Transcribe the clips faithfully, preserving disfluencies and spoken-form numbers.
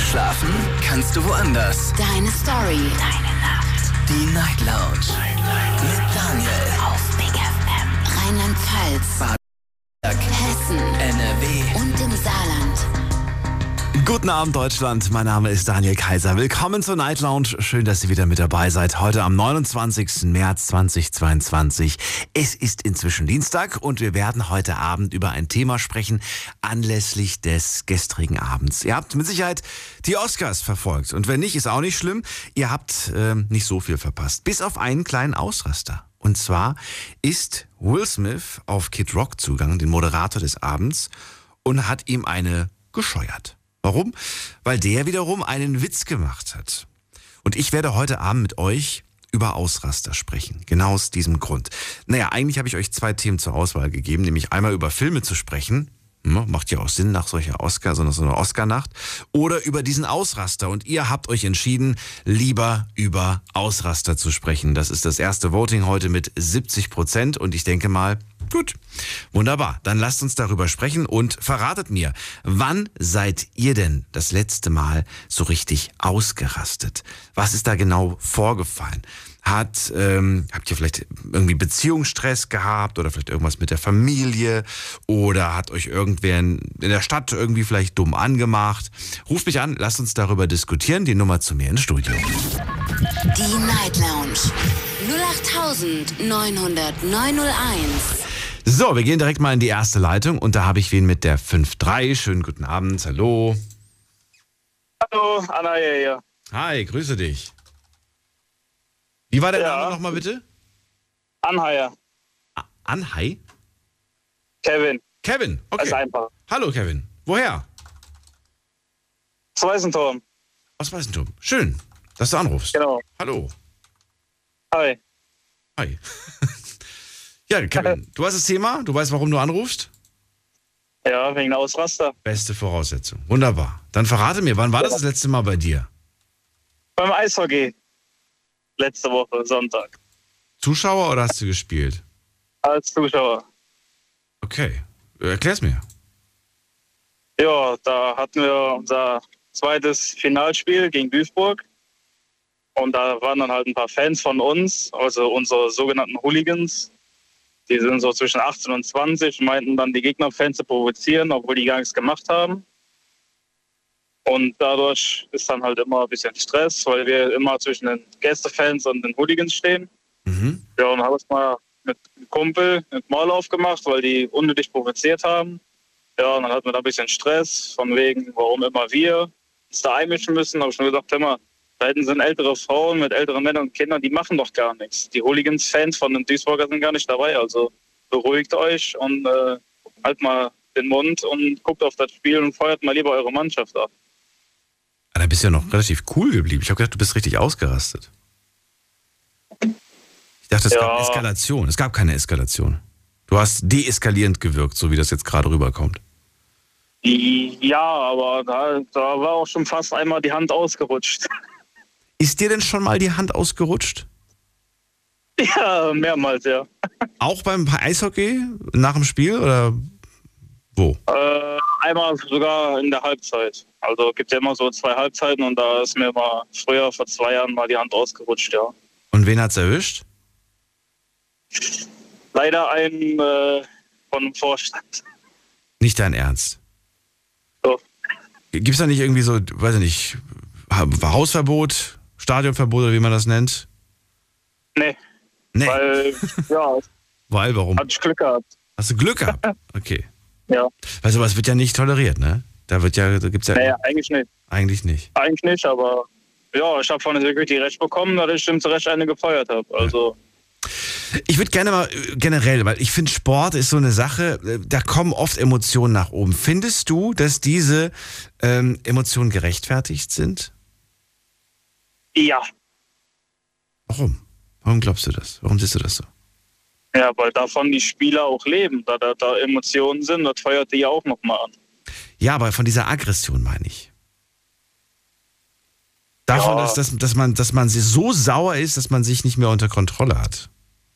Schlafen kannst du woanders. Deine Story. Deine Nacht. Die Night Lounge. Night, Night. Mit Daniel. Auf Big F M. Rheinland-Pfalz. Baden-Württemberg. Hessen. N R W. Und im Saarland. Guten Abend, Deutschland. Mein Name ist Daniel Kaiser. Willkommen zur Night Lounge. Schön, dass ihr wieder mit dabei seid. Heute am neunundzwanzigsten März zweitausendzweiundzwanzig. Es ist inzwischen Dienstag und wir werden heute Abend über ein Thema sprechen anlässlich des gestrigen Abends. Ihr habt mit Sicherheit die Oscars verfolgt. Und wenn nicht, ist auch nicht schlimm. Ihr habt äh, nicht so viel verpasst. Bis auf einen kleinen Ausraster. Und zwar ist Will Smith auf Kid Rock zugegangen, den Moderator des Abends, und hat ihm eine gescheuert. Warum? Weil der wiederum einen Witz gemacht hat. Und ich werde heute Abend mit euch über Ausraster sprechen. Genau aus diesem Grund. Naja, eigentlich habe ich euch zwei Themen zur Auswahl gegeben, nämlich einmal über Filme zu sprechen. Macht ja auch Sinn nach solcher Oscar, sondern so einer Oscar-Nacht. Oder über diesen Ausraster. Und ihr habt euch entschieden, lieber über Ausraster zu sprechen. Das ist das erste Voting heute mit siebzig Prozent. Und ich denke mal, gut, wunderbar. Dann lasst uns darüber sprechen und verratet mir, wann seid ihr denn das letzte Mal so richtig ausgerastet? Was ist da genau vorgefallen? Hat, ähm, habt ihr vielleicht irgendwie Beziehungsstress gehabt oder vielleicht irgendwas mit der Familie oder hat euch irgendwer in, in der Stadt irgendwie vielleicht dumm angemacht? Ruft mich an, lasst uns darüber diskutieren. Die Nummer zu mir ins Studio. Die Night Lounge. null acht neun null null neun null eins. So, wir gehen direkt mal in die erste Leitung und da habe ich wen mit der fünf drei. Schönen guten Abend, hallo. Hallo, Anna hier. Hi, grüße dich. Wie war der Ja. Name nochmal bitte? Anheier. A- Anhai? Kevin. Kevin, Das ist okay. einfach. Hallo Kevin. Woher? Das Weißenturm. Aus Weißenturm. Schön, dass du anrufst. Genau. Hallo. Hi. Hi. Ja, Kevin, du hast das Thema, du weißt, warum du anrufst? Ja, wegen der Ausraster. Beste Voraussetzung. Wunderbar. Dann verrate mir, wann war das das letzte Mal bei dir? Beim Eishockey. Letzte Woche, Sonntag. Zuschauer oder hast du gespielt? Als Zuschauer. Okay, erklär's mir. Ja, da hatten wir unser zweites Finalspiel gegen Duisburg. Und da waren dann halt ein paar Fans von uns, also unsere sogenannten Hooligans. Die sind so zwischen achtzehn und zwanzig, meinten dann die Gegnerfans zu provozieren, obwohl die gar nichts gemacht haben. Und dadurch ist dann halt immer ein bisschen Stress, weil wir immer zwischen den Gästefans und den Hooligans stehen. Mhm. Ja, und habe es mal mit einem Kumpel mit Maul aufgemacht, weil die unnötig provoziert haben. Ja, und dann hatten wir da ein bisschen Stress, von wegen, warum immer wir uns da einmischen müssen. Da habe ich schon gesagt, immer, da hinten sind ältere Frauen mit älteren Männern und Kindern, die machen doch gar nichts. Die Hooligans-Fans von den Duisburger sind gar nicht dabei. Also beruhigt euch und äh, halt mal den Mund und guckt auf das Spiel und feuert mal lieber eure Mannschaft ab. Ah, da bist du ja noch relativ cool geblieben. Ich habe gedacht, du bist richtig ausgerastet. Ich dachte, es Ja. gab Eskalation. Es gab keine Eskalation. Du hast deeskalierend gewirkt, so wie das jetzt gerade rüberkommt. Ja, aber da, da war auch schon fast einmal die Hand ausgerutscht. Ist dir denn schon mal die Hand ausgerutscht? Ja, mehrmals, ja. Auch beim Eishockey nach dem Spiel oder wo? Äh, einmal sogar in der Halbzeit. Also gibt ja immer so zwei Halbzeiten und da ist mir mal früher vor zwei Jahren mal die Hand ausgerutscht, ja. Und wen hat's erwischt? Leider ein äh, von dem Vorstand. Nicht dein Ernst. So. Gibt's da nicht irgendwie so, weiß ich nicht, Ha- Hausverbot, Stadionverbot oder wie man das nennt? Nee, Nee. weil, ja, Weil, warum? hatte ich Glück gehabt. Hast du Glück gehabt? Okay. Ja, Weißt du, aber es wird ja nicht toleriert, ne? Da wird ja, da gibt's ja naja, eigentlich nicht. eigentlich nicht. Eigentlich nicht, aber ja, ich habe von der Security recht bekommen, dass ich stimmt zu Recht eine gefeuert habe. Also, Ich würde gerne mal äh, generell, weil ich finde, Sport ist so eine Sache, äh, da kommen oft Emotionen nach oben. Findest du, dass diese ähm, Emotionen gerechtfertigt sind? ja. Warum? Warum glaubst du das? Warum siehst du das so? Ja, weil davon die Spieler auch leben. Da, da, da Emotionen sind, das feuert die ja auch nochmal an. Ja, aber von dieser Aggression meine ich. Davon, Ja. dass, dass, dass, man, dass man so sauer ist, dass man sich nicht mehr unter Kontrolle hat.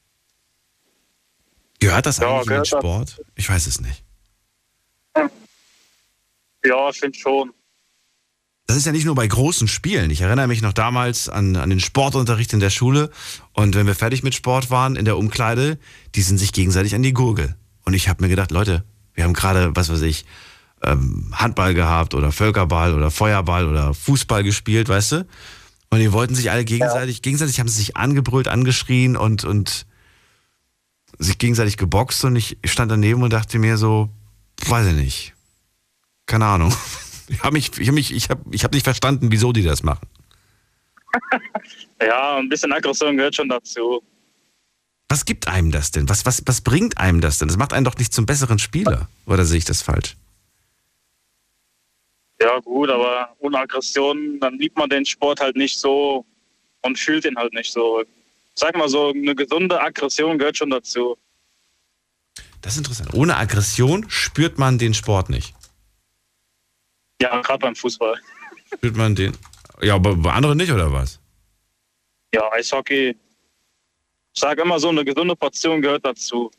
Gehört das Ja, eigentlich in den gehört das. Sport? Ich weiß es nicht. Ja, ich finde schon. Das ist ja nicht nur bei großen Spielen. Ich erinnere mich noch damals an, an den Sportunterricht in der Schule. Und wenn wir fertig mit Sport waren, in der Umkleide, die sind sich gegenseitig an die Gurgel. Und ich habe mir gedacht, Leute, wir haben gerade, was weiß ich, ähm, Handball gehabt oder Völkerball oder Feuerball oder Fußball gespielt, weißt du? Und die wollten sich alle gegenseitig, ja. gegenseitig haben sie sich angebrüllt, angeschrien und, und sich gegenseitig geboxt. Und ich stand daneben und dachte mir so, weiß ich nicht, keine Ahnung. Ich habe mich, ich hab mich, ich hab, ich hab nicht verstanden, wieso die das machen. Ja, ein bisschen Aggression gehört schon dazu. Was gibt einem das denn? Was, was, was bringt einem das denn? Das macht einen doch nicht zum besseren Spieler. Oder sehe ich das falsch? Ja gut, aber ohne Aggression, dann liebt man den Sport halt nicht so und fühlt ihn halt nicht so. Sag mal so, eine gesunde Aggression gehört schon dazu. Das ist interessant. Ohne Aggression spürt man den Sport nicht. Ja, gerade beim Fußball. Spürt man den? Ja, aber bei anderen nicht, oder was? Ja, Eishockey. Ich sage immer so, eine gesunde Portion gehört dazu.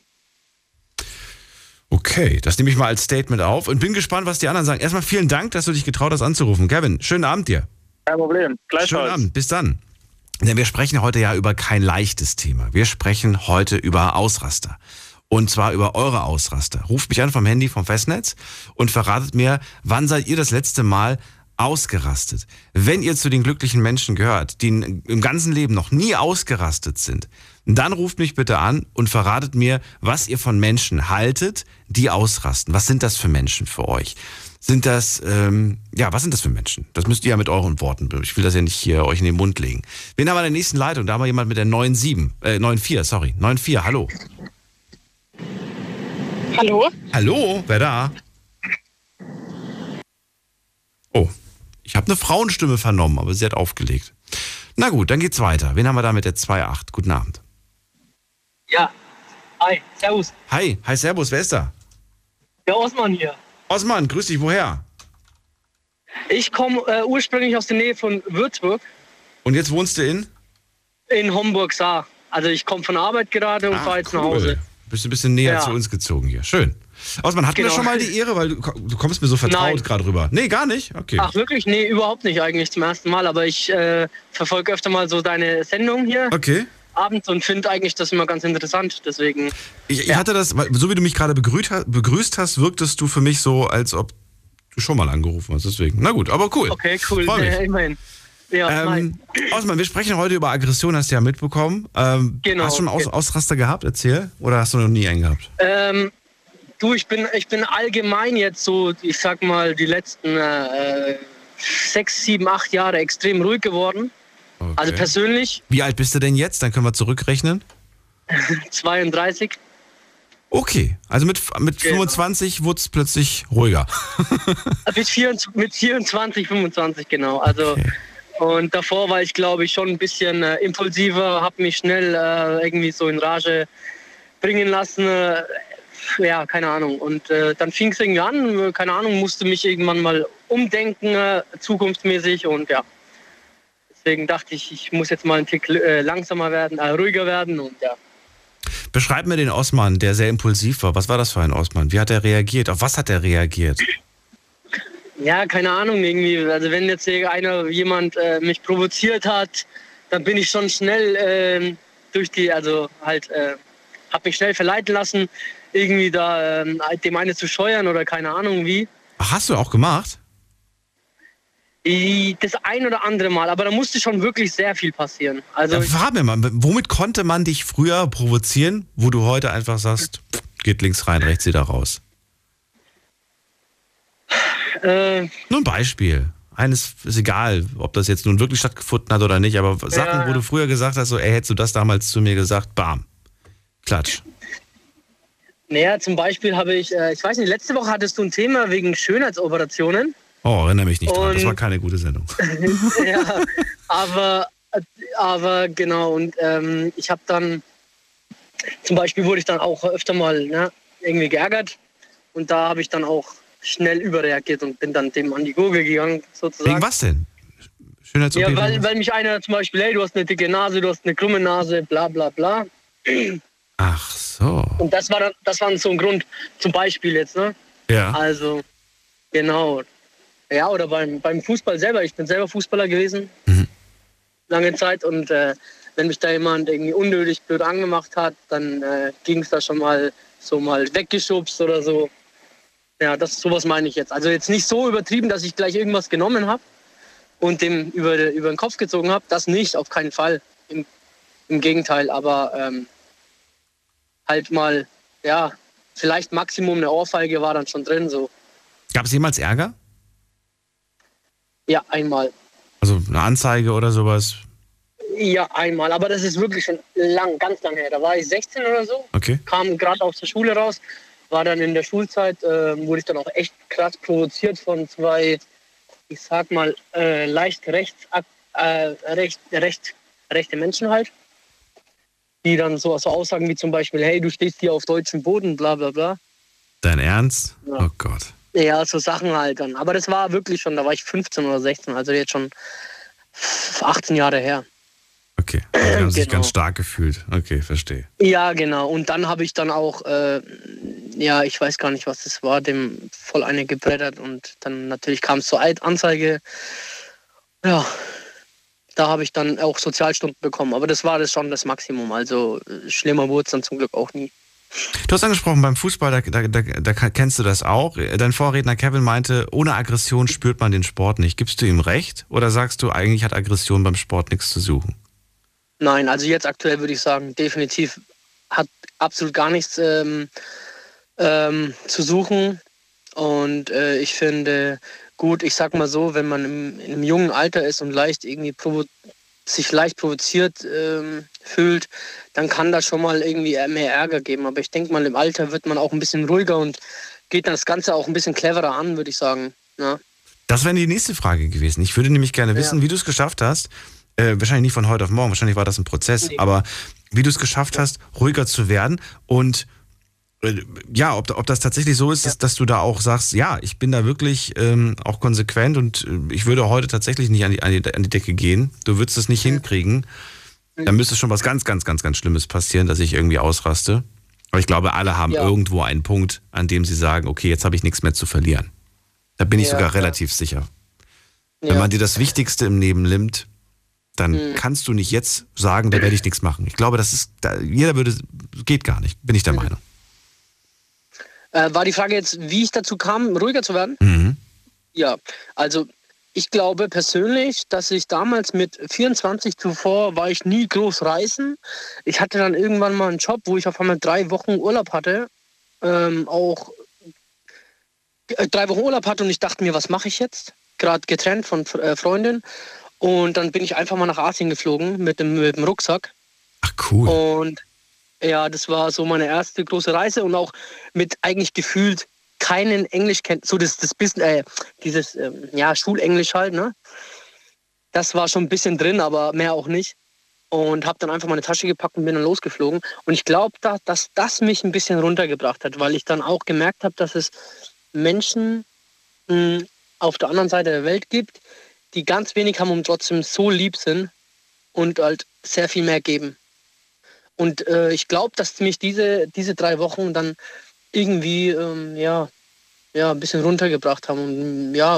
Okay, das nehme ich mal als Statement auf und bin gespannt, was die anderen sagen. Erstmal vielen Dank, dass du dich getraut hast anzurufen. Kevin, schönen Abend dir. Kein Problem. Gleichfalls. Schönen Abend, bis dann. Denn wir sprechen heute ja über kein leichtes Thema. Wir sprechen heute über Ausraster. Und zwar über eure Ausraster. Ruft mich an vom Handy, vom Festnetz und verratet mir, wann seid ihr das letzte Mal ausgerastet? Wenn ihr zu den glücklichen Menschen gehört, die im ganzen Leben noch nie ausgerastet sind, dann ruft mich bitte an und verratet mir, was ihr von Menschen haltet, die ausrasten. Was sind das für Menschen für euch? Sind das, ähm, ja, was sind das für Menschen? Das müsst ihr ja mit euren Worten, ich will das ja nicht hier euch in den Mund legen. Wen haben wir in der nächsten Leitung? Da haben wir jemand mit der neun sieben, äh, neun vier, sorry, neun vier, hallo. Hallo? Hallo, wer da? Oh, ich habe eine Frauenstimme vernommen, aber sie hat aufgelegt. Na gut, dann geht's weiter. Wen haben wir da mit der zwei acht? Guten Abend. Ja, hi, servus. Hi, hi, servus, wer ist da? Der Osman hier. Osman, grüß dich, woher? Ich komme äh, ursprünglich aus der Nähe von Würzburg. Und jetzt wohnst du in? In Homburg-Saar. Also ich komme von Arbeit gerade und fahre jetzt cool. nach Hause. Bist du ein bisschen näher Ja. zu uns gezogen hier. Schön. Osman, hatten Genau. wir schon mal die Ehre, weil du, du kommst mir so vertraut Nein. gerade rüber. Nee, gar nicht? Okay. Ach wirklich? Nee, überhaupt nicht eigentlich zum ersten Mal. Aber ich äh, verfolge öfter mal so deine Sendung hier Okay. abends und finde eigentlich das immer ganz interessant. Deswegen, Ich, ich Ja. hatte das, weil so wie du mich gerade begrüßt, ha- begrüßt hast, wirktest du für mich so, als ob du schon mal angerufen hast. Deswegen. Na gut, aber cool. okay, cool. Freu mich. Äh, immerhin. Ja, Ähm, nein. Osman, wir sprechen heute über Aggression, hast du ja mitbekommen. Ähm, Genau. Hast du schon einen Aus Ausraster gehabt? Erzähl. Oder hast du noch nie einen gehabt? Ähm, du, ich bin, ich bin allgemein jetzt so, ich sag mal, die letzten äh, sechs, sieben, acht Jahre extrem ruhig geworden. Okay. Also persönlich Wie alt bist du denn jetzt? Dann können wir zurückrechnen. zweiunddreißig. Okay, also mit, mit Genau. fünfundzwanzig wurde es plötzlich ruhiger. Mit vierundzwanzig, mit vierundzwanzig, fünfundzwanzig, genau. Also, Okay. und davor war ich, glaube ich, schon ein bisschen äh, impulsiver, habe mich schnell äh, irgendwie so in Rage bringen lassen. Äh, ja, keine Ahnung. Und äh, dann fing es irgendwie an, äh, keine Ahnung, musste mich irgendwann mal umdenken, äh, zukunftsmäßig. Und ja, deswegen dachte ich, ich muss jetzt mal ein Tick äh, langsamer werden, äh, ruhiger werden. Und ja. Beschreib mir den Osman, der sehr impulsiv war. Was war das für ein Osman? Wie hat er reagiert? Auf was hat er reagiert? Ja, keine Ahnung irgendwie. Also wenn jetzt einer, jemand äh, mich provoziert hat, dann bin ich schon schnell äh, durch die, also halt, äh, habe mich schnell verleiten lassen, irgendwie da äh, dem eine zu scheuern oder keine Ahnung wie. Ach, hast du auch gemacht? I- Das ein oder andere Mal, aber da musste schon wirklich sehr viel passieren. Also Ja, frag mir mal, womit konnte man dich früher provozieren, wo du heute einfach sagst, pff, geht links rein, rechts wieder raus? äh, Nur ein Beispiel. Eines ist egal, ob das jetzt nun wirklich stattgefunden hat oder nicht, aber Sachen, Ja, wo ja. du früher gesagt hast, so, ey, hättest du das damals zu mir gesagt, bam, klatsch. naja, zum Beispiel habe ich, äh, ich weiß nicht, letzte Woche hattest du ein Thema wegen Schönheitsoperationen. Oh, erinnere mich nicht dran, das Und- war keine gute Sendung. Ja, aber, aber genau, und ähm, ich habe dann, zum Beispiel wurde ich dann auch öfter mal ne, irgendwie geärgert und da habe ich dann auch schnell überreagiert und bin dann dem an die Gurgel gegangen, sozusagen. Wegen was denn? Schönheits-O P? Ja, weil, weil mich einer zum Beispiel, hey, du hast eine dicke Nase, du hast eine krumme Nase, bla bla bla. Ach so. Und das war dann, das war dann so ein Grund, zum Beispiel jetzt, ne? Ja. Also, genau. Ja, oder beim, beim Fußball selber. Ich bin selber Fußballer gewesen, Mhm. lange Zeit. Und äh, wenn mich da jemand irgendwie unnötig blöd angemacht hat, dann äh, ging es da schon mal so mal weggeschubst oder so. Ja, das sowas meine ich jetzt. Also jetzt nicht so übertrieben, dass ich gleich irgendwas genommen habe und dem über, über den Kopf gezogen habe. Das nicht, auf keinen Fall. Im, im Gegenteil, aber ähm, halt mal, ja, vielleicht Maximum eine Ohrfeige war dann schon drin. So. Gab es jemals Ärger? Ja, einmal. Also eine Anzeige oder sowas? Ja, einmal. Aber das ist wirklich schon lang, ganz lang her. Da war ich sechzehn oder so. Okay. Kam gerade aus der Schule raus. War dann in der Schulzeit, äh, wurde ich dann auch echt krass provoziert von zwei, ich sag mal, äh, leicht rechts, äh, recht, recht, rechte Menschen halt. Die dann so, so Aussagen wie zum Beispiel, hey, du stehst hier auf deutschem Boden, bla bla bla. Dein Ernst? Ja. Oh Gott. Ja, so Sachen halt dann. Aber das war wirklich schon, da war ich fünfzehn oder sechzehn, also jetzt schon achtzehn Jahre her. Okay, also die haben sich Genau. ganz stark gefühlt. Okay, verstehe. Ja, genau. Und dann habe ich dann auch, äh, ja, ich weiß gar nicht, was das war, dem voll eine gebrettert. Und dann natürlich kam es zur Anzeige. Ja, da habe ich dann auch Sozialstunden bekommen. Aber das war das schon das Maximum. Also äh, schlimmer wurde es dann zum Glück auch nie. Du hast angesprochen, beim Fußball, da, da, da, da kennst du das auch. Dein Vorredner Kevin meinte, ohne Aggression spürt man den Sport nicht. Gibst du ihm recht oder sagst du, eigentlich hat Aggression beim Sport nichts zu suchen? Nein, also jetzt aktuell würde ich sagen, definitiv hat absolut gar nichts ähm, ähm, zu suchen. Und äh, ich finde, gut, ich sag mal so, wenn man im, in einem jungen Alter ist und leicht irgendwie provo- sich leicht provoziert ähm, fühlt, dann kann das schon mal irgendwie mehr Ärger geben. Aber ich denke mal, im Alter wird man auch ein bisschen ruhiger und geht dann das Ganze auch ein bisschen cleverer an, würde ich sagen. Ja. Das wäre die nächste Frage gewesen. Ich würde nämlich gerne wissen, Ja. wie du es geschafft hast, äh, wahrscheinlich nicht von heute auf morgen, wahrscheinlich war das ein Prozess, Nee. aber wie du es geschafft hast, ruhiger zu werden und äh, ja, ob, ob das tatsächlich so ist, Ja. dass, dass du da auch sagst, ja, ich bin da wirklich ähm, auch konsequent und äh, ich würde heute tatsächlich nicht an die, an die, an die Decke gehen. Du würdest es nicht hinkriegen. Da müsste schon was ganz, ganz, ganz, ganz Schlimmes passieren, dass ich irgendwie ausraste. Aber ich glaube, alle haben Ja. irgendwo einen Punkt, an dem sie sagen, okay, jetzt habe ich nichts mehr zu verlieren. Da bin ich Ja, sogar ja. relativ sicher. Wenn Ja. man dir das Wichtigste im Leben nimmt, dann Mhm. kannst du nicht jetzt sagen, da werde ich nichts machen. Ich glaube, das ist, da, jeder würde, geht gar nicht, bin ich der Meinung. Äh, war die Frage jetzt, wie ich dazu kam, ruhiger zu werden? Mhm. Ja, also ich glaube persönlich, dass ich damals mit vierundzwanzig zuvor war ich nie groß reisen. Ich hatte dann irgendwann mal einen Job, wo ich auf einmal drei Wochen Urlaub hatte. Ähm, auch äh, drei Wochen Urlaub hatte und ich dachte mir, was mache ich jetzt? Gerade getrennt von äh, Freundin. Und dann bin ich einfach mal nach Asien geflogen mit dem, mit dem Rucksack. Ach cool. Und ja, das war so meine erste große Reise und auch mit eigentlich gefühlt keinen Englischkenntnis, so das, das bisschen, äh, dieses, ähm, ja, Schulenglisch halt, ne? Das war schon ein bisschen drin, aber mehr auch nicht. Und habe dann einfach meine Tasche gepackt und bin dann losgeflogen. Und ich glaube, da, dass das mich ein bisschen runtergebracht hat, weil ich dann auch gemerkt habe, dass es Menschen mh, auf der anderen Seite der Welt gibt, die ganz wenig haben und trotzdem so lieb sind und halt sehr viel mehr geben. Und äh, ich glaube, dass mich diese, diese drei Wochen dann irgendwie ähm, ja, ja, ein bisschen runtergebracht haben und ja,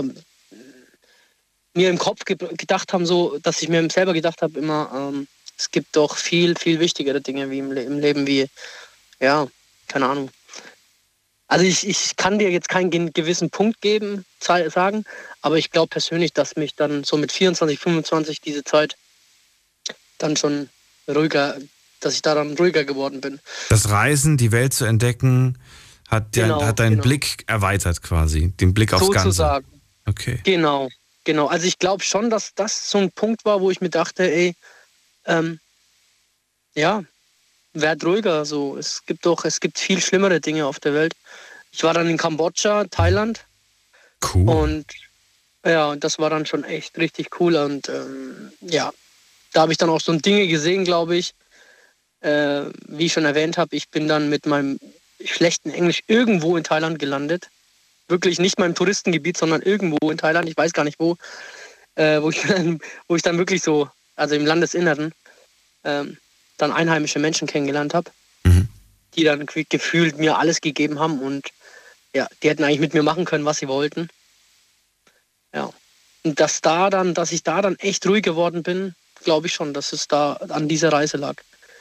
mir im Kopf ge- gedacht haben, so, dass ich mir selber gedacht habe, immer, ähm, es gibt doch viel, viel wichtigere Dinge wie im, Le- im Leben, wie, ja, keine Ahnung. Also ich, ich kann dir jetzt keinen gen- gewissen Punkt geben, zei- sagen, aber ich glaube persönlich, dass mich dann so mit vierundzwanzig, fünfundzwanzig diese Zeit dann schon ruhiger, dass ich daran ruhiger geworden bin. Das Reisen, die Welt zu entdecken, hat, Genau, der, hat deinen genau. Blick erweitert quasi, den Blick aufs Ganze. Sozusagen. Okay. Genau, genau. Also ich glaube schon, dass das so ein Punkt war, wo ich mir dachte, ey, ähm, ja, werd ruhiger. So, es gibt doch, es gibt viel schlimmere Dinge auf der Welt. Ich war dann in Kambodscha, Thailand Cool. und ja, das war dann schon echt richtig cool und ähm, ja, da habe ich dann auch so Dinge gesehen, glaube ich. Äh, wie ich schon erwähnt habe, ich bin dann mit meinem schlechten Englisch irgendwo in Thailand gelandet. Wirklich nicht mal im Touristengebiet, sondern irgendwo in Thailand, ich weiß gar nicht wo, äh, wo, ich dann, wo ich dann wirklich so, also im Landesinneren, ähm, dann einheimische Menschen kennengelernt habe, Mhm. die dann ge- gefühlt mir alles gegeben haben und ja, die hätten eigentlich mit mir machen können, was sie wollten. Ja. Und dass da dann, dass ich da dann echt ruhig geworden bin, glaube ich schon, dass es da an dieser Reise lag.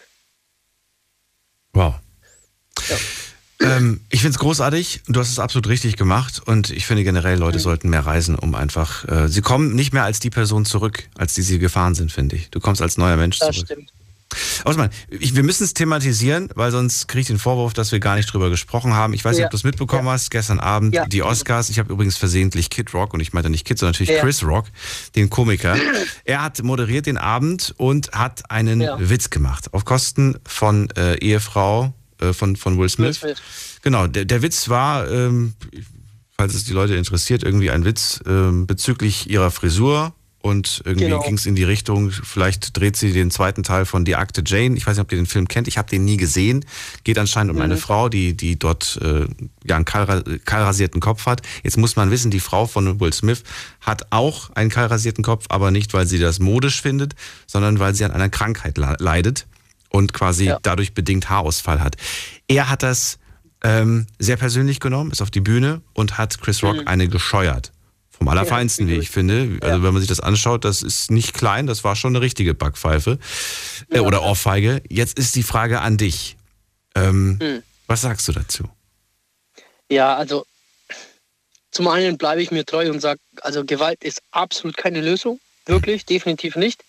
Wow. Ja. Ähm, ich finde es großartig. Du hast es absolut richtig gemacht. Und ich finde generell, Leute Mhm. sollten mehr reisen, um einfach... Äh, sie kommen nicht mehr als die Person zurück, als die sie gefahren sind, finde ich. Du kommst als neuer Mensch Das zurück. stimmt. Osman, ich, wir müssen es thematisieren, weil sonst kriege ich den Vorwurf, dass wir gar nicht drüber gesprochen haben. Ich weiß nicht, Ja. ob du es mitbekommen hast, gestern Abend Ja. die Oscars. Ich habe übrigens versehentlich Kid Rock, und ich meinte nicht Kid, sondern natürlich Ja. Chris Rock, den Komiker. Er hat moderiert den Abend und hat einen Ja. Witz gemacht auf Kosten von äh, Ehefrau äh, von, von Will Smith. Will Smith. Genau, der, der Witz war, ähm, falls es die Leute interessiert, irgendwie ein Witz ähm, bezüglich ihrer Frisur. Und irgendwie Genau. ging es in die Richtung, vielleicht dreht sie den zweiten Teil von Die Akte Jane. Ich weiß nicht, ob ihr den Film kennt. Ich habe den nie gesehen. Geht anscheinend um eine Mhm. Frau, die, die dort äh, ja, einen kahl, kahlrasierten Kopf hat. Jetzt muss man wissen, die Frau von Will Smith hat auch einen kahlrasierten Kopf, aber nicht, weil sie das modisch findet, sondern weil sie an einer Krankheit le- leidet und quasi Ja. dadurch bedingt Haarausfall hat. Er hat das ähm, sehr persönlich genommen, ist auf die Bühne und hat Chris Rock Mhm. eine gescheuert. Vom Allerfeinsten, wie ich finde. Also Ja. wenn man sich das anschaut, das ist nicht klein, das war schon eine richtige Backpfeife äh, Ja. oder Ohrfeige. Jetzt ist die Frage an dich. Ähm, Mhm. Was sagst du dazu? Ja, also zum einen bleibe ich mir treu und sage, also Gewalt ist absolut keine Lösung. Wirklich, definitiv nicht.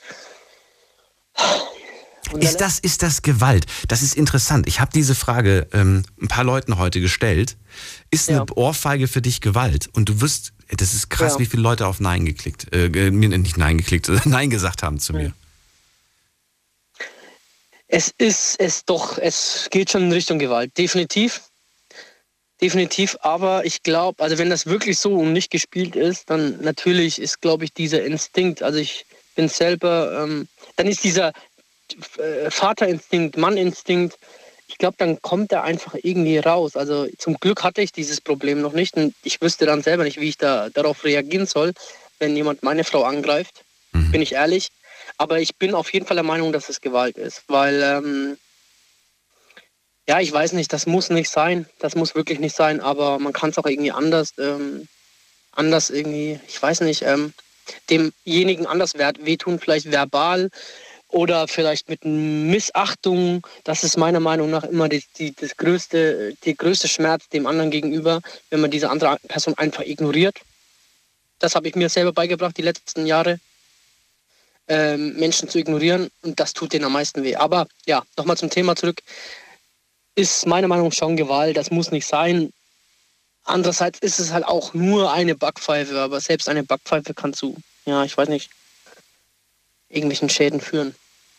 Und Ist das, ist das Gewalt? Das ist interessant. Ich habe diese Frage ähm, ein paar Leuten heute gestellt. Ist eine Ja. Ohrfeige für dich Gewalt? Und du wirst, das ist krass, Ja. wie viele Leute auf Nein geklickt, äh, mir nicht Nein geklickt, Nein gesagt haben zu mir. Es ist es doch, es geht schon in Richtung Gewalt. Definitiv. Definitiv, aber ich glaube, also wenn das wirklich so und nicht gespielt ist, dann natürlich ist, glaube ich, dieser Instinkt, also ich bin selber, ähm, dann ist dieser äh, Vaterinstinkt, Manninstinkt, ich glaube, dann kommt er einfach irgendwie raus. Also zum Glück hatte ich dieses Problem noch nicht und ich wüsste dann selber nicht, wie ich da darauf reagieren soll, wenn jemand meine Frau angreift, Mhm. bin ich ehrlich. Aber ich bin auf jeden Fall der Meinung, dass es Gewalt ist, weil ähm, ja, ich weiß nicht, das muss nicht sein, das muss wirklich nicht sein, aber man kann es auch irgendwie anders, ähm, anders irgendwie, ich weiß nicht, ähm, demjenigen anders wert- wehtun, vielleicht verbal oder vielleicht mit Missachtung. Das ist meiner Meinung nach immer die, die, das größte, die größte Schmerz dem anderen gegenüber, wenn man diese andere Person einfach ignoriert. Das habe ich mir selber beigebracht die letzten Jahre, ähm, Menschen zu ignorieren und das tut denen am meisten weh. Aber ja, nochmal zum Thema zurück. Ist meiner Meinung nach schon Gewalt, das muss nicht sein. Andererseits ist es halt auch nur eine Backpfeife, aber selbst eine Backpfeife kann zu, ja, ich weiß nicht, irgendwelchen Schäden führen.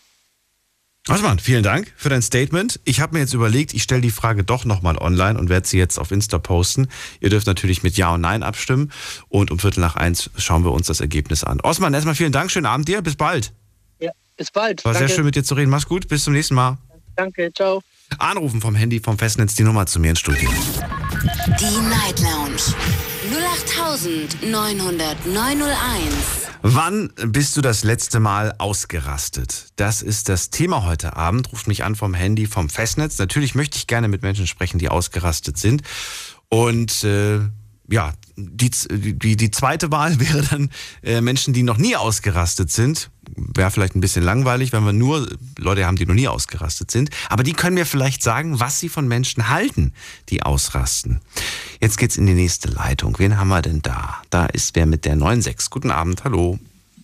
Osman, vielen Dank für dein Statement. Ich habe mir jetzt überlegt, ich stelle die Frage doch nochmal online und werde sie jetzt auf Insta posten. Ihr dürft natürlich mit Ja und Nein abstimmen und um Viertel nach eins schauen wir uns das Ergebnis an. Osman, erstmal vielen Dank, schönen Abend dir, bis bald. Ja, bis bald. War Danke. sehr schön mit dir zu reden, mach's gut, bis zum nächsten Mal. Danke, ciao. Anrufen vom Handy, vom Festnetz, die Nummer zu mir ins Studio. Die Night Lounge null acht neun null null neun null eins. Wann bist du das letzte Mal ausgerastet? Das ist das Thema heute Abend. Ruft mich an vom Handy, vom Festnetz. Natürlich möchte ich gerne mit Menschen sprechen, die ausgerastet sind. Und äh, ja, die, die, die zweite Wahl wäre dann äh, Menschen, die noch nie ausgerastet sind. Wäre vielleicht ein bisschen langweilig, wenn wir nur Leute haben, die noch nie ausgerastet sind. Aber die können mir vielleicht sagen, was sie von Menschen halten, die ausrasten. Jetzt geht's in die nächste Leitung. Wen haben wir denn da? Da ist wer mit der neun sechs. Guten Abend, hallo.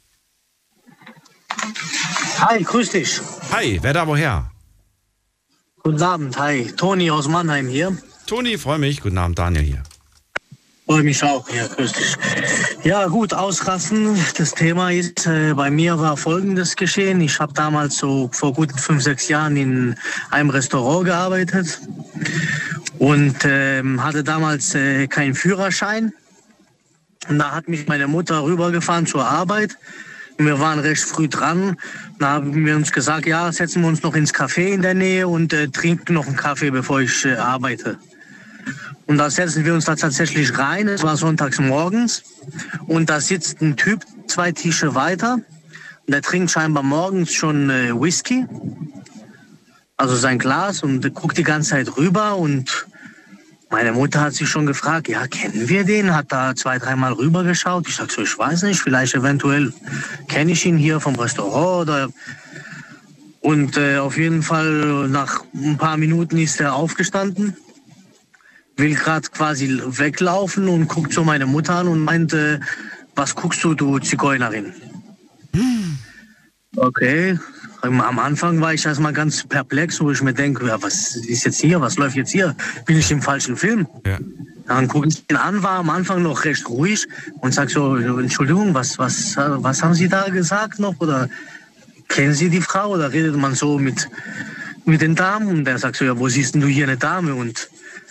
Hi, grüß dich. Hi, wer da woher? Guten Abend, hi. Toni aus Mannheim hier. Toni, freue mich. Guten Abend, Daniel hier. Freue mich auch, ja, grüß dich. Ja, gut, ausrasten. Das Thema ist, äh, bei mir war Folgendes geschehen. Ich habe damals so vor guten fünf, sechs Jahren in einem Restaurant gearbeitet und ähm, hatte damals äh, keinen Führerschein. Und da hat mich meine Mutter rübergefahren zur Arbeit. Und wir waren recht früh dran. Da haben wir uns gesagt, ja, setzen wir uns noch ins Café in der Nähe und äh, trinken noch einen Kaffee, bevor ich äh, arbeite. Und da setzen wir uns da tatsächlich rein. Es war sonntags morgens. Und da sitzt ein Typ zwei Tische weiter. Und der trinkt scheinbar morgens schon äh, Whisky. Also sein Glas. Und der guckt die ganze Zeit rüber und Meine Mutter hat sich schon gefragt, ja, kennen wir den? Hat da zwei, dreimal rübergeschaut. Ich sag so, ich weiß nicht, vielleicht eventuell kenne ich ihn hier vom Restaurant oder... Und äh, auf jeden Fall nach ein paar Minuten ist er aufgestanden, will gerade quasi weglaufen und guckt so meine Mutter an und meint, äh, was guckst du, du Zigeunerin? Hm. Okay. Am Anfang war ich erstmal ganz perplex, wo ich mir denke, ja, was ist jetzt hier, was läuft jetzt hier? Bin ich im falschen Film? Ja. Dann gucke ich ihn an, war am Anfang noch recht ruhig und sag so, Entschuldigung, was, was, was haben Sie da gesagt noch? Oder kennen Sie die Frau? Oder redet man so mit, mit den Damen? Und der sagt so, ja, wo siehst denn du hier eine Dame? Und,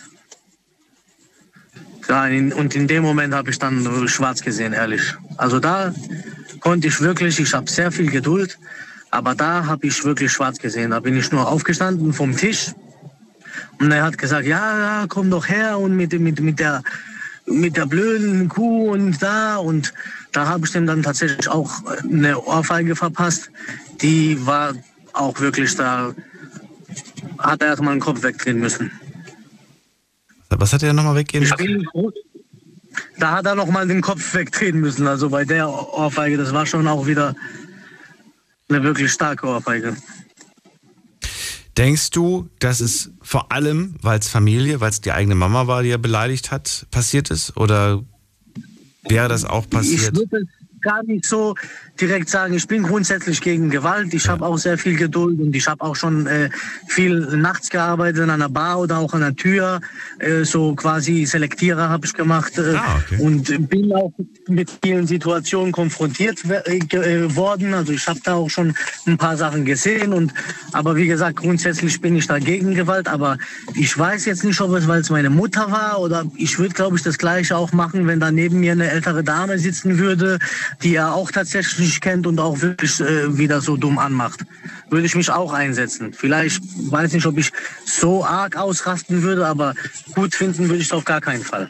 ja, in, und in dem Moment habe ich dann schwarz gesehen, ehrlich. Also da konnte ich wirklich, ich habe sehr viel Geduld. Aber da habe ich wirklich schwarz gesehen. Da bin ich nur aufgestanden vom Tisch. Und er hat gesagt, ja, ja, komm doch her und mit, mit, mit, der, mit der blöden Kuh und da. Und da habe ich dem dann tatsächlich auch eine Ohrfeige verpasst. Die war auch wirklich, da hat er erstmal den Kopf wegdrehen müssen. Was hat er nochmal weggehen müssen? Da hat er nochmal den Kopf wegdrehen müssen. Also bei der Ohrfeige, das war schon auch wieder... eine wirklich starke Ohrfeige. Denkst du, dass es vor allem, weil es Familie, weil es die eigene Mama war, die er beleidigt hat, passiert ist? Oder wäre das auch passiert? Ich würde gar nicht so direkt sagen, ich bin grundsätzlich gegen Gewalt. Ich ja. habe auch sehr viel Geduld und ich habe auch schon äh, viel nachts gearbeitet an einer Bar oder auch an der Tür. Äh, so quasi Selektierer habe ich gemacht äh, ah, okay. und bin auch mit vielen Situationen konfrontiert äh, worden. Also ich habe da auch schon ein paar Sachen gesehen. Und aber wie gesagt, grundsätzlich bin ich da gegen Gewalt. Aber ich weiß jetzt nicht, ob es, weil es meine Mutter war oder ich würde, glaube ich, das Gleiche auch machen, wenn da neben mir eine ältere Dame sitzen würde, die er auch tatsächlich kennt und auch wirklich äh, wieder so dumm anmacht. Würde ich mich auch einsetzen. Vielleicht, weiß nicht, ob ich so arg ausrasten würde, aber gut finden würde ich es auf gar keinen Fall.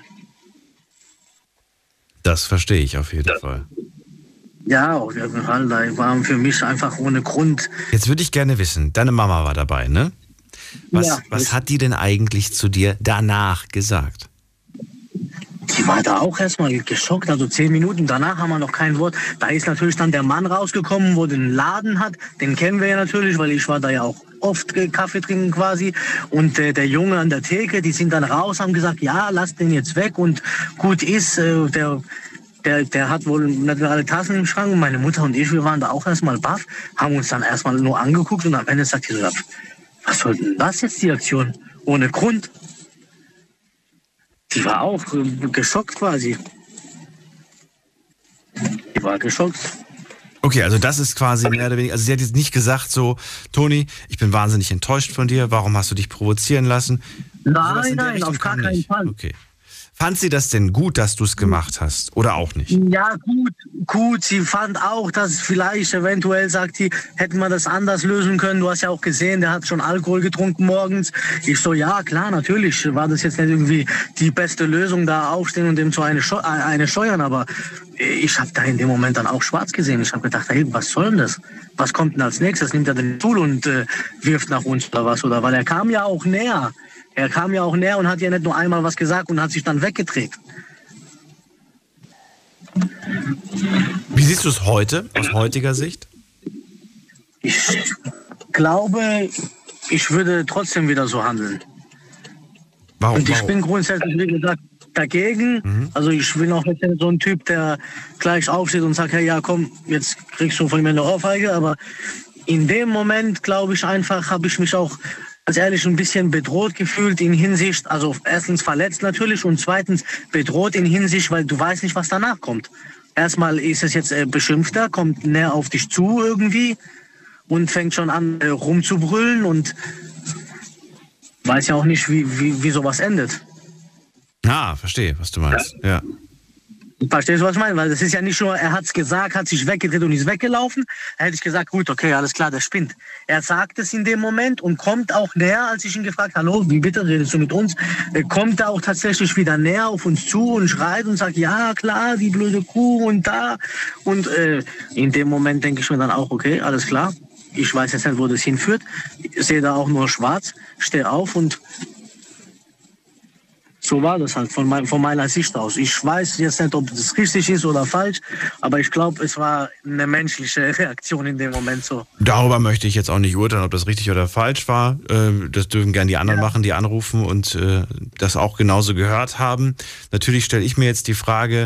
Das verstehe ich auf jeden ja. Fall. Ja, auf jeden Fall. Da war für mich einfach ohne Grund. Jetzt würde ich gerne wissen, deine Mama war dabei, ne? Was, ja, was hat die denn eigentlich zu dir danach gesagt? Die war da auch erstmal geschockt, also zehn Minuten danach haben wir noch kein Wort. Da ist natürlich dann der Mann rausgekommen, wo den Laden hat. Den kennen wir ja natürlich, weil ich war da ja auch oft Kaffee trinken quasi. Und äh, der Junge an der Theke, die sind dann raus, haben gesagt, ja, lass den jetzt weg und gut ist. Äh, der, der, der hat wohl nicht alle Tassen im Schrank. Und meine Mutter und ich, wir waren da auch erstmal baff, haben uns dann erstmal nur angeguckt und am Ende sagt die so, was soll denn das jetzt, die Aktion? Ohne Grund. Die war auch geschockt quasi. Die war geschockt. Okay, also das ist quasi mehr oder weniger, also sie hat jetzt nicht gesagt so, Toni, ich bin wahnsinnig enttäuscht von dir, warum hast du dich provozieren lassen? Nein, nein, auf gar keinen Fall. Okay. Fand sie das denn gut, dass du es gemacht hast oder auch nicht? Ja, gut, gut. Sie fand auch, dass vielleicht eventuell, sagt sie, hätten wir das anders lösen können. Du hast ja auch gesehen, der hat schon Alkohol getrunken morgens. Ich so, ja, klar, natürlich war das jetzt nicht irgendwie die beste Lösung, da aufstehen und dem so eine, Scheu- eine scheuern. Aber ich habe da in dem Moment dann auch schwarz gesehen. Ich habe gedacht, hey, was soll denn das? Was kommt denn als nächstes? Nimmt er den Stuhl und äh, wirft nach uns oder was? Oder weil er kam ja auch näher. Er kam ja auch näher und hat ja nicht nur einmal was gesagt und hat sich dann weggedreht. Wie siehst du es heute, aus heutiger Sicht? Ich glaube, ich würde trotzdem wieder so handeln. Warum? Und ich warum? bin grundsätzlich, wie gesagt, dagegen. Mhm. Also ich bin auch nicht so ein Typ, der gleich aufsteht und sagt, hey, ja komm, jetzt kriegst du von mir eine Ohrfeige. Aber in dem Moment, glaube ich, einfach habe ich mich auch ganz ehrlich ein bisschen bedroht gefühlt in Hinsicht, also erstens verletzt natürlich und zweitens bedroht in Hinsicht, weil du weißt nicht, was danach kommt. Erstmal ist es jetzt äh, beschimpfter, kommt näher auf dich zu irgendwie und fängt schon an äh, rumzubrüllen und weiß ja auch nicht, wie, wie, wie sowas endet. Ah, verstehe, was du meinst, ja. ja. Verstehst du, was ich meine? Weil das ist ja nicht nur, er hat es gesagt, hat sich weggedreht und ist weggelaufen. Da hätte ich gesagt, gut, okay, alles klar, der spinnt. Er sagt es in dem Moment und kommt auch näher, als ich ihn gefragt habe, hallo, wie bitte, redest du mit uns? Er kommt da auch tatsächlich wieder näher auf uns zu und schreit und sagt, ja, klar, die blöde Kuh und da. Und äh, in dem Moment denke ich mir dann auch, okay, alles klar. Ich weiß jetzt nicht, wo das hinführt. Ich sehe da auch nur schwarz, stehe auf und so war das halt von, mein, von meiner Sicht aus. Ich weiß jetzt nicht, ob das richtig ist oder falsch, aber ich glaube, es war eine menschliche Reaktion in dem Moment so. Darüber möchte ich jetzt auch nicht urteilen, ob das richtig oder falsch war. Das dürfen gerne die anderen ja. machen, die anrufen und das auch genauso gehört haben. Natürlich stelle ich mir jetzt die Frage,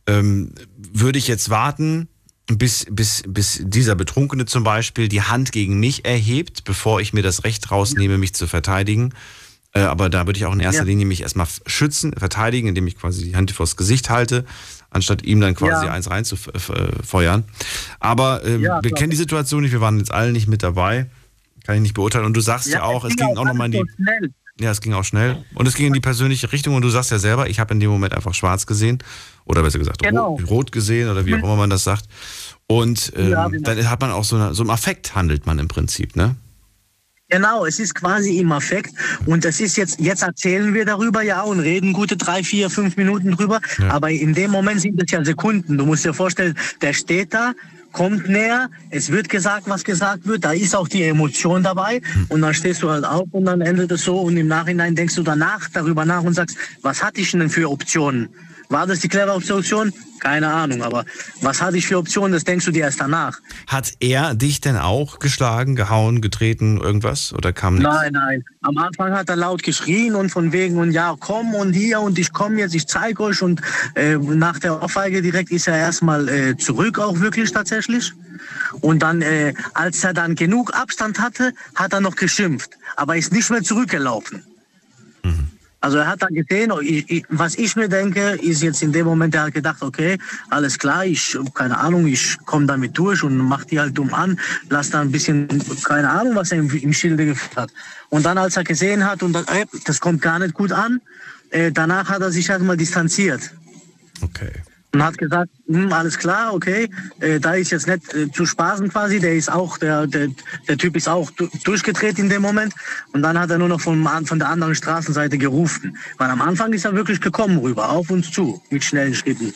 würde ich jetzt warten, bis, bis, bis dieser Betrunkene zum Beispiel die Hand gegen mich erhebt, bevor ich mir das Recht rausnehme, mich zu verteidigen? Äh, aber da würde ich auch in erster ja. Linie mich erstmal schützen, verteidigen, indem ich quasi die Hand vors Gesicht halte, anstatt ihm dann quasi ja. eins reinzufeuern. Aber ähm, ja, wir kennen die Situation nicht, wir waren jetzt alle nicht mit dabei, kann ich nicht beurteilen. Und du sagst ja, ja auch, es ging auch, auch nochmal in die... So ja, es ging auch schnell. Und es ging in die persönliche Richtung und du sagst ja selber, ich habe in dem Moment einfach schwarz gesehen. Oder besser gesagt, genau. rot, rot gesehen oder wie auch immer man das sagt. Und ähm, ja, genau. dann hat man auch so, eine, so im Affekt handelt man im Prinzip, ne? Genau, es ist quasi im Affekt. Und das ist jetzt, jetzt erzählen wir darüber ja und reden gute drei, vier, fünf Minuten drüber. Ja. Aber in dem Moment sind das ja Sekunden. Du musst dir vorstellen, der steht da, kommt näher, es wird gesagt, was gesagt wird, da ist auch die Emotion dabei und dann stehst du halt auf und dann endet es so und im Nachhinein denkst du danach darüber nach und sagst, was hatte ich denn für Optionen? War das die clevere Option? Keine Ahnung, aber was hatte ich für Optionen, das denkst du dir erst danach. Hat er dich denn auch geschlagen, gehauen, getreten, irgendwas oder kam nichts? Nein, nein. Am Anfang hat er laut geschrien und von wegen und ja, komm und hier und ich komme jetzt, ich zeige euch und äh, nach der Ohrfeige direkt ist er erstmal äh, zurück, auch wirklich tatsächlich. Und dann, äh, als er dann genug Abstand hatte, hat er noch geschimpft, aber ist nicht mehr zurückgelaufen. Mhm. Also er hat dann gesehen, ich, ich, was ich mir denke, ist jetzt in dem Moment, er hat gedacht, okay, alles klar, ich, keine Ahnung, ich komme damit durch und mach die halt dumm an, lass da ein bisschen, keine Ahnung, was er im, im Schilde geführt hat. Und dann, als er gesehen hat, und dann, ey, das kommt gar nicht gut an, äh, danach hat er sich halt mal distanziert. Okay. Und hat gesagt, hm, alles klar, okay, äh, da ist jetzt nicht äh, zu spaßen quasi, der ist auch, der, der, der Typ ist auch du- durchgedreht in dem Moment. Und dann hat er nur noch von, von der anderen Straßenseite gerufen. Weil am Anfang ist er wirklich gekommen rüber, auf uns zu, mit schnellen Schritten.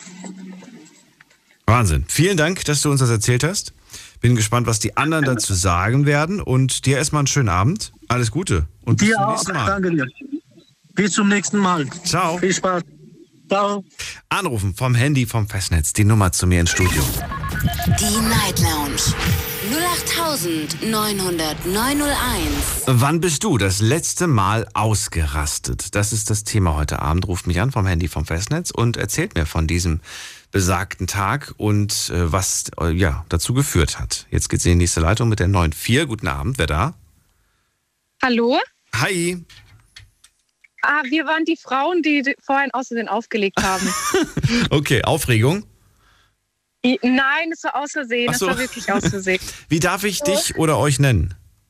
Wahnsinn. Vielen Dank, dass du uns das erzählt hast. Bin gespannt, was die anderen dazu sagen werden. Und dir erstmal einen schönen Abend. Alles Gute. Und bis dir zum auch, nächsten Mal. Danke dir. Bis zum nächsten Mal. Ciao. Viel Spaß. Ciao. Anrufen vom Handy vom Festnetz. Die Nummer zu mir ins Studio. Die Night Lounge null acht neun null null neun null eins. Wann bist du das letzte Mal ausgerastet? Das ist das Thema heute Abend. Ruft mich an vom Handy vom Festnetz und erzählt mir von diesem besagten Tag und äh, was äh, ja, dazu geführt hat. Jetzt geht's in die nächste Leitung mit der neun vier. Guten Abend, wer da? Hallo? Hi. Ah, wir waren die Frauen, die vorhin außerdem aufgelegt haben. Okay, Aufregung? I- Nein, es war aus Versehen. Ach so. Es war wirklich aus Versehen. Wie darf ich dich oder euch nennen?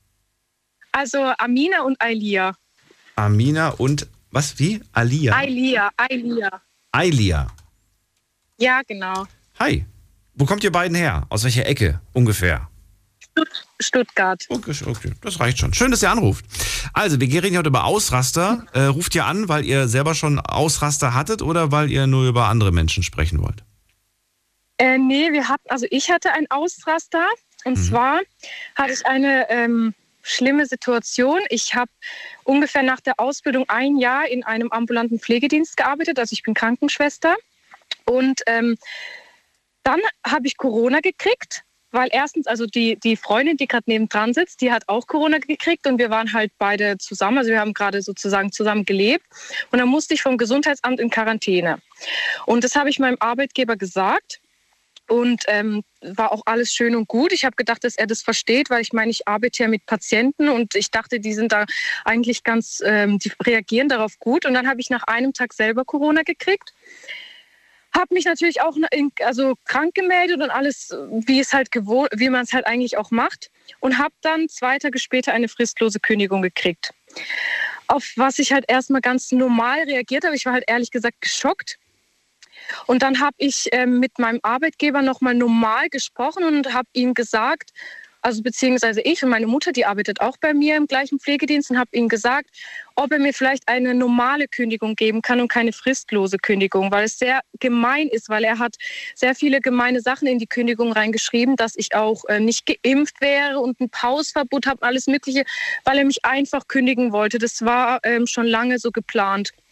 Also Amina und Ailia. Amina und, was, wie? Alia? Ailia, Ailia. Ailia. Ja, genau. Hi. Wo kommt ihr beiden her? Aus welcher Ecke ungefähr? Stutt- Stuttgart. Okay, okay, das reicht schon. Schön, dass ihr anruft. Also, wir reden heute über Ausraster. Äh, ruft ihr an, weil ihr selber schon Ausraster hattet oder weil ihr nur über andere Menschen sprechen wollt? Äh, nee, wir hatten, also ich hatte einen Ausraster. Und Mhm. zwar hatte ich eine ähm, schlimme Situation. Ich habe ungefähr nach der Ausbildung ein Jahr in einem ambulanten Pflegedienst gearbeitet. Also ich bin Krankenschwester. Und ähm, dann habe ich Corona gekriegt. Weil erstens, also die, die Freundin, die gerade nebendran sitzt, die hat auch Corona gekriegt und wir waren halt beide zusammen. Also wir haben gerade sozusagen zusammen gelebt. Und dann musste ich vom Gesundheitsamt in Quarantäne. Und das habe ich meinem Arbeitgeber gesagt. Und ähm, war auch alles schön und gut. Ich habe gedacht, dass er das versteht, weil ich meine, ich arbeite ja mit Patienten und ich dachte, die sind da eigentlich ganz, ähm, die reagieren darauf gut. Und dann habe ich nach einem Tag selber Corona gekriegt. Habe mich natürlich auch in, also krank gemeldet und alles, wie es halt gewohnt, wie man es halt eigentlich auch macht. Und habe dann zwei Tage später eine fristlose Kündigung gekriegt. Auf was ich halt erstmal ganz normal reagiert habe. Ich war halt ehrlich gesagt geschockt. Und dann habe ich äh, mit meinem Arbeitgeber nochmal normal gesprochen und habe ihm gesagt, also beziehungsweise ich und meine Mutter, die arbeitet auch bei mir im gleichen Pflegedienst und habe ihm gesagt, ob er mir vielleicht eine normale Kündigung geben kann und keine fristlose Kündigung, weil es sehr gemein ist, weil er hat sehr viele gemeine Sachen in die Kündigung reingeschrieben, dass ich auch äh, nicht geimpft wäre und ein Pausverbot habe, alles Mögliche, weil er mich einfach kündigen wollte. Das war ähm, schon lange so geplant.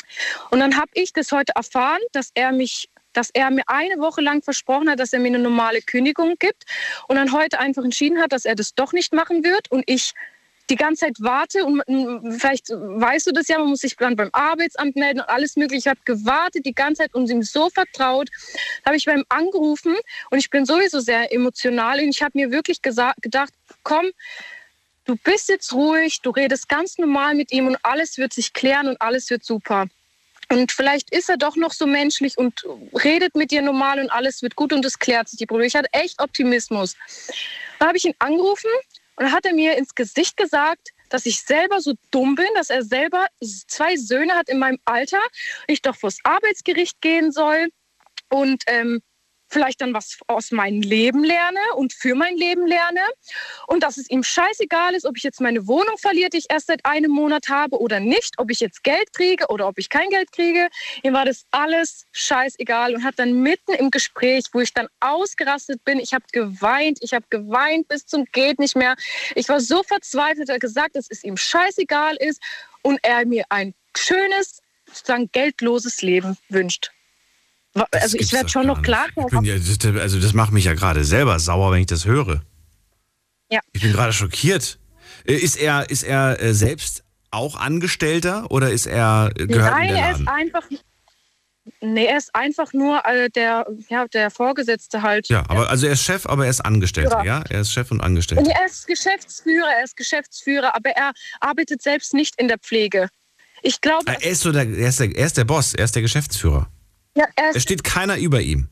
Und dann habe ich das heute erfahren, dass er mich, dass er mir eine Woche lang versprochen hat, dass er mir eine normale Kündigung gibt und dann heute einfach entschieden hat, dass er das doch nicht machen wird und ich die ganze Zeit warte und vielleicht weißt du das ja, man muss sich dann beim Arbeitsamt melden und alles mögliche. Ich habe gewartet die ganze Zeit und ihm so vertraut. Da habe ich bei ihm angerufen und ich bin sowieso sehr emotional und ich habe mir wirklich gesa- gedacht, komm, du bist jetzt ruhig, du redest ganz normal mit ihm und alles wird sich klären und alles wird super. Und vielleicht ist er doch noch so menschlich und redet mit dir normal und alles wird gut und es klärt sich die Probleme. Ich hatte echt Optimismus. Da habe ich ihn angerufen und dann hat er mir ins Gesicht gesagt, dass ich selber so dumm bin, dass er selber zwei Söhne hat in meinem Alter, ich doch vors Arbeitsgericht gehen soll und ähm, vielleicht dann was aus meinem Leben lerne und für mein Leben lerne und dass es ihm scheißegal ist, ob ich jetzt meine Wohnung verliere, die ich erst seit einem Monat habe oder nicht, ob ich jetzt Geld kriege oder ob ich kein Geld kriege. Ihm war das alles scheißegal und hat dann mitten im Gespräch, wo ich dann ausgerastet bin, ich habe geweint, ich habe geweint bis zum geht nicht mehr. Ich war so verzweifelt, er hat gesagt, dass es ihm scheißegal ist und er mir ein schönes, sozusagen geldloses Leben wünscht. Das Also ich werde schon noch klar. Ich bin ja, das, also das macht mich ja gerade selber sauer, wenn ich das höre. Ja. Ich bin gerade schockiert. Ist er, ist er äh, selbst auch Angestellter oder ist er äh, gehört Nein, in der er Laden? ist einfach. Nee, er ist einfach nur äh, der, ja, der Vorgesetzte halt. Ja, aber also er ist Chef, aber er ist Angestellter, ja? Er ist Chef und Angestellter. Nee, er ist Geschäftsführer, er ist Geschäftsführer, aber er arbeitet selbst nicht in der Pflege. Ich glaube. Ah, er, ist so der, er, ist der, er ist der Boss, er ist der Geschäftsführer. Ja, er ist, Es steht keiner über ihm.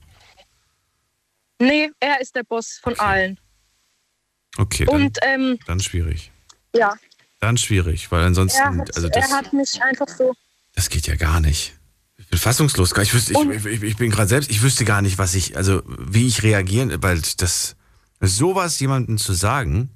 Nee, er ist der Boss von Okay. allen. Okay, dann, Und ähm, dann schwierig. ja, Dann schwierig, weil ansonsten, er hat, also das, er hat mich einfach so. das geht ja gar nicht. Ich bin fassungslos. Ich, wüsste, ich, Und- ich, ich bin gerade selbst, ich wüsste gar nicht, was ich, also wie ich reagieren, weil das, sowas jemandem zu sagen,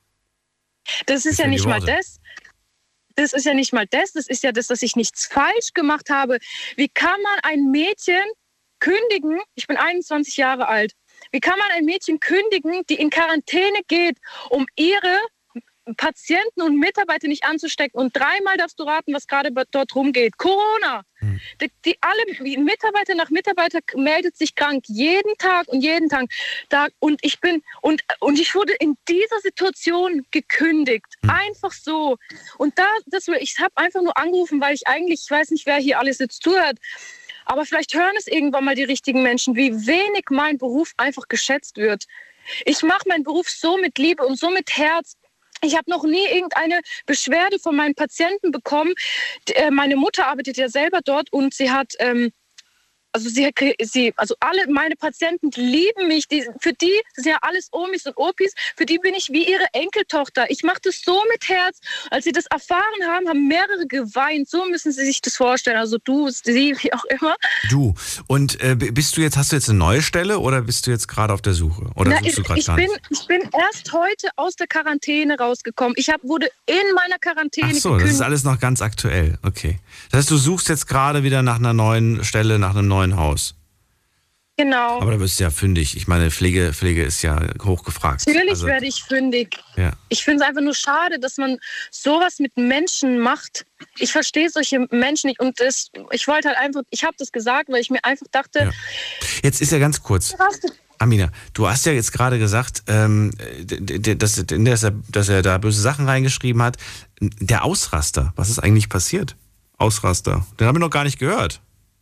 Das ist Mir ja fehlen die nicht mal Worte. das. Das ist ja nicht mal das. Das ist ja das, dass ich nichts falsch gemacht habe. Wie kann man ein Mädchen kündigen? Ich bin einundzwanzig Jahre alt. Wie kann man ein Mädchen kündigen, die in Quarantäne geht, um ihre Patienten und Mitarbeiter nicht anzustecken? Und dreimal darfst du raten, was gerade dort rumgeht. Corona. Hm. Die, die alle Mitarbeiter nach Mitarbeiter meldet sich krank jeden Tag und jeden Tag. Tag. Und ich bin und und ich wurde in dieser Situation gekündigt, Hm. einfach so. Und da das ich habe einfach nur angerufen, weil ich eigentlich ich weiß nicht, wer hier alles jetzt zuhört. Aber vielleicht hören es irgendwann mal die richtigen Menschen, wie wenig mein Beruf einfach geschätzt wird. Ich mache meinen Beruf so mit Liebe und so mit Herz. Ich habe noch nie irgendeine Beschwerde von meinen Patienten bekommen. D- äh, Meine Mutter arbeitet ja selber dort und sie hat, ähm, also sie, sie, also alle meine Patienten die lieben mich. Die, für die das sind ja alles Omis und Opis. Für die bin ich wie ihre Enkeltochter. Ich mache das so mit Herz. Als sie das erfahren haben, haben mehrere geweint. So müssen sie sich das vorstellen. Also du, sie, wie auch immer. du. Und äh, bist du jetzt, hast du jetzt eine neue Stelle oder bist du jetzt gerade auf der Suche? Oder Na, suchst ich, du gerade ich, gar bin, nicht? ich bin erst heute aus der Quarantäne rausgekommen. Ich hab, wurde in meiner Quarantäne Ach so, das gekündigt. ist alles noch ganz aktuell. Okay. Das heißt, du suchst jetzt gerade wieder nach einer neuen Stelle, nach einem neuen Haus. Genau. Aber da bist du ja fündig. Ich meine, Pflege, Pflege ist ja hochgefragt. Natürlich Also, werde ich fündig. ja. Ich finde es einfach nur schade, dass man sowas mit Menschen macht. Ich verstehe solche Menschen nicht. Und das, ich wollte halt einfach, ich habe das gesagt, weil ich mir einfach dachte, Ja. Jetzt ist ja ganz kurz. Amina, du hast ja jetzt gerade gesagt, ähm, d- d- dass, dass, er, dass er da böse Sachen reingeschrieben hat. Der Ausraster, was ist eigentlich passiert? Ausraster, den habe ich noch gar nicht gehört.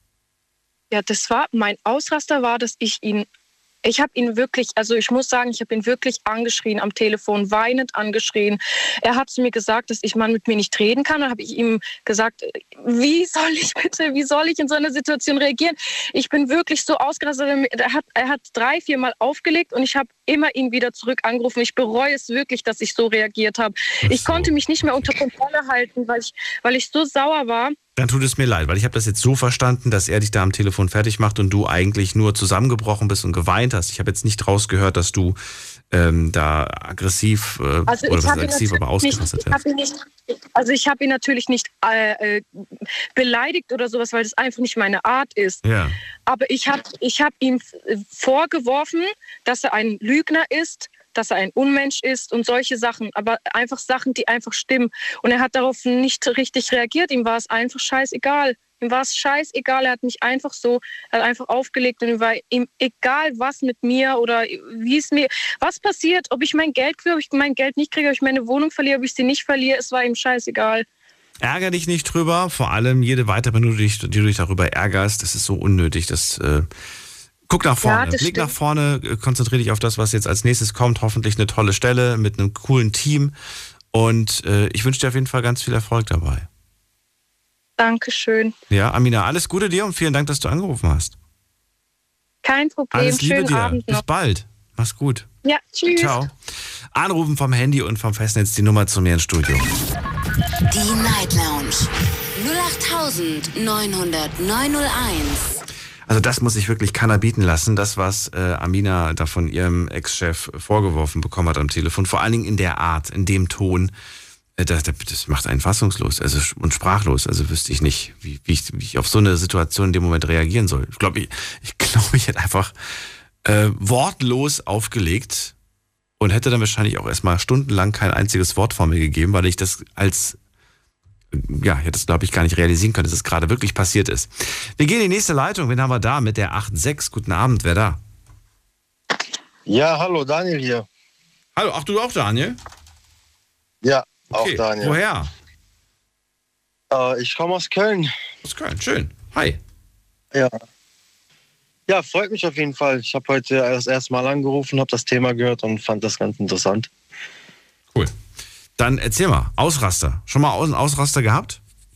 ja, das war, mein Ausraster war, dass ich ihn, ich habe ihn wirklich, also ich muss sagen, ich habe ihn wirklich angeschrien am Telefon, weinend angeschrien. Er hat zu mir gesagt, dass ich man mit mir nicht reden kann. Dann habe ich ihm gesagt, wie soll ich bitte, wie soll ich in so einer Situation reagieren? Ich bin wirklich so ausgerastet. Er hat, er hat drei, vier Mal aufgelegt und ich habe immer ihn wieder zurück angerufen. Ich bereue es wirklich, dass ich so reagiert habe. Ach Ich so. konnte mich nicht mehr unter Kontrolle halten, weil ich, weil ich so sauer war. Dann tut es mir leid, weil ich habe das jetzt so verstanden, dass er dich da am Telefon fertig macht und du eigentlich nur zusammengebrochen bist und geweint hast. Ich habe jetzt nicht rausgehört, dass du ähm, da aggressiv äh, Also oder ich was habe ihn aggressiv, aber natürlich nicht, ausgerastet ich hab ihn nicht, also ich habe ihn natürlich nicht äh, äh, beleidigt oder sowas, weil das einfach nicht meine Art ist. Ja. Aber ich habe ich hab ihm äh, vorgeworfen, dass er ein Lügner ist, dass er ein Unmensch ist und solche Sachen. Aber einfach Sachen, die einfach stimmen. Und er hat darauf nicht richtig reagiert. Ihm war es einfach scheißegal. Ihm war es scheißegal, er hat mich einfach so, er hat einfach aufgelegt und ihm war ihm egal, was mit mir oder wie es mir, was passiert, ob ich mein Geld kriege, ob ich mein Geld nicht kriege, ob ich meine Wohnung verliere, ob ich sie nicht verliere, es war ihm scheißegal. Ärger dich nicht drüber, vor allem jede weitere Minute, die, die du dich darüber ärgerst, das ist so unnötig. Das, äh, guck nach vorne, Ja, das blick stimmt. nach vorne, äh, konzentriere dich auf das, was jetzt als nächstes kommt. Hoffentlich eine tolle Stelle mit einem coolen Team. Und äh, ich wünsche dir auf jeden Fall ganz viel Erfolg dabei. Dankeschön. Ja, Amina, alles Gute dir und vielen Dank, dass du angerufen hast. Kein Problem, Alles Liebe schönen dir. Abend Bis noch. bald. Mach's gut. Ja, tschüss. Ciao. Anrufen vom Handy und vom Festnetz die Nummer zu mir ins Studio. Die Night Lounge null acht neun null null neun null eins. Also das muss sich wirklich keiner bieten lassen, das, was äh, Amina da von ihrem Ex-Chef vorgeworfen bekommen hat am Telefon. Vor allen Dingen in der Art, in dem Ton. Äh, das, das macht einen fassungslos also, und sprachlos. Also wüsste ich nicht, wie, wie, ich, wie ich auf so eine Situation in dem Moment reagieren soll. Ich glaube, ich, ich, glaub, ich hätte einfach äh, wortlos aufgelegt und hätte dann wahrscheinlich auch erstmal stundenlang kein einziges Wort von mir gegeben, weil ich das als, ja, ich hätte es glaube ich gar nicht realisieren können, dass es gerade wirklich passiert ist. Wir gehen in die nächste Leitung. Wen haben wir da mit der acht sechs? Guten Abend, wer da? Ja, hallo, Daniel hier. Hallo, ach du auch Daniel? Ja, Okay, auch Daniel. woher? Äh, ich komme aus Köln. Aus Köln, schön. Hi. Ja. Ja, freut mich auf jeden Fall. Ich habe heute das erste Mal angerufen, habe das Thema gehört und fand das ganz interessant. Cool. Dann erzähl mal, Ausraster. Schon mal einen Ausraster gehabt?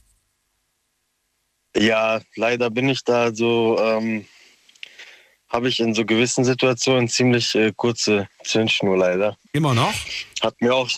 Ja, leider bin ich da so, ähm, habe ich in so gewissen Situationen ziemlich äh, kurze Zündschnur leider. Immer noch? Hat mir auch...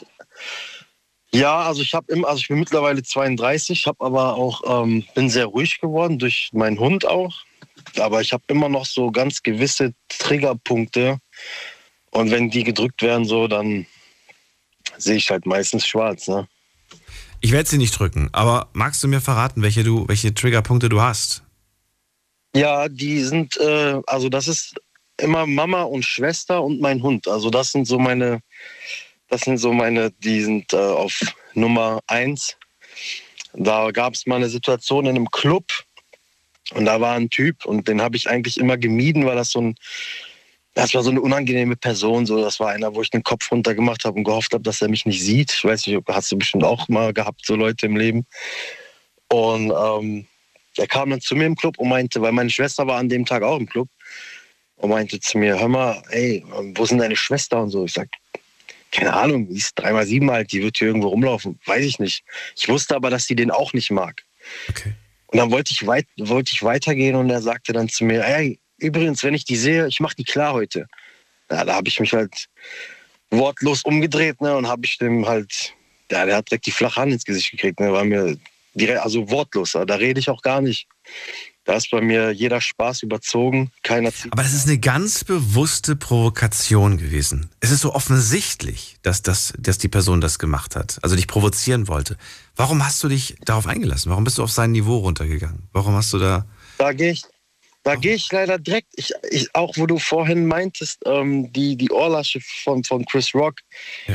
Ja, also ich habe immer, also ich bin mittlerweile zweiunddreißig, habe aber auch ähm, bin sehr ruhig geworden durch meinen Hund auch. Aber ich habe immer noch so ganz gewisse Triggerpunkte und wenn die gedrückt werden so, dann sehe ich halt meistens schwarz. Ne? Ich werde sie nicht drücken, aber magst du mir verraten, welche du, welche Triggerpunkte du hast? Ja, die sind, äh, also das ist immer Mama und Schwester und mein Hund. Also das sind so meine, das sind so meine, die sind äh, auf Nummer eins. Da gab es mal eine Situation in einem Club und da war ein Typ und den habe ich eigentlich immer gemieden, weil das so ein, das war so eine unangenehme Person. So, das war einer, wo ich den Kopf runter gemacht habe und gehofft habe, dass er mich nicht sieht. Ich weiß nicht, hast du bestimmt auch mal gehabt, so Leute im Leben. Und ähm, er kam dann zu mir im Club und meinte, weil meine Schwester war an dem Tag auch im Club und meinte zu mir, hör mal, ey, wo sind deine Schwester und so. Ich sag, keine Ahnung, die ist dreimal sieben alt, die wird hier irgendwo rumlaufen, weiß ich nicht. Ich wusste aber, dass sie den auch nicht mag. Okay. Und dann wollte ich, weit, wollte ich weitergehen und er sagte dann zu mir, ey, übrigens, wenn ich die sehe, ich mach die klar heute. Ja, da habe ich mich halt wortlos umgedreht, ne, und habe ich dem halt, ja, der hat direkt die flache Hand ins Gesicht gekriegt, ne, war mir direkt, also wortlos, da rede ich auch gar nicht. Da ist bei mir jeder Spaß überzogen, keiner zieht. Aber das ist eine ganz bewusste Provokation gewesen. Es ist so offensichtlich, dass, das, dass die Person das gemacht hat, also dich provozieren wollte. Warum hast du dich darauf eingelassen? Warum bist du auf sein Niveau runtergegangen? Warum hast du da... Da gehe ich, da gehe ich leider direkt, ich, ich, auch wo du vorhin meintest, ähm, die, die Ohrlasche von, von Chris Rock, Ja.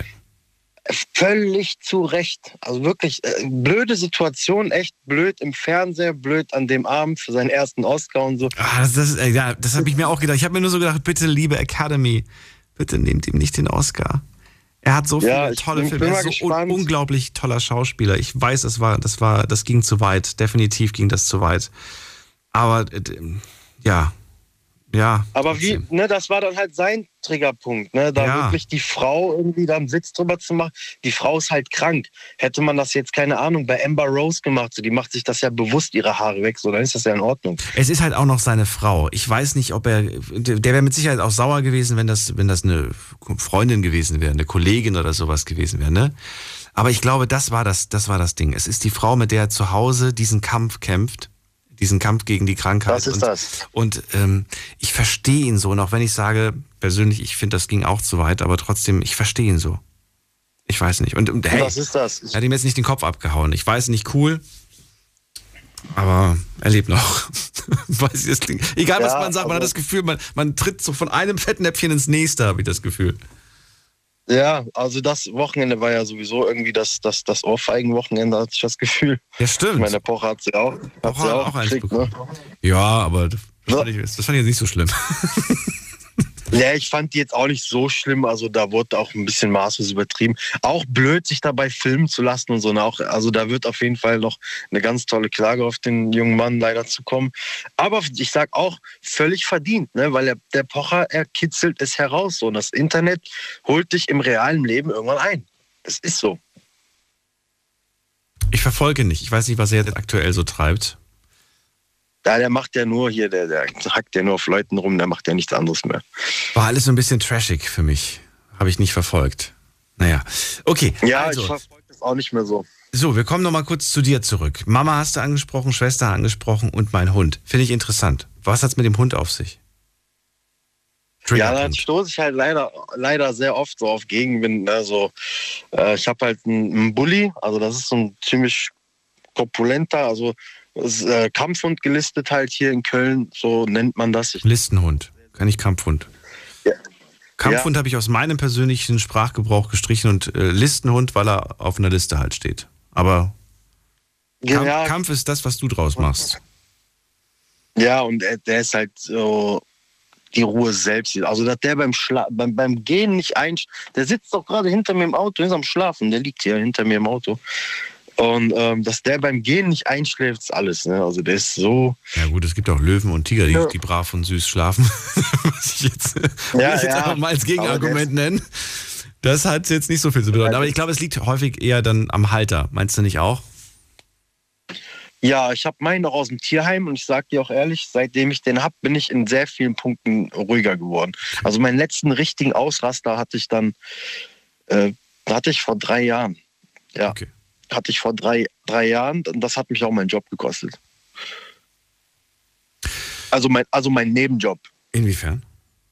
völlig zu Recht. Also wirklich äh, blöde Situation, echt blöd im Fernseher, blöd an dem Abend für seinen ersten Oscar und so. Ah, das, das, äh, ja, das habe ich mir auch gedacht. Ich habe mir nur so gedacht, bitte, liebe Academy, bitte nehmt ihm nicht den Oscar. Er hat so viele Ja, ich tolle bin- Filme. bin Er mal ist so un gespannt. unglaublich toller Schauspieler. Ich weiß, das war, das war, das ging zu weit. Definitiv ging das zu weit. Aber äh, ja, ja. Aber wie, trotzdem. ne, das war dann halt sein Triggerpunkt, ne, da Ja. wirklich die Frau irgendwie da einen Witz drüber zu machen. Die Frau ist halt krank. Hätte man das jetzt, keine Ahnung, bei Amber Rose gemacht, so, die macht sich das ja bewusst ihre Haare weg, so, dann ist das ja in Ordnung. Es ist halt auch noch seine Frau. Ich weiß nicht, ob er, der wäre mit Sicherheit auch sauer gewesen, wenn das, wenn das eine Freundin gewesen wäre, eine Kollegin oder sowas gewesen wäre, ne? Aber ich glaube, das war das, das war das Ding. Es ist die Frau, mit der er zu Hause diesen Kampf kämpft, diesen Kampf gegen die Krankheit. Das ist und, das. Und ähm, ich verstehe ihn so, und auch wenn ich sage, persönlich, ich finde, das ging auch zu weit, aber trotzdem, ich verstehe ihn so. Ich weiß nicht. Und, und hey, Das ist das. er hat ihm jetzt nicht den Kopf abgehauen. Ich weiß, nicht cool, aber er lebt noch. Weiß ich, das klingt. Egal, was Ja, man sagt, man hat aber- das Gefühl, man, man tritt so von einem Fettnäpfchen ins nächste, habe ich das Gefühl. Ja, also das Wochenende war ja sowieso irgendwie das, das, das Ohrfeigen-Wochenende, hatte ich das Gefühl. Ja, stimmt. Ich meine, der Pocher hat sie auch, hat Pocher sie hat auch, auch eins gekriegt, bekommen. ne? Ja, aber das So. fand, ich, das fand ich jetzt nicht so schlimm. Ja, ich fand die jetzt auch nicht so schlimm. Also da wurde auch ein bisschen maßlos übertrieben. Auch blöd, sich dabei filmen zu lassen und so. Auch, also da wird auf jeden Fall noch eine ganz tolle Klage auf den jungen Mann leider zu kommen. Aber ich sag auch, völlig verdient, ne? Weil er, der Pocher, er kitzelt es heraus. So. Und das Internet holt dich im realen Leben irgendwann ein. Es ist so. Ich verfolge nicht. Ich weiß nicht, was er jetzt aktuell so treibt. Ja, der macht ja nur hier, der, der hackt ja nur auf Leuten rum, der macht ja nichts anderes mehr. War alles so ein bisschen trashig für mich. Habe ich nicht verfolgt. Naja, okay. Ja, also. ich verfolge das auch nicht mehr so. So, wir kommen noch mal kurz zu dir zurück. Mama hast du angesprochen, Schwester angesprochen und mein Hund. Finde ich interessant. Was hat's mit dem Hund auf sich? Ja, da stoße ich halt leider, leider sehr oft so auf Gegenwind. Ne? So, äh, ich habe halt einen, einen Bulli, also das ist so ein ziemlich korpulenter, also das ist, äh, Kampfhund gelistet halt hier in Köln, so nennt man das. Ich Listenhund, kann ich Kampfhund. Ja. Kampfhund Ja. habe ich aus meinem persönlichen Sprachgebrauch gestrichen und äh, Listenhund, weil er auf einer Liste halt steht. Aber Kampf, Ja, Kampf ist das, was du draus machst. ja, und er, der ist halt so die Ruhe selbst. Also, dass der beim, Schla beim, beim Gehen nicht einsch... Der sitzt doch gerade hinter mir im Auto, ist am Schlafen, der liegt hier hinter mir im Auto. Und ähm, dass der beim Gehen nicht einschläft, ist alles. Ne? Also der ist so... Ja gut, es gibt auch Löwen und Tiger, die, Ja. die brav und süß schlafen. Was ich jetzt, Ja, ich jetzt ja. einfach mal als Gegenargument Aber nennen. Das hat jetzt nicht so viel zu bedeuten. Aber ich glaube, es liegt häufig eher dann am Halter. Meinst du nicht auch? Ja, ich habe meinen noch aus dem Tierheim und ich sage dir auch ehrlich, seitdem ich den habe, bin ich in sehr vielen Punkten ruhiger geworden. Also meinen letzten richtigen Ausraster hatte ich dann, äh, hatte ich vor drei Jahren. Ja, Okay. hatte ich vor drei, drei Jahren und das hat mich auch meinen Job gekostet. Also mein, also mein Nebenjob. Inwiefern?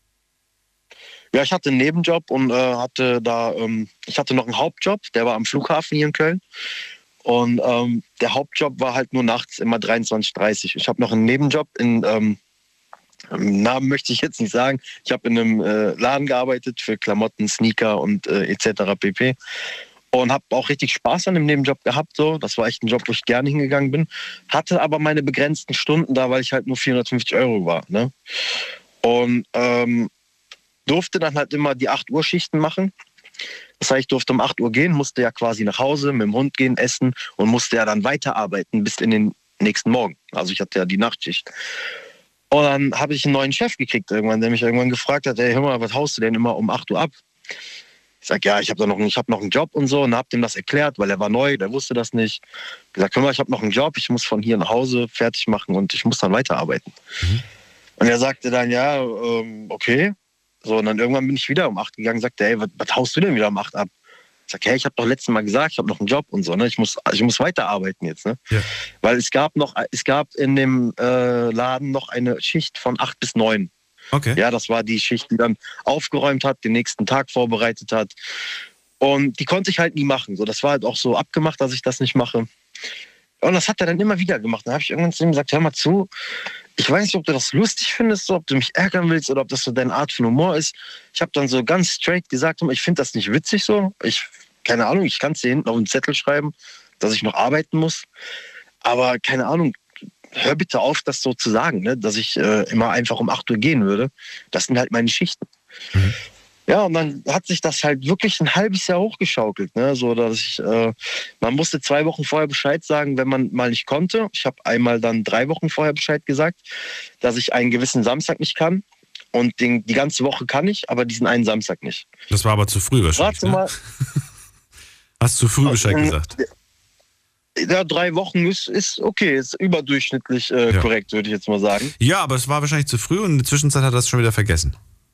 Ja, ich hatte einen Nebenjob und äh, hatte da, ähm, ich hatte noch einen Hauptjob, der war am Flughafen hier in Köln. Und ähm, der Hauptjob war halt nur nachts, immer dreiundzwanzig Uhr dreißig. Ich habe noch einen Nebenjob, in, ähm, Namen möchte ich jetzt nicht sagen. Ich habe in einem äh, Laden gearbeitet für Klamotten, Sneaker und äh, et cetera pp. Und habe auch richtig Spaß an dem Nebenjob gehabt. So. Das war echt ein Job, wo ich gerne hingegangen bin. Hatte aber meine begrenzten Stunden da, weil ich halt nur vierhundertfünfzig Euro war. Ne? Und ähm, durfte dann halt immer die acht Uhr Schichten machen. Das heißt, ich durfte um acht Uhr gehen, musste ja quasi nach Hause mit dem Hund gehen, essen und musste ja dann weiterarbeiten bis in den nächsten Morgen. Also ich hatte ja die Nachtschicht. Und dann habe ich einen neuen Chef gekriegt irgendwann, der mich irgendwann gefragt hat, hey, hör mal, was haust du denn immer um acht Uhr ab? Ich sag, ja, ich habe noch, ich hab noch einen Job und so und habe dem das erklärt, weil er war neu, der wusste das nicht. Ich gesagt, hör mal, ich habe noch einen Job, ich muss von hier nach Hause fertig machen und ich muss dann weiterarbeiten. Mhm. Und er sagte dann, ja, ähm, okay. So, und dann irgendwann bin ich wieder um acht gegangen und sagte, hey, was, was haust du denn wieder um acht ab? Ich sag, hey, ich habe doch letztes Mal gesagt, ich habe noch einen Job und so, ne? Ich muss, ich muss weiterarbeiten jetzt, ne? Ja. Weil es gab noch, es gab in dem äh, Laden noch eine Schicht von acht bis neun. Okay. Ja, das war die Schicht, die dann aufgeräumt hat, den nächsten Tag vorbereitet hat. Und die konnte ich halt nie machen. So, das war halt auch so abgemacht, dass ich das nicht mache. Und das hat er dann immer wieder gemacht. Dann habe ich irgendwann zu ihm gesagt, hör mal zu, ich weiß nicht, ob du das lustig findest, so, ob du mich ärgern willst oder ob das so deine Art von Humor ist. Ich habe dann so ganz straight gesagt, ich finde das nicht witzig so. Ich, keine Ahnung, ich kann es dir hinten auf den Zettel schreiben, dass ich noch arbeiten muss. Aber keine Ahnung, hör bitte auf, das so zu sagen, ne? Dass ich äh, immer einfach um acht Uhr gehen würde. Das sind halt meine Schichten. Mhm. Ja, und dann hat sich das halt wirklich ein halbes Jahr hochgeschaukelt. Ne? So, dass ich, äh, man musste zwei Wochen vorher Bescheid sagen, wenn man mal nicht konnte. Ich habe einmal dann drei Wochen vorher Bescheid gesagt, dass ich einen gewissen Samstag nicht kann. Und den, die ganze Woche kann ich, aber diesen einen Samstag nicht. Das war aber zu früh wahrscheinlich. Warte mal. Ne? Hast du zu früh Bescheid gesagt? Ja, drei Wochen ist, ist okay, ist überdurchschnittlich äh, ja. korrekt, würde ich jetzt mal sagen. Ja, aber es war wahrscheinlich zu früh und in der Zwischenzeit hat er das schon wieder vergessen.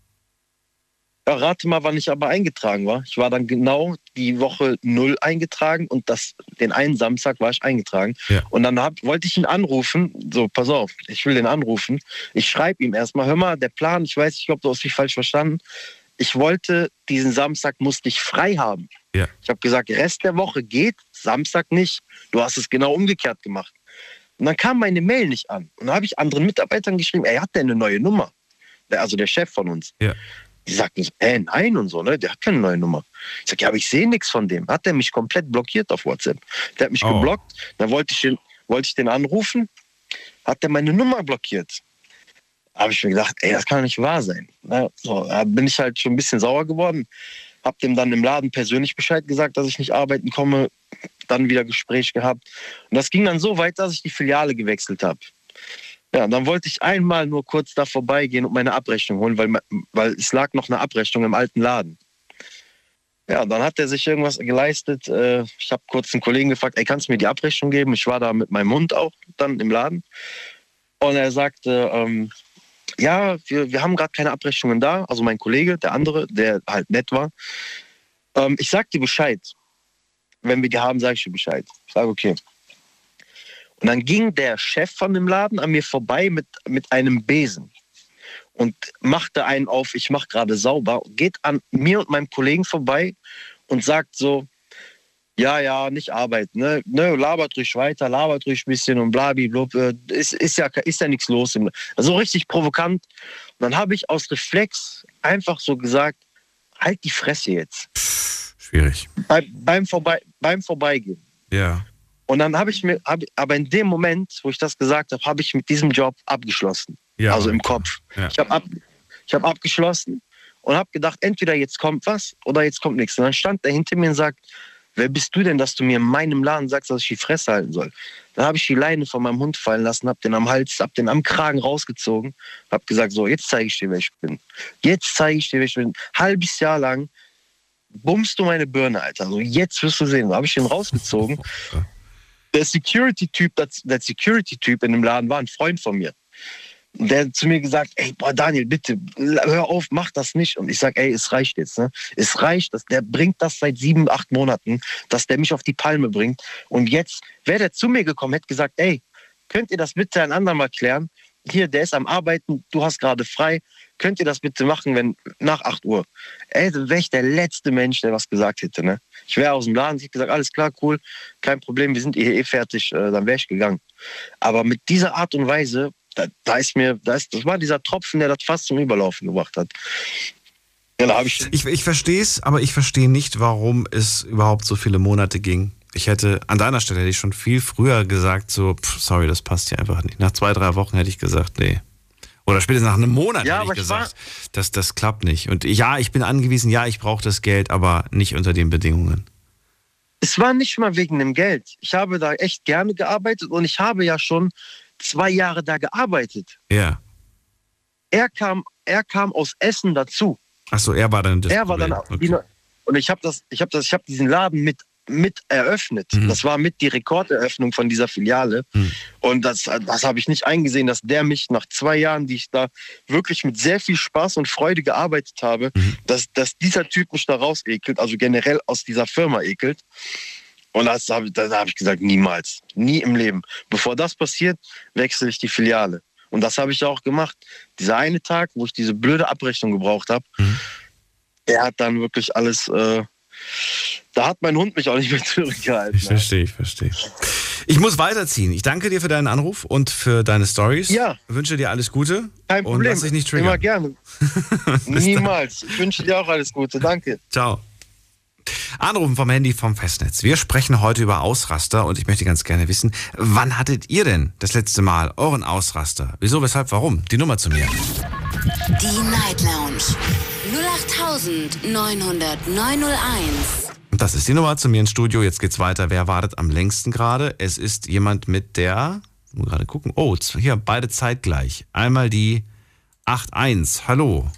Ja, rate mal, wann ich aber eingetragen war. Ich war dann genau die Woche null eingetragen und das, den einen Samstag war ich eingetragen. Ja. Und dann hab, wollte ich ihn anrufen. So, pass auf, ich will den anrufen. Ich schreibe ihm erstmal, hör mal, der Plan, ich weiß nicht, ob du hast mich falsch verstanden. Ich wollte, diesen Samstag musste ich frei haben. Ja. Ich habe gesagt, Rest der Woche geht, Samstag nicht. Du hast es genau umgekehrt gemacht. Und dann kam meine Mail nicht an. Und dann habe ich anderen Mitarbeitern geschrieben, er hat denn eine neue Nummer. Also der Chef von uns. Ja. Die sagten so, hä, nein und so, ne? Der hat keine neue Nummer. Ich sag, ja, aber ich sehe nichts von dem. Hat der mich komplett blockiert auf WhatsApp. Der hat mich oh. geblockt. Dann wollte ich, den, wollte ich den anrufen. Hat der meine Nummer blockiert. Habe ich mir gedacht, ey, das kann doch nicht wahr sein. Na, so, da bin ich halt schon ein bisschen sauer geworden. Hab dem dann im Laden persönlich Bescheid gesagt, dass ich nicht arbeiten komme. Dann wieder Gespräch gehabt. Und das ging dann so weit, dass ich die Filiale gewechselt habe. Ja, dann wollte ich einmal nur kurz da vorbeigehen und meine Abrechnung holen, weil, weil es lag noch eine Abrechnung im alten Laden. Ja, dann hat er sich irgendwas geleistet. Ich habe kurz einen Kollegen gefragt, ey, kannst du mir die Abrechnung geben? Ich war da mit meinem Hund auch dann im Laden. Und er sagte, ähm, ja, wir, wir haben gerade keine Abrechnungen da. Also mein Kollege, der andere, der halt nett war. Ähm, ich sag dir Bescheid. Wenn wir die haben, sage ich dir Bescheid. Ich sage, okay. Und dann ging der Chef von dem Laden an mir vorbei mit, mit einem Besen und machte einen auf, ich mache gerade sauber, geht an mir und meinem Kollegen vorbei und sagt so, ja, ja, nicht arbeiten, ne, ne labert ruhig weiter, labert ruhig ein bisschen und blabiblub, ist, ist ja, ist ja nichts los. So richtig provokant. Und dann habe ich aus Reflex einfach so gesagt, halt die Fresse jetzt. Schwierig. Bei, beim, Vorbei, beim Vorbeigehen. Ja. Und dann habe ich mir, hab, aber in dem Moment, wo ich das gesagt habe, habe ich mit diesem Job abgeschlossen. Ja, also im Kopf. Ja. Ich habe ab, ich hab abgeschlossen und habe gedacht, entweder jetzt kommt was oder jetzt kommt nichts. Und dann stand er hinter mir und sagt, wer bist du denn, dass du mir in meinem Laden sagst, dass ich die Fresse halten soll? Dann habe ich die Leine von meinem Hund fallen lassen, habe den am Hals, habe den am Kragen rausgezogen, habe gesagt, so, jetzt zeige ich dir, wer ich bin. Jetzt zeige ich dir, wer ich bin. Halbes Jahr lang bummst du meine Birne, Alter. Also jetzt wirst du sehen. Da habe ich den rausgezogen. Der Security-Typ, der Security-Typ in dem Laden war ein Freund von mir. Der hat zu mir gesagt, ey, boah, Daniel, bitte, hör auf, mach das nicht. Und ich sag, ey, es reicht jetzt, ne? Es reicht, dass der bringt das seit sieben, acht Monaten, dass der mich auf die Palme bringt. Und jetzt wäre der zu mir gekommen, hätte gesagt, ey, könnt ihr das bitte ein andermal klären? Hier, der ist am Arbeiten, du hast gerade frei. Könnt ihr das bitte machen, wenn nach acht Uhr? Ey, dann wäre ich der letzte Mensch, der was gesagt hätte, ne? Ich wäre aus dem Laden, ich hätte gesagt, alles klar, cool, kein Problem, wir sind hier eh fertig, äh, dann wäre ich gegangen. Aber mit dieser Art und Weise, da, da ist mir, da ist, das war dieser Tropfen, der das fast zum Überlaufen gebracht hat. Ja, da hab ich ich, ich verstehe es, aber ich verstehe nicht, warum es überhaupt so viele Monate ging. Ich hätte, an deiner Stelle hätte ich schon viel früher gesagt, so, pff, sorry, das passt hier einfach nicht. Nach zwei, drei Wochen hätte ich gesagt, nee. Oder spätestens nach einem Monat ja, hätte ich gesagt, ich das, das klappt nicht. Und ja, ich bin angewiesen, ja, ich brauche das Geld, aber nicht unter den Bedingungen. Es war nicht mal wegen dem Geld. Ich habe da echt gerne gearbeitet und ich habe ja schon zwei Jahre da gearbeitet. Ja. Er kam, er kam aus Essen dazu. Ach so, er war dann das Er Problem. war dann, okay. Und ich habe das, ich habe das, ich habe diesen Laden mit mit eröffnet. Mhm. Das war mit die Rekorderöffnung von dieser Filiale. Mhm. Und das, das habe ich nicht eingesehen, dass der mich nach zwei Jahren, die ich da wirklich mit sehr viel Spaß und Freude gearbeitet habe, mhm. dass, dass dieser Typ mich da raus ekelt, also generell aus dieser Firma ekelt. Und das hab, da habe ich gesagt, niemals, nie im Leben. Bevor das passiert, wechsle ich die Filiale. Und das habe ich auch gemacht. Dieser eine Tag, wo ich diese blöde Abrechnung gebraucht habe, mhm. der hat dann wirklich alles... Äh, Da hat mein Hund mich auch nicht mehr zurückgehalten. Ich verstehe, ich verstehe. Ich muss weiterziehen. Ich danke dir für deinen Anruf und für deine Stories. Ja. Ich wünsche dir alles Gute. Kein Problem. Und lass dich nicht triggern. Immer gerne. Niemals. Ich wünsche dir auch alles Gute. Danke. Ciao. Anrufen vom Handy vom Festnetz. Wir sprechen heute über Ausraster und ich möchte ganz gerne wissen, wann hattet ihr denn das letzte Mal euren Ausraster? Wieso, weshalb, warum? Die Nummer zu mir. Die Night Lounge null acht neun null null neun null eins. Das ist die Nummer zu mir ins Studio. Jetzt geht's weiter. Wer wartet am längsten gerade? Es ist jemand mit der, mal gerade gucken. Oh, hier beide zeitgleich. Einmal die acht eins. Hallo.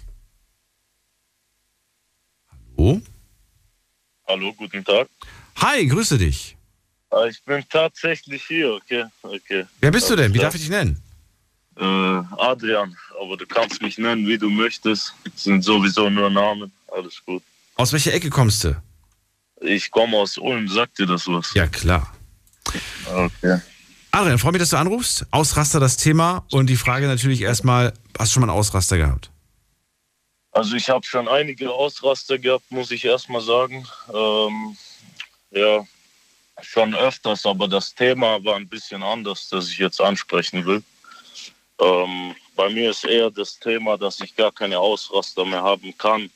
Hallo. Hallo, guten Tag. Hi, grüße dich. Ich bin tatsächlich hier, okay. okay. Wer bist du denn? Wie darf ich dich nennen? Äh, Adrian, aber du kannst mich nennen, wie du möchtest. Das sind sowieso nur Namen. Alles gut. Aus welcher Ecke kommst du? Ich komme aus Ulm, sagt dir das was? Ja, klar. Okay. Adrian, freue mich, dass du anrufst. Ausraster das Thema und die Frage natürlich erstmal, hast du schon mal einen Ausraster gehabt? Also ich habe schon einige Ausraster gehabt, muss ich erstmal sagen. Ähm, ja, schon öfters, aber das Thema war ein bisschen anders, das ich jetzt ansprechen will. Ähm, bei mir ist eher das Thema, dass ich gar keine Ausraster mehr haben kann.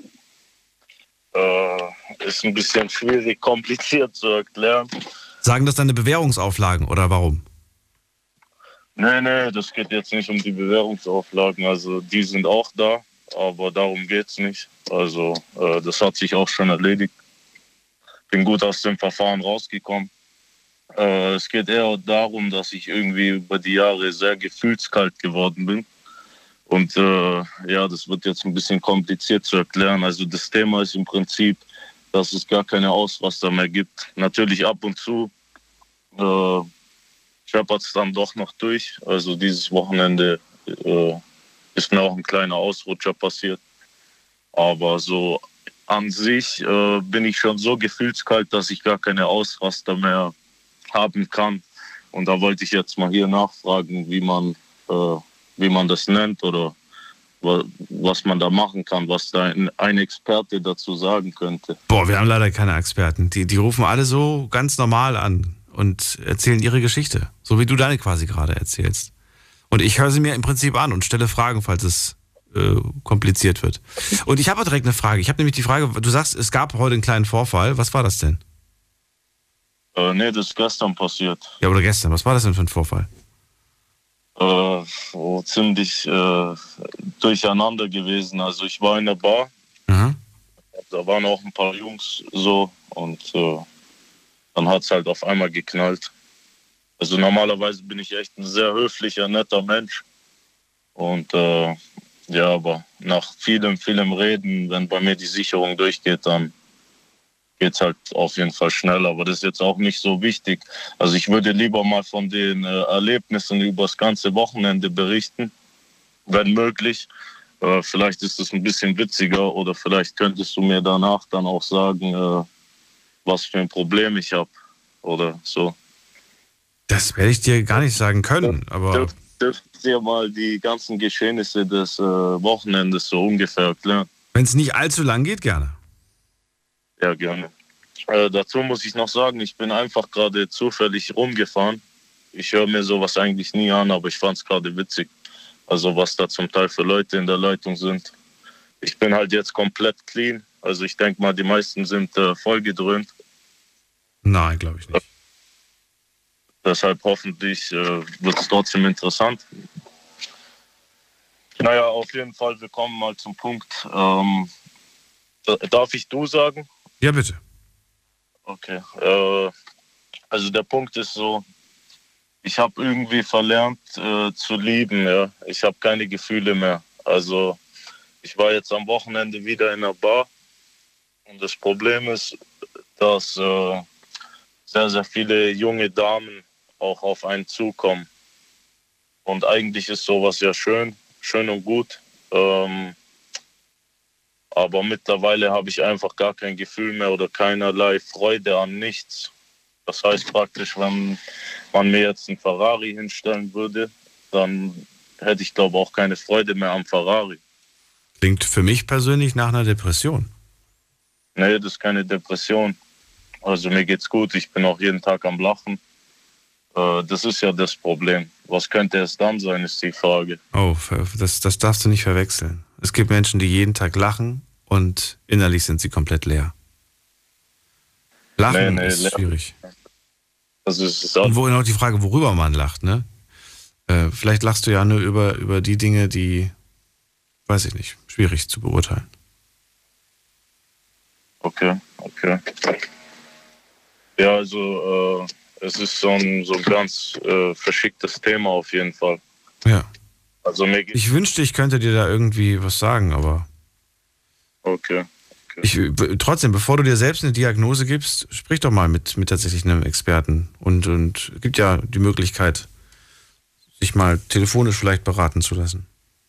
Äh, ist ein bisschen schwierig, kompliziert zu erklären. Sagen das deine Bewährungsauflagen oder warum? Nee, nee, das geht jetzt nicht um die Bewährungsauflagen. Also die sind auch da, aber darum geht's nicht. Also äh, das hat sich auch schon erledigt. Bin gut aus dem Verfahren rausgekommen. Äh, es geht eher darum, dass ich irgendwie über die Jahre sehr gefühlskalt geworden bin. Und äh, ja, das wird jetzt ein bisschen kompliziert zu erklären. Also das Thema ist im Prinzip, dass es gar keine Ausraster mehr gibt. Natürlich ab und zu äh, scheppert es dann doch noch durch. Also dieses Wochenende äh, ist mir auch ein kleiner Ausrutscher passiert. Aber so an sich äh, bin ich schon so gefühlskalt, dass ich gar keine Ausraster mehr haben kann. Und da wollte ich jetzt mal hier nachfragen, wie man, äh, wie man das nennt oder was man da machen kann, was da ein Experte dazu sagen könnte. Boah, wir haben leider keine Experten. Die, die rufen alle so ganz normal an und erzählen ihre Geschichte, so wie du deine quasi gerade erzählst. Und ich höre sie mir im Prinzip an und stelle Fragen, falls es äh, kompliziert wird. Und ich habe direkt eine Frage. Ich habe nämlich die Frage, du sagst, es gab heute einen kleinen Vorfall. Was war das denn? Äh, nee, das ist gestern passiert. Ja, oder gestern. Was war das denn für ein Vorfall? Äh, oh, ziemlich äh, durcheinander gewesen. Also ich war in der Bar. Mhm. Da waren auch ein paar Jungs so und äh, dann hat es halt auf einmal geknallt. Also normalerweise bin ich echt ein sehr höflicher, netter Mensch. Und äh, ja, aber nach vielem, vielem Reden, wenn bei mir die Sicherung durchgeht, dann geht es halt auf jeden Fall schnell. Aber das ist jetzt auch nicht so wichtig. Also ich würde lieber mal von den äh, Erlebnissen über das ganze Wochenende berichten, wenn möglich. Äh, vielleicht ist es ein bisschen witziger oder vielleicht könntest du mir danach dann auch sagen, äh, was für ein Problem ich habe oder so. Das werde ich dir gar nicht sagen können, aber... Dürft ihr mal die ganzen Geschehnisse des äh, Wochenendes so ungefähr erklären? Wenn es nicht allzu lang geht, gerne. Ja, gerne. Äh, dazu muss ich noch sagen, ich bin einfach gerade zufällig rumgefahren. Ich höre mir sowas eigentlich nie an, aber ich fand es gerade witzig. Also was da zum Teil für Leute in der Leitung sind. Ich bin halt jetzt komplett clean. Also ich denke mal, die meisten sind äh, voll gedröhnt. Nein, glaube ich nicht. Deshalb hoffentlich äh, wird es trotzdem interessant. Naja, auf jeden Fall, wir kommen mal zum Punkt. Ähm, darf ich du sagen? Ja, bitte. Okay. Äh, also der Punkt ist so, ich habe irgendwie verlernt äh, zu lieben. Ja? Ich habe keine Gefühle mehr. Also ich war jetzt am Wochenende wieder in der Bar. Und das Problem ist, dass äh, sehr, sehr viele junge Damen auch auf einen zukommen. Und eigentlich ist sowas ja schön, schön und gut. Ähm, aber mittlerweile habe ich einfach gar kein Gefühl mehr oder keinerlei Freude an nichts. Das heißt praktisch, wenn man mir jetzt einen Ferrari hinstellen würde, dann hätte ich, glaube ich, auch keine Freude mehr am Ferrari. Klingt für mich persönlich nach einer Depression. Nee, das ist keine Depression. Also mir geht's gut, ich bin auch jeden Tag am Lachen. Das ist ja das Problem. Was könnte es dann sein, ist die Frage. Oh, das, das darfst du nicht verwechseln. Es gibt Menschen, die jeden Tag lachen und innerlich sind sie komplett leer. Lachen nee, nee, ist leer. Schwierig. Also es ist und wo noch die Frage, worüber man lacht, ne? Äh, vielleicht lachst du ja nur über, über die Dinge, die, weiß ich nicht, schwierig zu beurteilen. Okay, okay. Ja, also äh, es ist so ein, so ein ganz äh, verschicktes Thema auf jeden Fall. Ja. Also mir ich wünschte, ich könnte dir da irgendwie was sagen, aber... Okay. okay. Ich, trotzdem, bevor du dir selbst eine Diagnose gibst, sprich doch mal mit, mit tatsächlich einem Experten. Und und gibt ja die Möglichkeit, sich mal telefonisch vielleicht beraten zu lassen.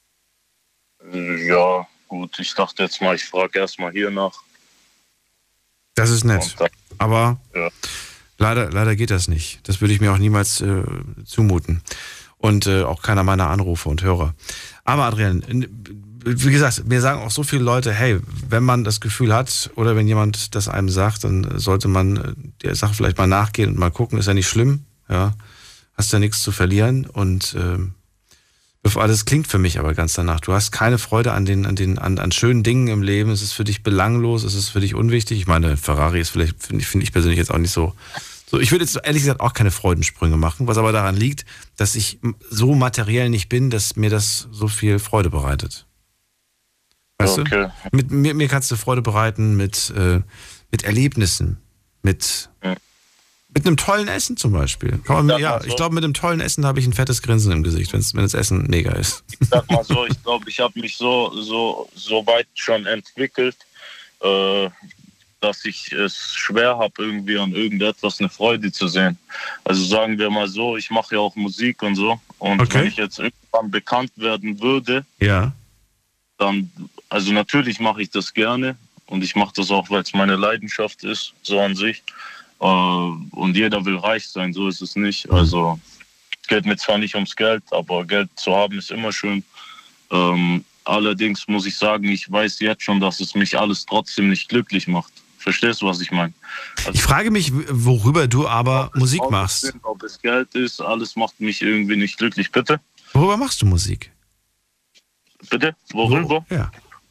Ja, gut. Ich dachte jetzt mal, ich frage erst mal hier nach. Das ist nett. Dann, aber... Ja. Leider, leider geht das nicht. Das würde ich mir auch niemals äh, zumuten. Und äh, auch keiner meiner Anrufer und Hörer. Aber Adrian, wie gesagt, mir sagen auch so viele Leute, hey, wenn man das Gefühl hat oder wenn jemand das einem sagt, dann sollte man der Sache vielleicht mal nachgehen und mal gucken, ist ja nicht schlimm. Ja, hast ja nichts zu verlieren. Und äh, Das klingt für mich aber ganz danach. Du hast keine Freude an den, an den, an, an schönen Dingen im Leben. Es ist für dich belanglos, es ist für dich unwichtig. Ich meine, Ferrari ist vielleicht, finde ich, find ich persönlich jetzt auch nicht so. So, ich würde jetzt ehrlich gesagt auch keine Freudensprünge machen, was aber daran liegt, dass ich so materiell nicht bin, dass mir das so viel Freude bereitet. Weißt Okay. du? Mit mir, mir kannst du Freude bereiten mit, äh, mit Erlebnissen, mit, Ja. mit einem tollen Essen zum Beispiel. Kann man, Sag ja, mal so. ich glaube, mit einem tollen Essen habe ich ein fettes Grinsen im Gesicht, wenn's, wenn das Essen mega ist. Ich sag mal so, ich glaube, ich habe mich so, so, so weit schon entwickelt, äh, dass ich es schwer habe, irgendwie an irgendetwas eine Freude zu sehen. Also sagen wir mal so, ich mache ja auch Musik und so. Und Okay. wenn ich jetzt irgendwann bekannt werden würde, Ja. dann, also natürlich mache ich das gerne und ich mache das auch, weil es meine Leidenschaft ist, so an sich. Äh, und jeder will reich sein, so ist es nicht. Also es geht mir zwar nicht ums Geld, aber Geld zu haben ist immer schön. Ähm, allerdings muss ich sagen, ich weiß jetzt schon, dass es mich alles trotzdem nicht glücklich macht. Verstehst du, was ich meine? Also, Ich frage mich, worüber du aber ob es Musik Autos machst. sind, ob es Geld ist, alles macht mich irgendwie nicht glücklich. Bitte? Worüber machst du Musik? Bitte? Worüber? Ja.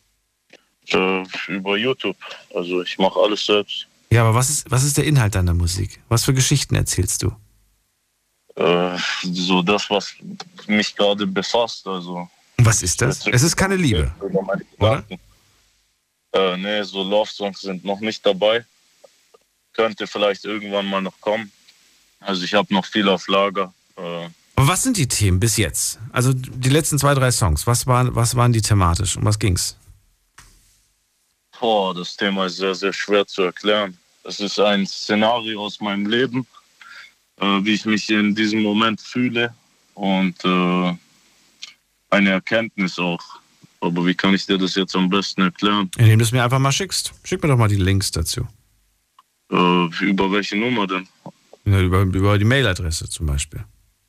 Äh, über YouTube. Also ich mache alles selbst. Ja, aber was ist, was ist der Inhalt deiner Musik? Was für Geschichten erzählst du? Äh, so das, was mich gerade befasst. Also Und was ist das? Es ist keine Liebe, Über meine oder? Gedanken. Äh, nee, so Love-Songs sind noch nicht dabei. Könnte vielleicht irgendwann mal noch kommen. Also ich habe noch viel auf Lager. Äh, Aber was sind die Themen bis jetzt? Also die letzten zwei, drei Songs, was waren, was waren die thematisch? Um was ging's? boah, das Thema ist sehr, sehr schwer zu erklären. Es ist ein Szenario aus meinem Leben, äh, wie ich mich in diesem Moment fühle und äh, eine Erkenntnis auch. Aber wie kann ich dir das jetzt am besten erklären? Indem du es mir einfach mal schickst. Schick mir doch mal die Links dazu. Äh, über welche Nummer denn? Ja, über, über die Mailadresse zum Beispiel.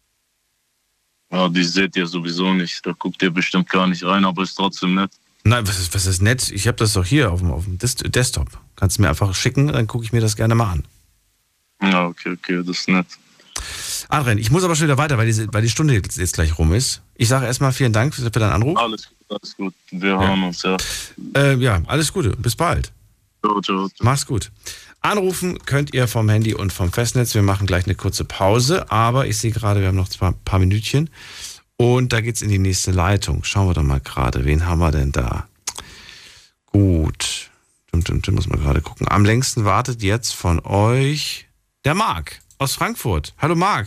Ja, die seht ihr sowieso nicht. Da guckt ihr bestimmt gar nicht rein, aber ist trotzdem nett. Nein, was ist, was ist nett? Ich habe das doch hier auf dem, auf dem Des- Desktop. Kannst du mir einfach schicken, dann gucke ich mir das gerne mal an. Ja, okay, okay, das ist nett. Adrian, ich muss aber schon wieder weiter, weil die, weil die Stunde jetzt, jetzt gleich rum ist. Ich sage erstmal vielen Dank für, für deinen Anruf. Alles gut, alles gut. Wir hören uns, ja. Äh, ja, alles Gute. Bis bald. Ciao, ciao. Mach's gut. Anrufen könnt ihr vom Handy und vom Festnetz. Wir machen gleich eine kurze Pause, aber ich sehe gerade, wir haben noch zwei paar Minütchen. Und da geht's in die nächste Leitung. Schauen wir doch mal gerade, wen haben wir denn da? Gut. Dum, dum, dum, muss man gerade gucken. Am längsten wartet jetzt von euch der Marc aus Frankfurt. Hallo Marc.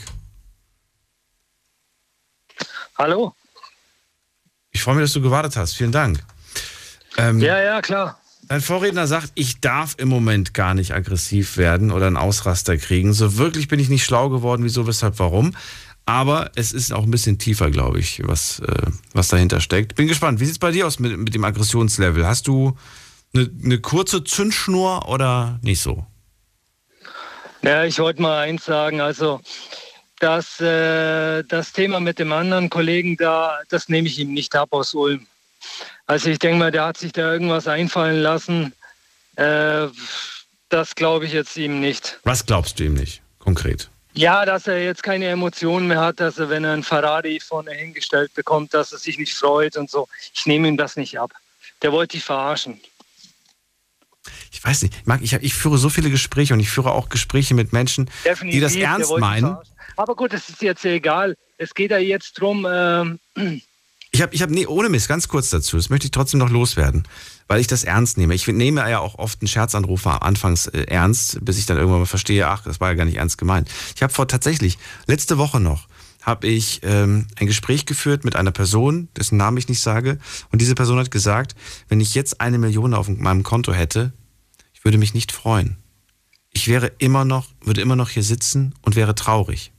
Hallo? Ich freue mich, dass du gewartet hast. Vielen Dank. Ähm, Ja, ja, klar. Dein Vorredner sagt, ich darf im Moment gar nicht aggressiv werden oder einen Ausraster kriegen. So wirklich bin ich nicht schlau geworden, wieso, weshalb, warum. Aber es ist auch ein bisschen tiefer, glaube ich, was, äh, was dahinter steckt. Bin gespannt. Wie sieht es bei dir aus mit, mit dem Aggressionslevel? Hast du eine, eine kurze Zündschnur oder nicht so? Ja, ich wollte mal eins sagen, also das, äh, das Thema mit dem anderen Kollegen da, das nehme ich ihm nicht ab aus Ulm. Also ich denke mal, der hat sich da irgendwas einfallen lassen. Äh, das glaube ich jetzt ihm nicht. Was glaubst du ihm nicht, konkret? Ja, dass er jetzt keine Emotionen mehr hat, dass er, wenn er einen Ferrari vorne hingestellt bekommt, dass er sich nicht freut und so. Ich nehme ihm das nicht ab. Der wollte dich verarschen. Ich weiß nicht, Marc, ich, ich führe so viele Gespräche und ich führe auch Gespräche mit Menschen, Definitiv, die das der ernst wollte dich meinen. verarschen. Aber gut, das ist jetzt egal. Es geht ja jetzt drum. Ähm, Ich habe, ich hab, nee, ohne Mist, ganz kurz dazu, das möchte ich trotzdem noch loswerden, weil ich das ernst nehme. Ich nehme ja auch oft einen Scherzanruf anfangs äh, ernst, bis ich dann irgendwann mal verstehe, ach, das war ja gar nicht ernst gemeint. Ich habe vor tatsächlich, letzte Woche noch, habe ich ähm, ein Gespräch geführt mit einer Person, dessen Namen ich nicht sage, und diese Person hat gesagt, wenn ich jetzt eine Million auf meinem Konto hätte, ich würde mich nicht freuen. Ich wäre immer noch, würde immer noch hier sitzen und wäre traurig.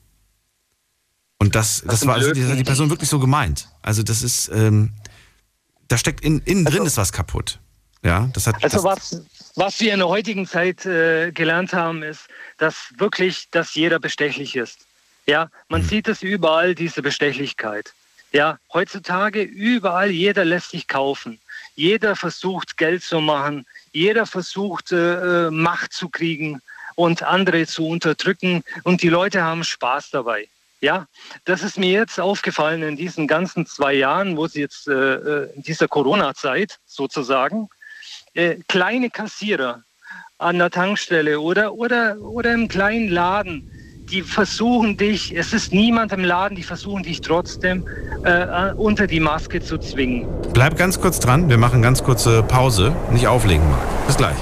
Und das, das, das war also die, die Person wirklich so gemeint. Also das ist, ähm, da steckt in, innen drin also, ist was kaputt. Ja, das hat. Also das, was, was wir in der heutigen Zeit äh, gelernt haben, ist, dass wirklich, dass jeder bestechlich ist. Ja, man mhm. sieht es überall, diese Bestechlichkeit. Ja, heutzutage überall, jeder lässt sich kaufen. Jeder versucht, Geld zu machen. Jeder versucht, äh, Macht zu kriegen und andere zu unterdrücken. Und die Leute haben Spaß dabei. Ja, das ist mir jetzt aufgefallen in diesen ganzen zwei Jahren, wo sie jetzt äh, in dieser Corona-Zeit sozusagen, äh, kleine Kassierer an der Tankstelle oder, oder, oder im kleinen Laden, die versuchen dich, es ist niemand im Laden, die versuchen dich trotzdem äh, unter die Maske zu zwingen. Bleib ganz kurz dran, wir machen ganz kurze Pause. Nicht auflegen, Marc. Bis gleich.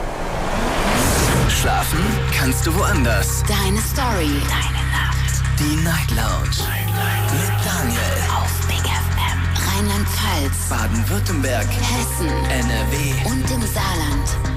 Schlafen kannst du woanders. Deine Story. Deine Nacht. Die Night Lounge. Night mit Daniel. Auf Big F M. Rheinland-Pfalz. Baden-Württemberg. Hessen. N R W. Und im Saarland.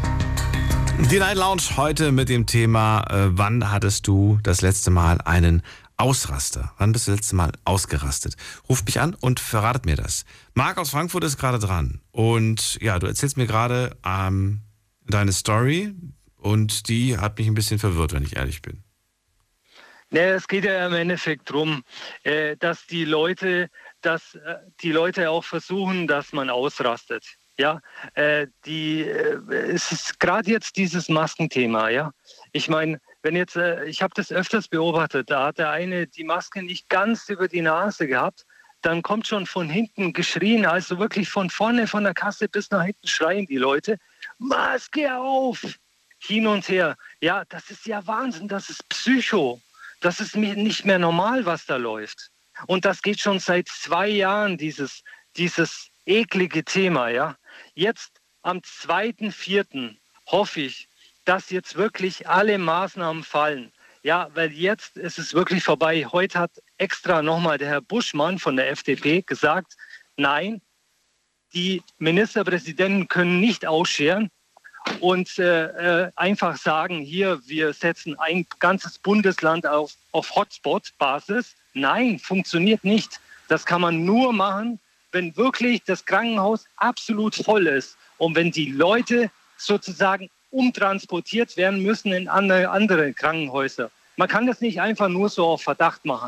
Die Night Lounge heute mit dem Thema, äh, wann hattest du das letzte Mal einen Ausraster? Wann bist du das letzte Mal ausgerastet? Ruft mich an und verratet mir das. Marc aus Frankfurt ist gerade dran. Und ja, du erzählst mir gerade ähm, deine Story und die hat mich ein bisschen verwirrt, wenn ich ehrlich bin. Ne, es geht ja im Endeffekt darum, äh, dass die Leute, dass äh, die Leute auch versuchen, dass man ausrastet. Ja, äh, die, äh, es ist gerade jetzt dieses Maskenthema, ja. Ich meine, wenn jetzt, äh, ich habe das öfters beobachtet, da hat der eine die Maske nicht ganz über die Nase gehabt, dann kommt schon von hinten geschrien, also wirklich von vorne von der Kasse bis nach hinten schreien die Leute, Maske auf, hin und her. Ja, das ist ja Wahnsinn, das ist Psycho, das ist nicht mehr normal, was da läuft. Und das geht schon seit zwei Jahren, dieses, dieses eklige Thema, ja. Jetzt am zweiten vierten hoffe ich, dass jetzt wirklich alle Maßnahmen fallen. Ja, weil jetzt ist es wirklich vorbei. Heute hat extra nochmal der Herr Buschmann von der F D P gesagt, nein, die Ministerpräsidenten können nicht ausscheren und äh, einfach sagen, hier, wir setzen ein ganzes Bundesland auf, auf Hotspot-Basis. Nein, funktioniert nicht. Das kann man nur machen, wenn wirklich das Krankenhaus absolut voll ist und wenn die Leute sozusagen umtransportiert werden müssen in andere, andere Krankenhäuser. Man kann das nicht einfach nur so auf Verdacht machen.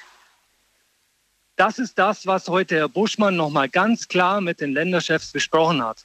Das ist das, was heute Herr Buschmann nochmal ganz klar mit den Länderchefs besprochen hat.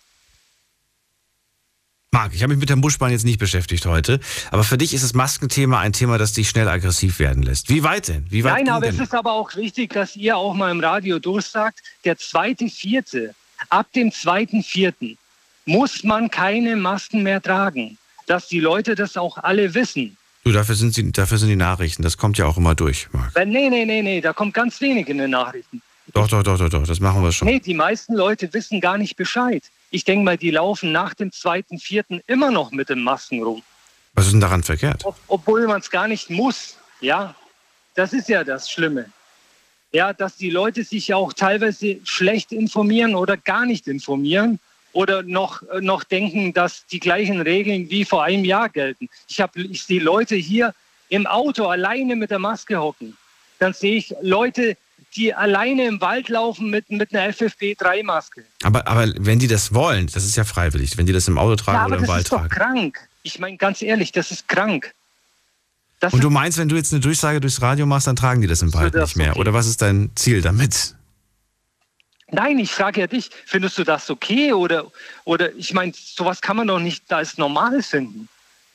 Marc, ich habe mich mit Herrn Buschmann jetzt nicht beschäftigt heute, aber für dich ist das Maskenthema ein Thema, das dich schnell aggressiv werden lässt. Wie weit denn? Wie weit Nein, aber denn? es ist aber auch wichtig, dass ihr auch mal im Radio durchsagt, der zweite Vierte, ab dem zweiten Vierten muss man keine Masken mehr tragen, dass die Leute das auch alle wissen. Du, dafür sind, sie, dafür sind die Nachrichten, das kommt ja auch immer durch, Marc. Nee, nee, nee, nee, da kommt ganz wenig in den Nachrichten. Doch, doch, doch, doch, doch, das machen wir schon. Nee, die meisten Leute wissen gar nicht Bescheid. Ich denke mal, die laufen nach dem zweiten Vierten immer noch mit den Masken rum. Was ist denn daran verkehrt? Ob, obwohl man es gar nicht muss, ja. Das ist ja das Schlimme. Ja, dass die Leute sich ja auch teilweise schlecht informieren oder gar nicht informieren oder noch, noch denken, dass die gleichen Regeln wie vor einem Jahr gelten. Ich, hab, ich sehe Leute hier im Auto alleine mit der Maske hocken. Dann sehe ich Leute, die alleine im Wald laufen mit, mit einer F F P drei Maske. Aber, aber wenn die das wollen, das ist ja freiwillig, wenn die das im Auto tragen ja, oder im Wald tragen. Aber das ist doch krank. Ich meine, ganz ehrlich, das ist krank. Das Und du meinst, wenn du jetzt eine Durchsage durchs Radio machst, dann tragen die das im Wald nicht mehr? Okay. Oder was ist dein Ziel damit? Nein, ich frage ja dich, findest du das okay? Oder, oder ich meine, sowas kann man doch nicht als normal finden.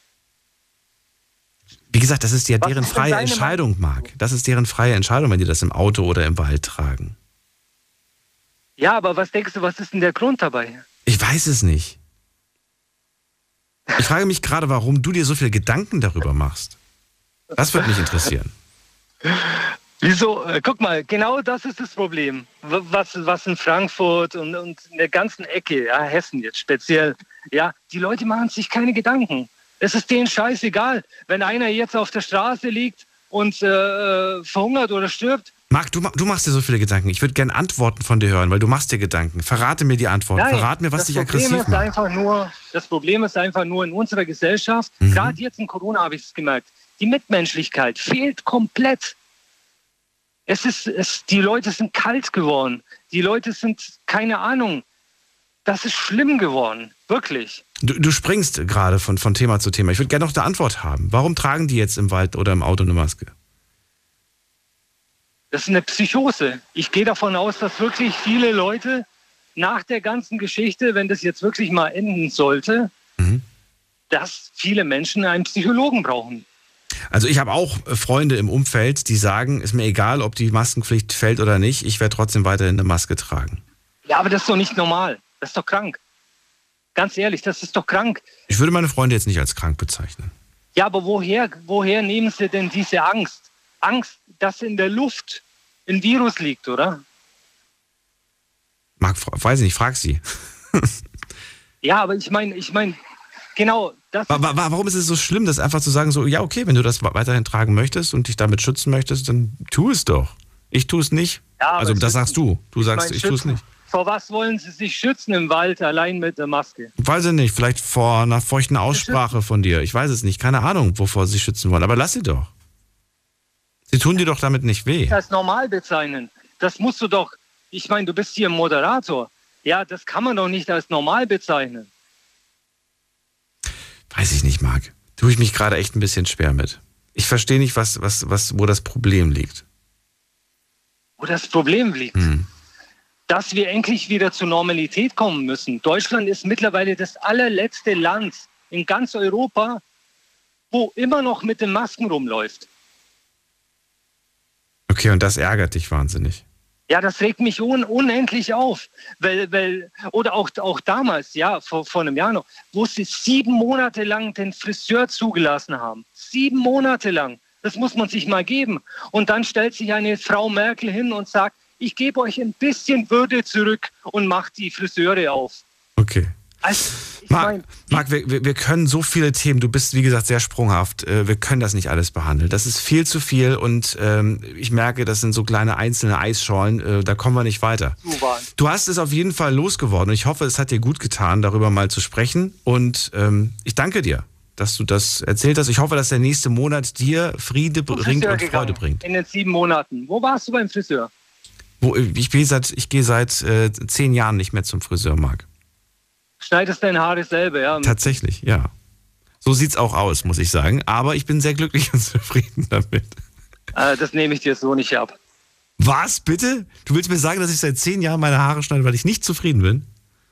Wie gesagt, das ist ja deren ist freie Entscheidung, Marc. Das ist deren freie Entscheidung, wenn die das im Auto oder im Wald tragen. Ja, aber was denkst du, was ist denn der Grund dabei? Ich weiß es nicht. Ich frage mich gerade, warum du dir so viele Gedanken darüber machst. Das würde mich interessieren. Wieso? Guck mal, genau das ist das Problem. Was, was in Frankfurt und, und in der ganzen Ecke, ja, Hessen jetzt speziell, ja, die Leute machen sich keine Gedanken. Es ist denen scheißegal, wenn einer jetzt auf der Straße liegt und äh, verhungert oder stirbt. Marc, du, du machst dir so viele Gedanken. Ich würde gerne Antworten von dir hören, weil du machst dir Gedanken. Verrate mir die Antworten. Nein, Verrat mir, was dich aggressiv ist macht. Einfach nur, das Problem ist einfach nur in unserer Gesellschaft, mhm. gerade jetzt in Corona habe ich es gemerkt, die Mitmenschlichkeit fehlt komplett. Es ist, es, die Leute sind kalt geworden. Die Leute sind, keine Ahnung, das ist schlimm geworden. Wirklich. Du, du springst gerade von, von Thema zu Thema. Ich würde gerne noch eine Antwort haben. Warum tragen die jetzt im Wald oder im Auto eine Maske? Das ist eine Psychose. Ich gehe davon aus, dass wirklich viele Leute nach der ganzen Geschichte, wenn das jetzt wirklich mal enden sollte, mhm. dass viele Menschen einen Psychologen brauchen. Also ich habe auch Freunde im Umfeld, die sagen, ist mir egal, ob die Maskenpflicht fällt oder nicht, ich werde trotzdem weiterhin eine Maske tragen. Ja, aber das ist doch nicht normal. Das ist doch krank. Ganz ehrlich, das ist doch krank. Ich würde meine Freunde jetzt nicht als krank bezeichnen. Ja, aber woher, woher nehmen Sie denn diese Angst? Angst, dass in der Luft ein Virus liegt, oder? Marc, weiß ich nicht, frag sie. Ja, aber ich meine, ich meine, genau das. Warum ist es so schlimm, das einfach zu sagen, so, ja, okay, wenn du das weiterhin tragen möchtest und dich damit schützen möchtest, dann tu es doch. Ich tue es nicht. Ja, also das sagst du. Du ich sagst, mein, ich tue es nicht. Vor was wollen Sie sich schützen im Wald allein mit der Maske? Weiß ich nicht, vielleicht vor einer feuchten Aussprache von dir. Ich weiß es nicht, keine Ahnung, wovor sie schützen wollen. Aber lass sie doch. Sie tun dir doch damit nicht weh. Das normal bezeichnen. Das musst du doch, ich meine, du bist hier Moderator. Ja, das kann man doch nicht als normal bezeichnen. Weiß ich nicht, Marc. Tue ich mich gerade echt ein bisschen schwer mit. Ich verstehe nicht, was, was, was, wo das Problem liegt. Wo das Problem liegt? Hm. Dass wir endlich wieder zur Normalität kommen müssen. Deutschland ist mittlerweile das allerletzte Land in ganz Europa, wo immer noch mit den Masken rumläuft. Okay, und das ärgert dich wahnsinnig. Ja, das regt mich un unendlich auf. Weil, weil, oder auch, auch damals, ja, vor, vor einem Jahr noch, wo sie sieben Monate lang den Friseur zugelassen haben. Sieben Monate lang. Das muss man sich mal geben. Und dann stellt sich eine Frau Merkel hin und sagt, ich gebe euch ein bisschen Würde zurück und macht die Friseure auf. Okay. Also, ich Marc, mein, Marc wir, wir können so viele Themen, du bist wie gesagt sehr sprunghaft, wir können das nicht alles behandeln. Das ist viel zu viel und ähm, ich merke, das sind so kleine einzelne Eisschollen, äh, da kommen wir nicht weiter. Du hast es auf jeden Fall losgeworden und ich hoffe, es hat dir gut getan, darüber mal zu sprechen und ähm, ich danke dir, dass du das erzählt hast. Ich hoffe, dass der nächste Monat dir Friede bringt und Freude bringt. In den sieben Monaten. Wo warst du beim Friseur? Wo, ich gehe seit, ich gehe seit äh, zehn Jahren nicht mehr zum Friseur, Marc. Schneidest deine Haare selber, ja? Tatsächlich, ja. So sieht's auch aus, muss ich sagen. Aber ich bin sehr glücklich und zufrieden damit. Äh, das nehme ich dir so nicht ab. Was, bitte? Du willst mir sagen, dass ich seit zehn Jahren meine Haare schneide, weil ich nicht zufrieden bin?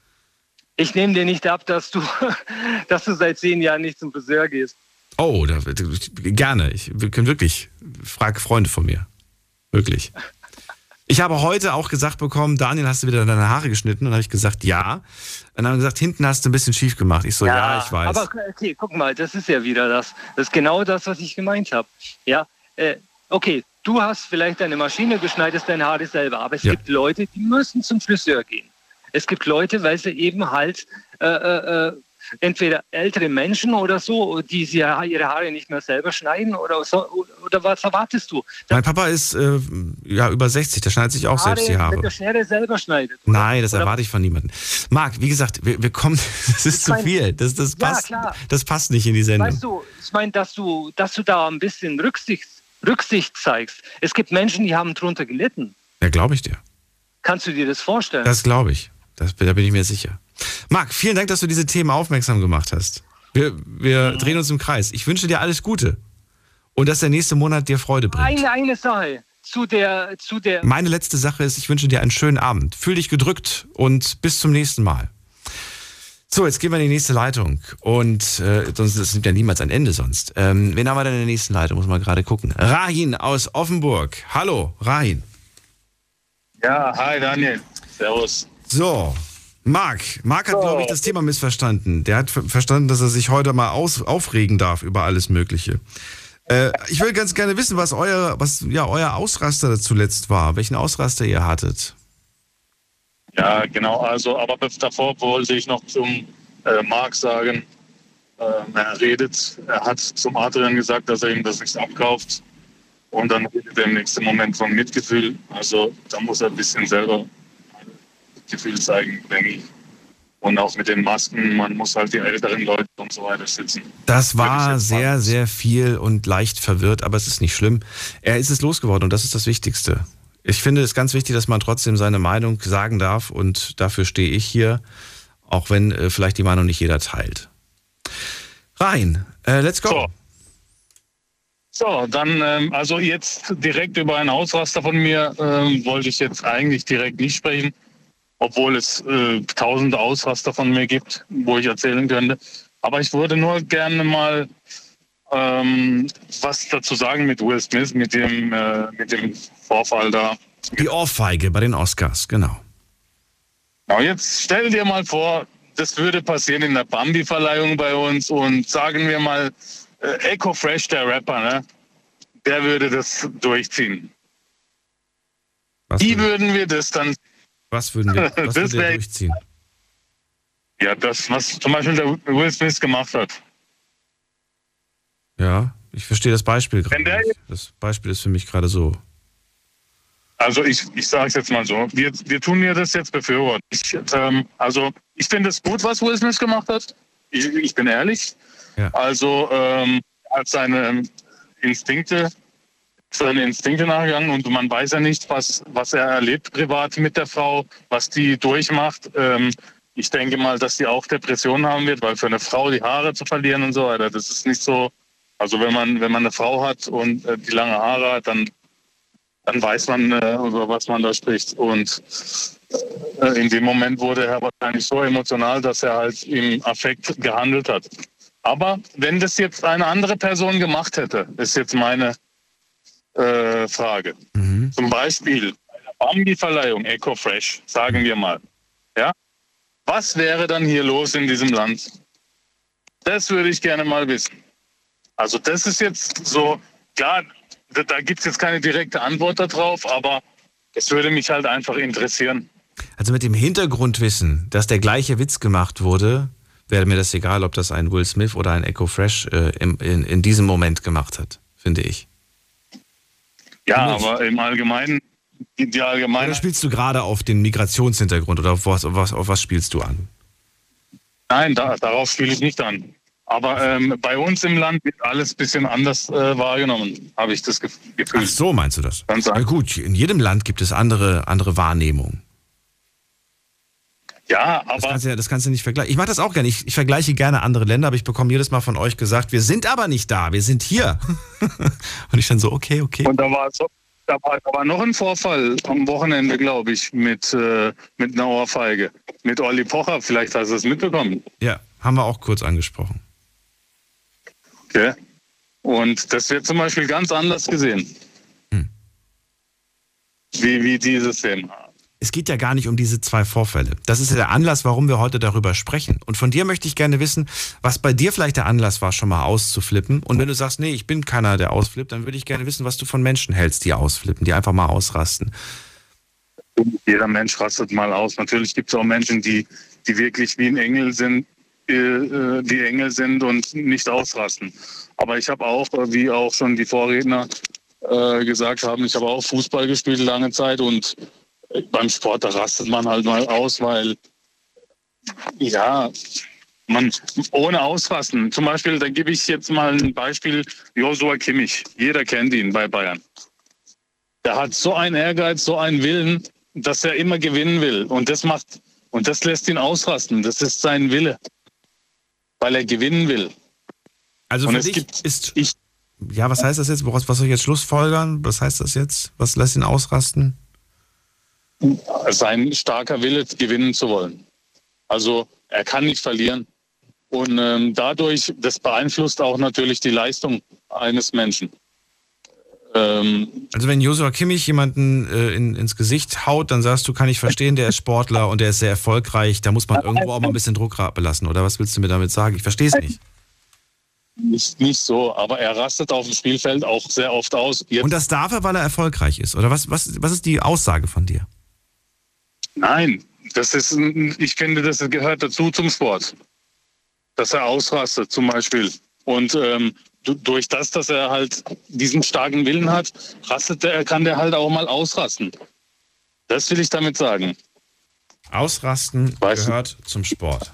Ich nehme dir nicht ab, dass du, dass du seit zehn Jahren nicht zum Friseur gehst. Oh, da, gerne. Ich kann wirklich, frag Freunde von mir. Wirklich. Ich habe heute auch gesagt bekommen, Daniel, hast du wieder deine Haare geschnitten? Und dann habe ich gesagt, ja. Und dann haben wir gesagt, hinten hast du ein bisschen schief gemacht. Ich so, ja, ja ich weiß. Aber okay, guck mal, das ist ja wieder das. Das ist genau das, was ich gemeint habe. Ja, äh, okay, du hast vielleicht deine Maschine, du schneidest deine Haare selber. Aber es ja. gibt Leute, die müssen zum Friseur gehen. Es gibt Leute, weil sie eben halt äh, äh, entweder ältere Menschen oder so, die sie ihre Haare nicht mehr selber schneiden oder so, oder was erwartest du? Mein Papa ist äh, ja über sechzig, der schneidet sich auch Haare, selbst die Haare. Mit der Schere selber schneidet. Oder? Nein, das oder? erwarte ich von niemandem. Marc, wie gesagt, wir, wir kommen, das ist ich zu mein, viel. Das, das, passt, ja, das passt nicht in die Sendung. Weißt du, ich meine, dass du, dass du da ein bisschen Rücksicht, Rücksicht zeigst. Es gibt Menschen, die haben drunter gelitten. Ja, glaube ich dir. Kannst du dir das vorstellen? Das glaube ich. Das, da bin ich mir sicher. Marc, vielen Dank, dass du diese Themen aufmerksam gemacht hast. Wir, wir mhm. drehen uns im Kreis. Ich wünsche dir alles Gute und dass der nächste Monat dir Freude bringt. Eine, eine Sache zu der, zu der... Meine letzte Sache ist, ich wünsche dir einen schönen Abend. Fühl dich gedrückt und bis zum nächsten Mal. So, jetzt gehen wir in die nächste Leitung. Und äh, sonst das nimmt ja niemals ein Ende sonst. Ähm, wen haben wir denn in der nächsten Leitung? Muss man gerade gucken. Rahin aus Offenburg. Hallo, Rahin. Ja, hi Daniel. Servus. So, Marc. Marc hat, so. glaube ich, das Thema missverstanden. Der hat verstanden, dass er sich heute mal aus, aufregen darf über alles Mögliche. Äh, ich will ganz gerne wissen, was euer, was ja euer Ausraster zuletzt war. Welchen Ausraster ihr hattet. Ja, genau. Also, aber davor wollte ich noch zum äh, Marc sagen, äh, er redet, er hat zum Adrian gesagt, dass er ihm das nicht abkauft. Und dann redet er im nächsten Moment von Mitgefühl. Also, da muss er ein bisschen selber Gefühl zeigen, denke ich. Und auch mit den Masken, man muss halt die älteren Leute und so weiter sitzen. Das war sehr, sehr viel und leicht verwirrt, aber es ist nicht schlimm. Er ist es losgeworden und das ist das Wichtigste. Ich finde es ganz wichtig, dass man trotzdem seine Meinung sagen darf und dafür stehe ich hier, auch wenn äh, vielleicht die Meinung nicht jeder teilt. Rein, äh, let's go. So, so dann, ähm, also jetzt direkt über einen Ausraster von mir ähm, wollte ich jetzt eigentlich direkt nicht sprechen. Obwohl es äh, tausende Ausraster von mir gibt, wo ich erzählen könnte. Aber ich würde nur gerne mal ähm, was dazu sagen mit Will Smith, mit dem, äh, mit dem Vorfall da. Die Ohrfeige bei den Oscars, genau. Genau, jetzt stell dir mal vor, das würde passieren in der Bambi-Verleihung bei uns und sagen wir mal, äh, Echo Fresh, der Rapper, ne? Der würde das durchziehen. Was Wie würden, würden wir das dann? was würden wir was Das würde der wär- durchziehen? Ja, das, was zum Beispiel der Will Smith gemacht hat. Ja, ich verstehe das Beispiel gerade Wenn der- nicht. Das Beispiel ist für mich gerade so. Also ich, ich sage es jetzt mal so, wir, wir tun mir das jetzt befürworten. Ich, ähm, also ich finde es gut, was Will Smith gemacht hat. Ich, ich bin ehrlich. Ja. Also ähm, er hat seine Instinkte, seine Instinkte nachgegangen und man weiß ja nicht, was, was er erlebt privat mit der Frau, was die durchmacht. Ähm, ich denke mal, dass die auch Depressionen haben wird, weil für eine Frau die Haare zu verlieren und so weiter, das ist nicht so. Also wenn man wenn man eine Frau hat und äh, die lange Haare hat, dann dann weiß man, äh, über was man da spricht. Und äh, in dem Moment wurde er wahrscheinlich so emotional, dass er halt im Affekt gehandelt hat. Aber wenn das jetzt eine andere Person gemacht hätte, ist jetzt meine äh, Frage. Mhm. Zum Beispiel Bambi-Verleihung, Echo Fresh, sagen wir mal. Ja? Was wäre dann hier los in diesem Land? Das würde ich gerne mal wissen. Also das ist jetzt so, klar, da, da gibt es jetzt keine direkte Antwort darauf, aber es würde mich halt einfach interessieren. Also mit dem Hintergrundwissen, dass der gleiche Witz gemacht wurde, wäre mir das egal, ob das ein Will Smith oder ein Echo Fresh äh, im, in, in diesem Moment gemacht hat, finde ich. Ja, Nicht. aber im Allgemeinen, die, die allgemeine. Oder spielst du gerade auf den Migrationshintergrund oder auf was, auf was, auf was spielst du an? Nein, da, darauf spiele ich nicht an. Aber ähm, bei uns im Land wird alles ein bisschen anders äh, wahrgenommen, habe ich das Gef- Gefühl. Ach so, meinst du das? Ganz Na einfach. gut, in jedem Land gibt es andere, andere Wahrnehmungen. Ja, Das aber kannst du, ja- das kannst du nicht vergleichen. Ich mache das auch gerne. Ich, ich vergleiche gerne andere Länder, aber ich bekomme jedes Mal von euch gesagt, wir sind aber nicht da, wir sind hier. Und ich dann so, okay, okay. und da war so, da war aber noch ein Vorfall am Wochenende, glaube ich, mit, äh, mit einer Ohrfeige. Mit Olli Pocher, vielleicht hast du es mitbekommen. Ja, haben wir auch kurz angesprochen. Okay. Und das wird zum Beispiel ganz anders gesehen. Hm. Wie, wie dieses Thema. Es geht ja gar nicht um diese zwei Vorfälle. Das ist ja der Anlass, warum wir heute darüber sprechen. Und von dir möchte ich gerne wissen, was bei dir vielleicht der Anlass war, schon mal auszuflippen. Und wenn du sagst, nee, ich bin keiner, der ausflippt, dann würde ich gerne wissen, was du von Menschen hältst, die ausflippen, die einfach mal ausrasten. Jeder Mensch rastet mal aus. Natürlich gibt es auch Menschen, die, die wirklich wie ein Engel sind, äh, die Engel sind und nicht ausrasten. Aber ich habe auch, wie auch schon die Vorredner äh, gesagt haben, ich habe auch Fußball gespielt lange Zeit und beim Sport, da rastet man halt mal aus, weil, ja, man ohne Ausrasten. Zum Beispiel, da gebe ich jetzt mal ein Beispiel, Joshua Kimmich. Jeder kennt ihn bei Bayern. Der hat so einen Ehrgeiz, so einen Willen, dass er immer gewinnen will. Und das macht, und das lässt ihn ausrasten. Das ist sein Wille. Weil er gewinnen will. Also Und für es dich gibt- ist, ich- ja, was heißt das jetzt? Woraus, was soll ich jetzt schlussfolgern? Was heißt das jetzt? Was lässt ihn ausrasten? Sein starker Wille, gewinnen zu wollen. Also er kann nicht verlieren. Und ähm, dadurch, das beeinflusst auch natürlich die Leistung eines Menschen. Ähm, Also wenn Joshua Kimmich jemanden äh, in, ins Gesicht haut, dann sagst du, kann ich verstehen, der ist Sportler und der ist sehr erfolgreich, da muss man irgendwo auch mal ein bisschen Druck belassen, oder was willst du mir damit sagen? Ich verstehe es nicht. nicht, nicht so, aber er rastet auf dem Spielfeld auch sehr oft aus. Jetzt, Und das darf er, weil er erfolgreich ist, oder was, was, was ist die Aussage von dir? nein, das ist, ein- ich finde, das gehört dazu zum Sport. Dass er ausrastet zum Beispiel. Und ähm, du- durch das, dass er halt diesen starken Willen hat, rastet er, kann der halt auch mal ausrasten. Das will ich damit sagen. Ausrasten Weißt du- gehört zum Sport.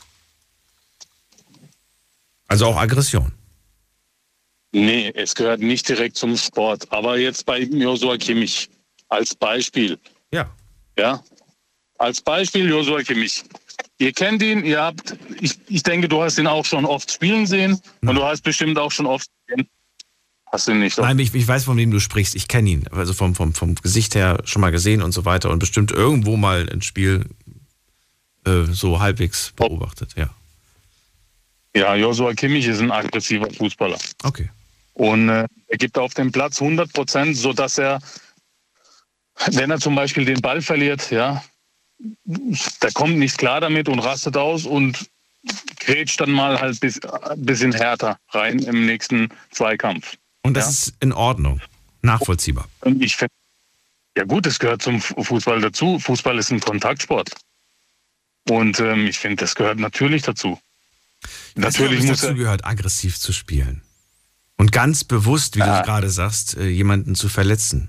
Also auch Aggression. Nee, es gehört nicht direkt zum Sport. Aber jetzt bei Joshua Kimmich als Beispiel. Ja. Ja, als Beispiel Joshua Kimmich. Ihr kennt ihn, ihr habt, ich, ich denke, du hast ihn auch schon oft spielen sehen und du hast bestimmt auch schon oft gesehen. Hast du ihn nicht? Nein, ich, ich weiß, von wem du sprichst. Ich kenne ihn. Also vom, vom, vom Gesicht her schon mal gesehen und so weiter und bestimmt irgendwo mal ein Spiel äh, so halbwegs beobachtet, ja. Ja, Joshua Kimmich ist ein aggressiver Fußballer. Okay. Und äh, er gibt auf dem Platz hundert Prozent, sodass er, wenn er zum Beispiel den Ball verliert, ja, der kommt nicht klar damit und rastet aus und grätscht dann mal halt bis, ein bisschen härter rein im nächsten Zweikampf. Und das ja? ist in Ordnung, nachvollziehbar. Und ich finde, ja gut, es gehört zum Fußball dazu. Fußball ist ein Kontaktsport. Und ähm, ich finde, das gehört natürlich dazu. Ich weiß Natürlich nicht, ob es muss dazu er, gehört, aggressiv zu spielen. Und ganz bewusst, wie Ja. du gerade sagst, äh, jemanden zu verletzen.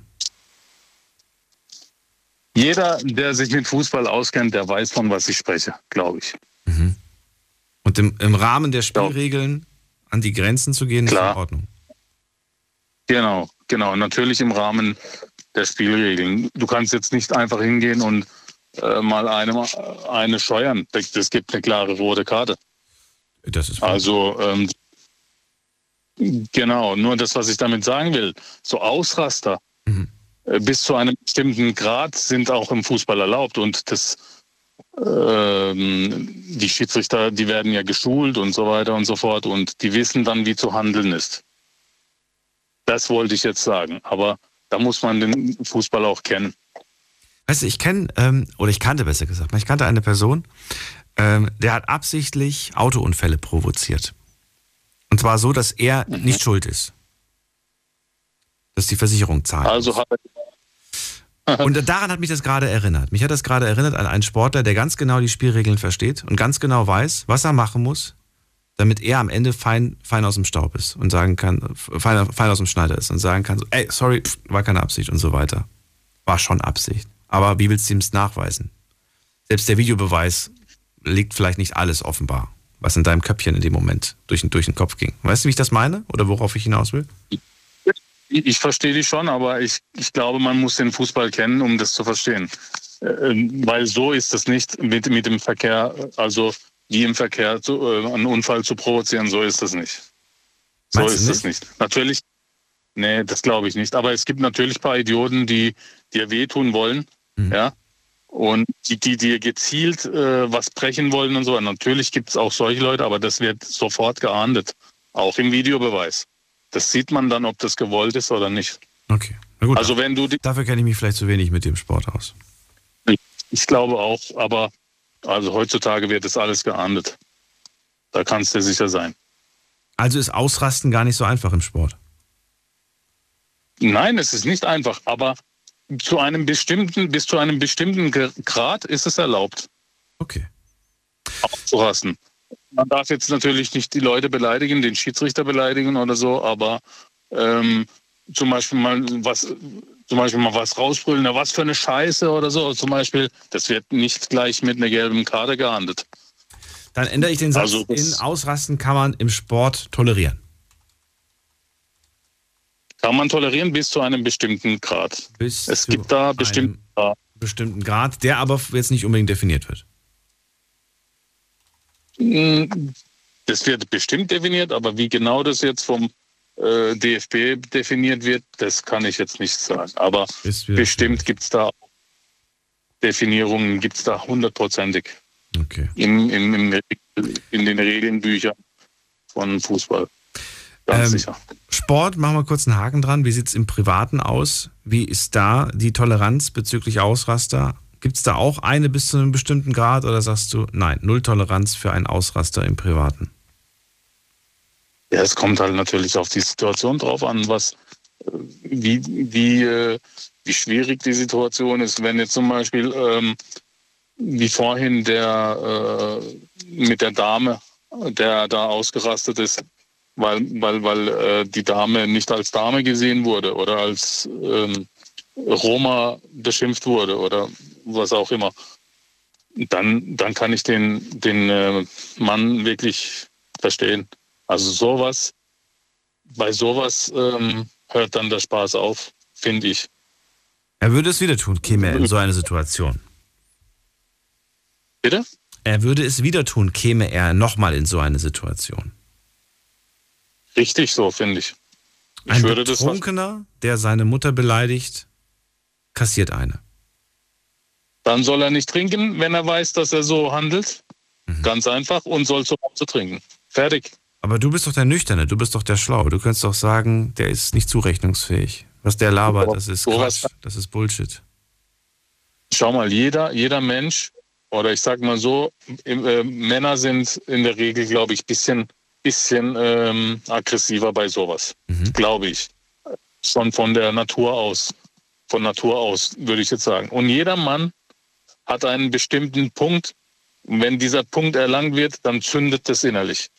jeder, der sich mit Fußball auskennt, der weiß, von was ich spreche, glaube ich. Mhm. Und im, im Rahmen der Spielregeln an die Grenzen zu gehen, Klar. ist in Ordnung. Genau, genau. Natürlich im Rahmen der Spielregeln. Du kannst jetzt nicht einfach hingehen und äh, mal eine, eine scheuern. Das, das gibt eine klare rote Karte. Das ist Also, ähm, genau, nur das, was ich damit sagen will, so Ausraster Mhm. äh, bis zu einem bestimmten Grad sind auch im Fußball erlaubt. Und das, ähm, die Schiedsrichter, die werden ja geschult und so weiter und so fort. Und die wissen dann, wie zu handeln ist. Das wollte ich jetzt sagen. Aber da muss man den Fußball auch kennen. Weißt du, ich kenne, ähm, oder ich kannte besser gesagt, ich kannte eine Person, ähm, der hat absichtlich Autounfälle provoziert. Und zwar so, dass er Mhm. nicht schuld ist. Dass die Versicherung zahlt. Also hat er, Und daran hat mich das gerade erinnert. Mich hat das gerade erinnert an einen Sportler, der ganz genau die Spielregeln versteht und ganz genau weiß, was er machen muss, damit er am Ende fein, fein aus dem Staub ist und sagen kann, fein, fein aus dem Schneider ist und sagen kann, so, ey, sorry, pff, war keine Absicht und so weiter. War schon Absicht. Aber wie willst du ihm es nachweisen? Selbst der Videobeweis liegt vielleicht nicht alles offenbar, was in deinem Köpfchen in dem Moment durch, durch den Kopf ging. Weißt du, wie ich das meine? Oder worauf ich hinaus will? ich, ich verstehe dich schon, aber ich, ich glaube, man muss den Fußball kennen, um das zu verstehen. Äh, weil so ist es nicht mit, mit dem Verkehr, also wie im Verkehr zu, äh, einen Unfall zu provozieren, so ist es nicht. So Meinst du ist es nicht. Natürlich, nee, das glaube ich nicht. Aber es gibt natürlich ein paar Idioten, die dir wehtun wollen, Mhm. ja, und die, die dir gezielt äh, was brechen wollen und so. Natürlich gibt es auch solche Leute, aber das wird sofort geahndet, auch im Videobeweis. Das sieht man dann, ob das gewollt ist oder nicht. Okay, na gut. Also wenn du die, Dafür kenne ich mich vielleicht zu wenig mit dem Sport aus. ich glaube auch, aber also heutzutage wird das alles geahndet. Da kannst du sicher sein. Also ist Ausrasten gar nicht so einfach im Sport. Nein, es ist nicht einfach, aber zu einem bestimmten, bis zu einem bestimmten Grad ist es erlaubt, Okay. auszurasten. Man darf jetzt natürlich nicht die Leute beleidigen, den Schiedsrichter beleidigen oder so, aber ähm, zum Beispiel mal was, zum Beispiel mal was rausbrüllen, na, was für eine Scheiße oder so, zum Beispiel, das wird nicht gleich mit einer gelben Karte geahndet. Dann ändere ich den Satz Also das- in Ausrasten kann man im Sport tolerieren. Kann man tolerieren bis zu einem bestimmten Grad. Bis Es zu gibt da einem bestimmte Grad. bestimmten Grad, der aber jetzt nicht unbedingt definiert wird. Das wird bestimmt definiert, aber wie genau das jetzt vom äh, D F B definiert wird, das kann ich jetzt nicht sagen. Aber Ist wieder bestimmt gibt es da Definierungen, gibt es da hundertprozentig Okay. im, im, im, in den Regelnbüchern von Fußball. Ganz Ähm, sicher. Sport, machen wir kurz einen Haken dran. Wie sieht es im Privaten aus? Wie ist da die Toleranz bezüglich Ausraster? Gibt es da auch eine bis zu einem bestimmten Grad oder sagst du, nein, null Toleranz für einen Ausraster im Privaten? Ja, es kommt halt natürlich auf die Situation drauf an, was, äh, wie, wie, äh, wie schwierig die Situation ist. Wenn jetzt zum Beispiel, ähm, wie vorhin der äh, mit der Dame, der da ausgerastet ist, weil, weil, weil äh, die Dame nicht als Dame gesehen wurde oder als ähm, Roma beschimpft wurde oder was auch immer, dann, dann kann ich den, den äh, Mann wirklich verstehen. Also sowas, bei sowas ähm, hört dann der Spaß auf, finde ich. Er würde es wieder tun, käme er in so eine Situation. Bitte? Er würde es wieder tun, käme er nochmal in so eine Situation. Richtig so, finde ich. Ich Ein würde das Betrunkener, der seine Mutter beleidigt, kassiert eine. Dann soll er nicht trinken, wenn er weiß, dass er so handelt. Mhm. Ganz einfach. Und soll zu Hause trinken. Fertig. Aber du bist doch der Nüchterne, du bist doch der Schlaue. Du könntest doch sagen, der ist nicht zurechnungsfähig. Was der labert, das ist Quatsch, das ist Bullshit. Schau mal, jeder, jeder Mensch, oder ich sag mal so, äh, Männer sind in der Regel, glaube ich, bisschen, bisschen ähm, aggressiver bei sowas. Mhm. Glaube ich. Schon von der Natur aus. Von Natur aus, würde ich jetzt sagen. Und jeder Mann hat einen bestimmten Punkt. Und wenn dieser Punkt erlangt wird, dann zündet es innerlich.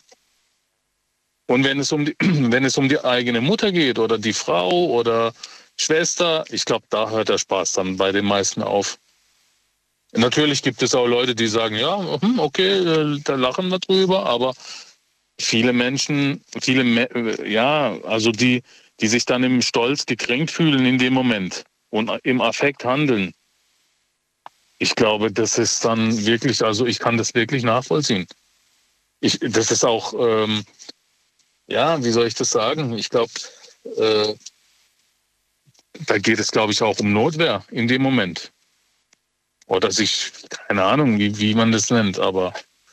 Und wenn es um die, wenn es um die eigene Mutter geht oder die Frau oder Schwester, ich glaube, da hört der Spaß dann bei den meisten auf. Natürlich gibt es auch Leute, die sagen, ja, okay, da lachen wir drüber, aber viele Menschen, viele, ja, also die, die sich dann im Stolz gekränkt fühlen in dem Moment und im Affekt handeln. Ich glaube, das ist dann wirklich, also ich kann das wirklich nachvollziehen. Ich, das ist auch, ähm, ja, wie soll ich das sagen? Ich glaube, äh, da geht es, glaube ich, auch um Notwehr in dem Moment. Oder sich, keine Ahnung, wie, wie man das nennt, aber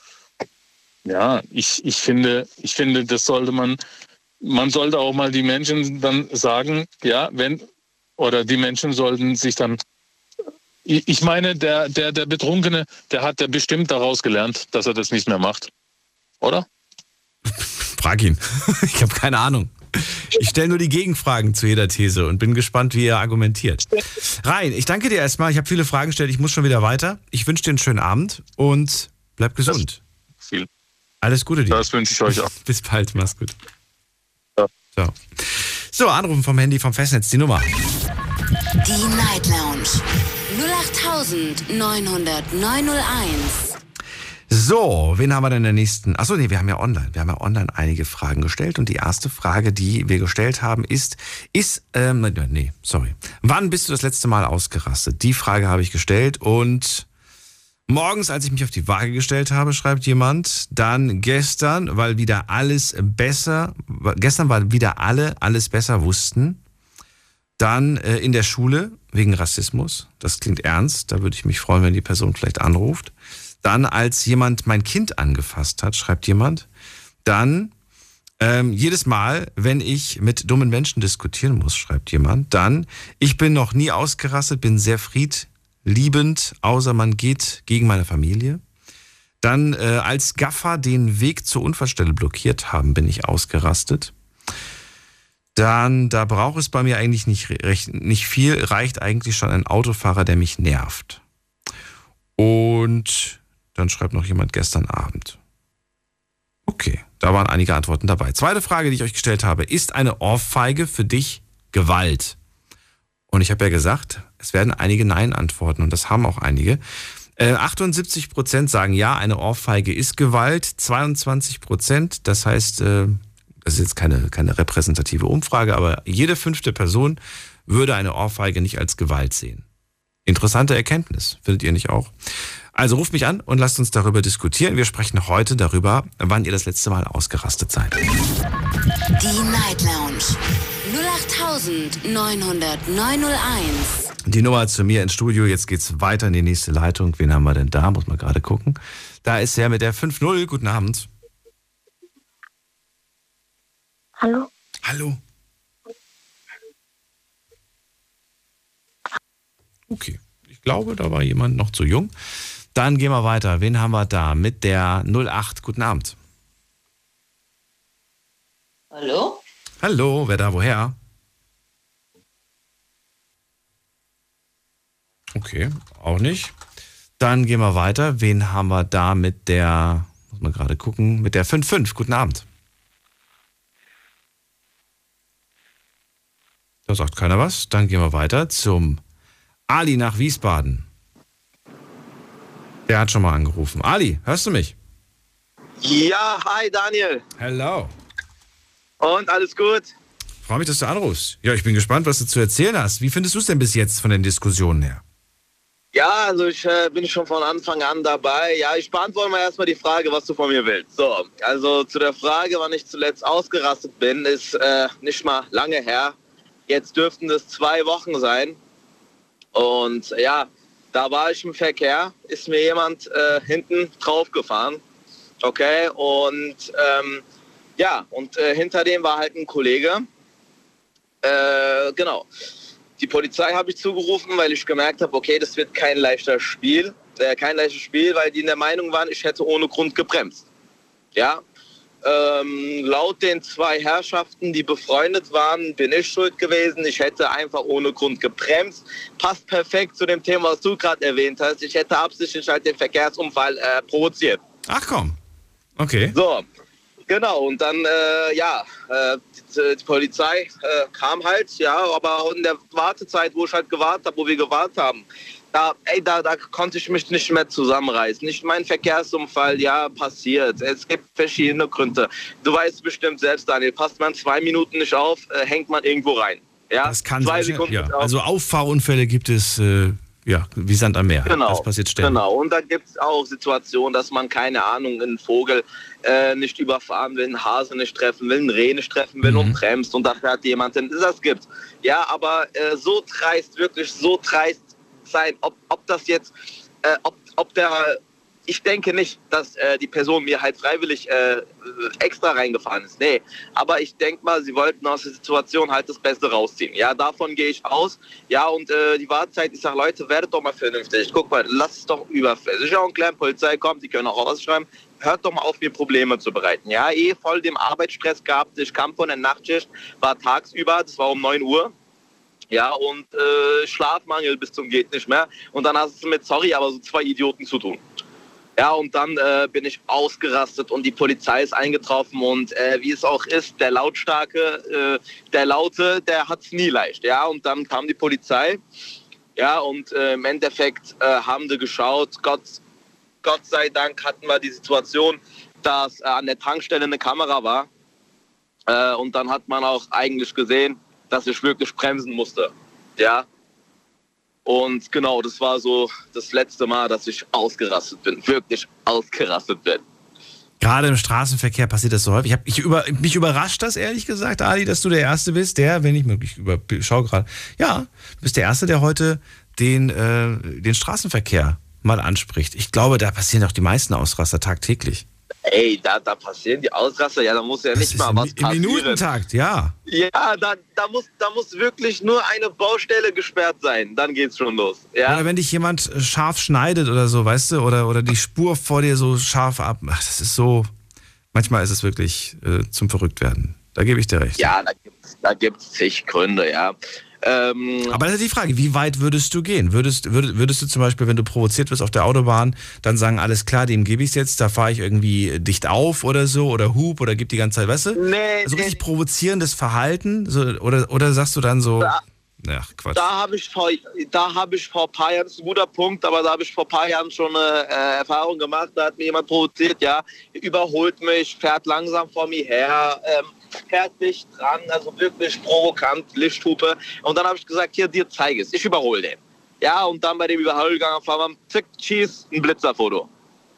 ja, ich, ich finde, ich finde, das sollte man, man sollte auch mal die Menschen dann sagen, ja, wenn, oder die Menschen sollten sich dann, ich, ich meine, der, der, der Betrunkene, der hat ja bestimmt daraus gelernt, dass er das nicht mehr macht, oder? Frag ihn. Ich habe keine Ahnung. Ich stelle nur die Gegenfragen zu jeder These und bin gespannt, wie er argumentiert. Rein, ich danke dir erstmal. Ich habe viele Fragen gestellt. Ich muss schon wieder weiter. Ich wünsche dir einen schönen Abend und bleib gesund. Viel. Alles Gute dir. Das wünsche ich euch auch. Bis bald. Mach's gut. Ja. So. So, anrufen vom Handy, vom Festnetz, die Nummer. Die Night Lounge null acht neun null null neun null eins. So, wen haben wir denn in der nächsten? Achso, nee, wir haben ja online. Wir haben ja online einige Fragen gestellt und die erste Frage, die wir gestellt haben, ist, ist, ähm, nee, sorry. Wann bist du das letzte Mal ausgerastet? Die Frage habe ich gestellt und morgens, als ich mich auf die Waage gestellt habe, schreibt jemand, dann gestern, weil wieder alles besser, gestern, weil wieder alle alles besser wussten, dann äh, in der Schule wegen Rassismus. Das klingt ernst, da würde ich mich freuen, wenn die Person vielleicht anruft. Dann, als jemand mein Kind angefasst hat, schreibt jemand. Dann, ähm, jedes Mal, wenn ich mit dummen Menschen diskutieren muss, schreibt jemand. Dann, ich bin noch nie ausgerastet, bin sehr friedliebend, außer man geht gegen meine Familie. Dann, äh, als Gaffer den Weg zur Unfallstelle blockiert haben, bin ich ausgerastet. Dann, da braucht es bei mir eigentlich nicht, recht, nicht viel, reicht eigentlich schon ein Autofahrer, der mich nervt. Und dann schreibt noch jemand gestern Abend. Okay, da waren einige Antworten dabei. Zweite Frage, die ich euch gestellt habe. Ist eine Ohrfeige für dich Gewalt? Und ich habe ja gesagt, es werden einige Nein antworten und das haben auch einige. Äh, achtundsiebzig Prozent sagen ja, eine Ohrfeige ist Gewalt. zweiundzwanzig Prozent, das heißt, äh, das ist jetzt keine, keine repräsentative Umfrage, aber jede fünfte Person würde eine Ohrfeige nicht als Gewalt sehen. Interessante Erkenntnis, findet ihr nicht auch? Also ruft mich an und lasst uns darüber diskutieren. Wir sprechen heute darüber, wann ihr das letzte Mal ausgerastet seid. Die Night Lounge null acht neun null null neun null eins. Die Nummer zu mir ins Studio. Jetzt geht's weiter in die nächste Leitung. Wen haben wir denn da? Muss man gerade gucken. Da ist er mit der fünf null. Guten Abend. Hallo. Hallo. Okay. Ich glaube, da war jemand noch zu jung. Dann gehen wir weiter. Wen haben wir da? Mit der null acht. Guten Abend. Hallo? Hallo, wer da, woher? Okay, auch nicht. Dann gehen wir weiter. Wen haben wir da mit der, muss man gerade gucken, mit der fünf fünf. Guten Abend. Da sagt keiner was. Dann gehen wir weiter zum Ali nach Wiesbaden. Der hat schon mal angerufen. Ali, hörst du mich? Ja, hi Daniel. Hello. Und alles gut? Freue mich, dass du anrufst. Ja, ich bin gespannt, was du zu erzählen hast. Wie findest du es denn bis jetzt von den Diskussionen her? Ja, also ich äh, bin schon von Anfang an dabei. Ja, ich beantworte mal erstmal die Frage, was du von mir willst. So, also zu der Frage, wann ich zuletzt ausgerastet bin, ist äh, nicht mal lange her. Jetzt dürften es zwei Wochen sein. Und ja, da war ich im Verkehr, ist mir jemand äh, hinten drauf gefahren. Okay, und ähm, ja, und äh, hinter dem war halt ein Kollege. Äh, genau. Die Polizei habe ich zugerufen, weil ich gemerkt habe, okay, das wird kein leichter Spiel. Äh, kein leichtes Spiel, weil die in der Meinung waren, ich hätte ohne Grund gebremst. Ja. Ähm, laut den zwei Herrschaften, die befreundet waren, bin ich schuld gewesen. Ich hätte einfach ohne Grund gebremst. Passt perfekt zu dem Thema, was du gerade erwähnt hast. Ich hätte absichtlich halt den Verkehrsunfall äh, provoziert. Ach komm. Okay. So, genau. Und dann, äh, ja, äh, die, die Polizei äh, kam halt, ja, aber in der Wartezeit, wo ich halt gewartet habe, wo wir gewartet haben, Da, ey, da, da konnte ich mich nicht mehr zusammenreißen. Nicht mein Verkehrsunfall, ja, passiert. Es gibt verschiedene Gründe. Du weißt bestimmt selbst, Daniel, passt man zwei Minuten nicht auf, äh, hängt man irgendwo rein. Ja? Das kann zwei sein. Sekunden Ja. auf. Also Auffahrunfälle gibt es, äh, ja, wie Sand am Meer. Genau, das passiert ständig. Genau, und da gibt es auch Situationen, dass man, keine Ahnung, einen Vogel äh, nicht überfahren will, einen Hase nicht treffen will, einen Reh nicht treffen will mhm. und bremst und da fährt jemand hin. Das gibt. Ja, aber äh, so dreist, wirklich so dreist sein, ob, ob das jetzt, äh, ob, ob der, ich denke nicht, dass äh, die Person mir halt freiwillig äh, extra reingefahren ist. Nee, aber ich denke mal, sie wollten aus der Situation halt das Beste rausziehen. Ja, davon gehe ich aus. Ja, und äh, die Wartezeit, ich sage, Leute, werdet doch mal vernünftig. Guck mal, lasst es doch überfällig. Sicher und klein, Polizei kommt, die können auch ausschreiben. Hört doch mal auf, mir Probleme zu bereiten. Ja, eh voll dem Arbeitsstress gehabt. Ich kam von der Nachtschicht, war tagsüber, das war um neun Uhr. Ja, und äh, Schlafmangel bis zum geht nicht mehr. Und dann hast du mit, sorry, aber so zwei Idioten zu tun. Ja, und dann äh, bin ich ausgerastet und die Polizei ist eingetroffen. Und äh, wie es auch ist, der Lautstarke, äh, der Laute, der hat's nie leicht. Ja, und dann kam die Polizei. Ja, und äh, im Endeffekt äh, haben sie geschaut. Gott, Gott sei Dank hatten wir die Situation, dass äh, an der Tankstelle eine Kamera war. Äh, und dann hat man auch eigentlich gesehen, dass ich wirklich bremsen musste, ja. Und genau, das war so das letzte Mal, dass ich ausgerastet bin, wirklich ausgerastet bin. Gerade im Straßenverkehr passiert das so häufig. Ich hab, ich über, mich überrascht das, ehrlich gesagt, Ali, dass du der Erste bist, der, wenn ich möglich über, schau gerade, ja, du bist der Erste, der heute den, äh, den Straßenverkehr mal anspricht. Ich glaube, da passieren auch die meisten Ausraster tagtäglich. Ey, da, da passieren die Ausraster, ja, da muss ja nicht mal was passieren. Im Minutentakt, ja. Ja, da, da, muss, da muss wirklich nur eine Baustelle gesperrt sein, dann geht's schon los. Ja? Oder wenn dich jemand scharf schneidet oder so, weißt du, oder, oder die Spur vor dir so scharf ab. Ach, das ist so, manchmal ist es wirklich äh, zum Verrücktwerden. Da gebe ich dir recht. Ja, da gibt's, da gibt's zig Gründe, ja. Ähm, Aber das ist die Frage, wie weit würdest du gehen? Würdest, würdest, würdest du zum Beispiel, wenn du provoziert wirst auf der Autobahn, dann sagen, alles klar, dem gebe ich es jetzt, da fahre ich irgendwie dicht auf oder so oder hup oder gib die ganze Zeit, weißt du? Nee, so richtig nee. Provozierendes Verhalten so, oder, oder sagst du dann so, da, ach Quatsch. Da habe ich, vor, hab ich vor ein paar Jahren, das ist ein guter Punkt, aber da habe ich vor ein paar Jahren schon eine äh, Erfahrung gemacht, da hat mir jemand provoziert, ja, überholt mich, fährt langsam vor mir her, ähm, fährt dicht dran, also wirklich provokant, Lichthupe. Und dann habe ich gesagt, hier, dir zeige es, ich überhole den. Ja, und dann bei dem Überholgang fahren wir, zick, schieß, ein Blitzerfoto.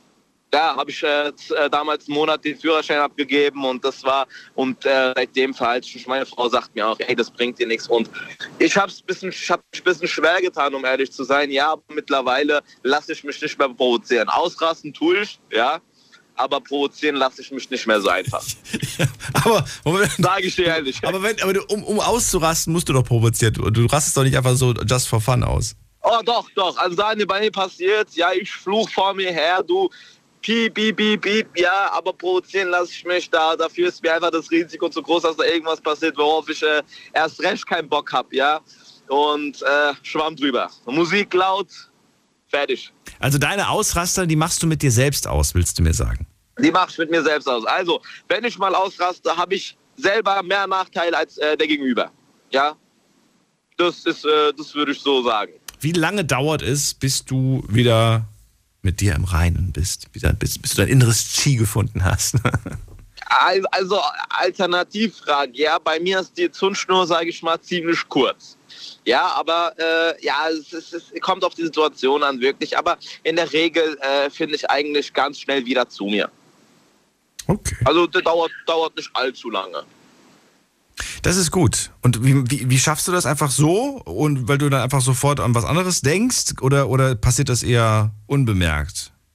Ja, habe ich äh, damals einen Monat den Führerschein abgegeben und das war, und äh, seitdem verhalte ich mich, meine Frau sagt mir auch, ey, das bringt dir nichts. Und ich habe es ein bisschen, ich hab ein bisschen schwer getan, um ehrlich zu sein. Ja, aber mittlerweile lasse ich mich nicht mehr provozieren. Ausrasten tue ich, ja. Aber provozieren lasse ich mich nicht mehr so einfach. aber sage ich dir ehrlich. Aber, wenn, aber du, um, um auszurasten, musst du doch provozieren. Du, du rastest doch nicht einfach so just for fun aus. Oh, doch, doch. Also da bei mir passiert, ja, ich fluch vor mir her, du piep, piep, piep, piep, ja, aber provozieren lasse ich mich da. Dafür ist mir einfach das Risiko zu groß, dass da irgendwas passiert, worauf ich äh, erst recht keinen Bock habe, ja. Und äh, schwamm drüber. Musik laut, fertig. Also deine Ausraster, die machst du mit dir selbst aus, willst du mir sagen? Die mache ich mit mir selbst aus. Also, wenn ich mal ausraste, habe ich selber mehr Nachteile als äh, der Gegenüber. Ja, das ist, äh, das würde ich so sagen. Wie lange dauert es, bis du wieder mit dir im Reinen bist, wieder, bis, bis du dein inneres Chi gefunden hast? Also, Alternativfrage, ja, bei mir ist die Zündschnur, sage ich mal, ziemlich kurz. Ja, aber äh, ja, es, es, es kommt auf die Situation an, wirklich. Aber in der Regel äh, finde ich eigentlich ganz schnell wieder zu mir. Okay. Also das dauert, dauert nicht allzu lange. Das ist gut. Und wie, wie, wie schaffst du das einfach so? Und weil du dann einfach sofort an was anderes denkst? Oder, oder passiert das eher unbemerkt?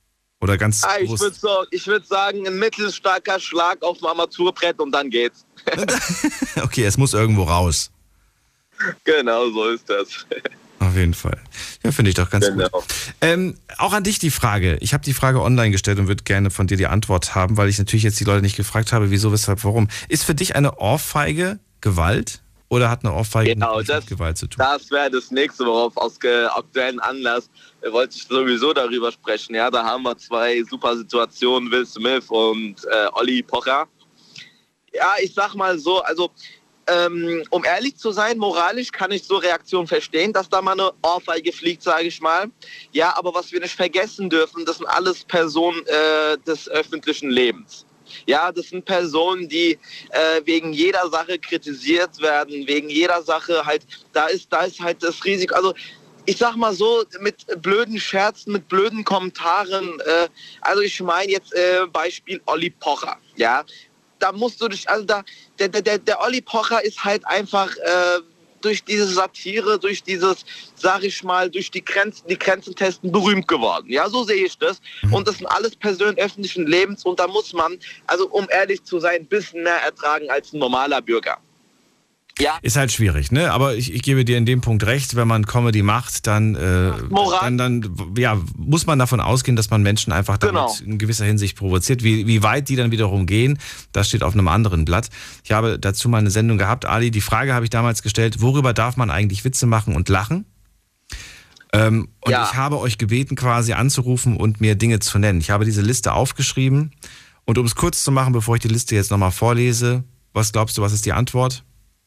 Oder ganz Ah, ich bewusst? würde so, ich würd sagen, ein mittelstarker Schlag auf dem Armaturenbrett und dann geht's. Okay, es muss irgendwo raus. Genau, so ist das. Auf jeden Fall. Ja, finde ich doch ganz Genau. gut. Ähm, auch an dich die Frage. Ich habe die Frage online gestellt und würde gerne von dir die Antwort haben, weil ich natürlich jetzt die Leute nicht gefragt habe, wieso, weshalb, warum. Ist für dich eine Ohrfeige Gewalt oder hat eine Ohrfeige Genau, nichts das, mit Gewalt zu tun? das wäre das nächste, worauf aus äh, aktuellen Anlass äh, wollte ich sowieso darüber sprechen. Ja, da haben wir zwei super Situationen, Will Smith und äh, Olli Pocher. Ja, ich sag mal so, also ähm, um ehrlich zu sein, moralisch kann ich so Reaktionen verstehen, dass da mal eine Ohrfeige fliegt, sage ich mal. Ja, aber was wir nicht vergessen dürfen, das sind alles Personen äh, des öffentlichen Lebens. Ja, das sind Personen, die äh, wegen jeder Sache kritisiert werden, wegen jeder Sache halt, da ist, da ist halt das Risiko, also ich sag mal so, mit blöden Scherzen, mit blöden Kommentaren, äh, also ich meine jetzt äh, Beispiel Olli Pocher, ja, da musst du dich, also da, der, der, der Olli Pocher ist halt einfach äh, durch diese Satire, durch dieses, sag ich mal, durch die Grenzen, die Grenzen testen berühmt geworden. Ja, so sehe ich das. Und das sind alles Personen öffentlichen Lebens und da muss man, also um ehrlich zu sein, ein bisschen mehr ertragen als ein normaler Bürger. Ja. Ist halt schwierig, ne? Aber ich, ich gebe dir in dem Punkt recht, wenn man Comedy macht, dann, äh, dann, dann ja, muss man davon ausgehen, dass man Menschen einfach damit Genau. in gewisser Hinsicht provoziert. Wie, wie weit die dann wiederum gehen, das steht auf einem anderen Blatt. Ich habe dazu mal eine Sendung gehabt, Ali, die Frage habe ich damals gestellt, worüber darf man eigentlich Witze machen und lachen? Ähm, und Ja. ich habe euch gebeten, quasi anzurufen und mir Dinge zu nennen. Ich habe diese Liste aufgeschrieben und um es kurz zu machen, bevor ich die Liste jetzt nochmal vorlese, was glaubst du, was ist die Antwort?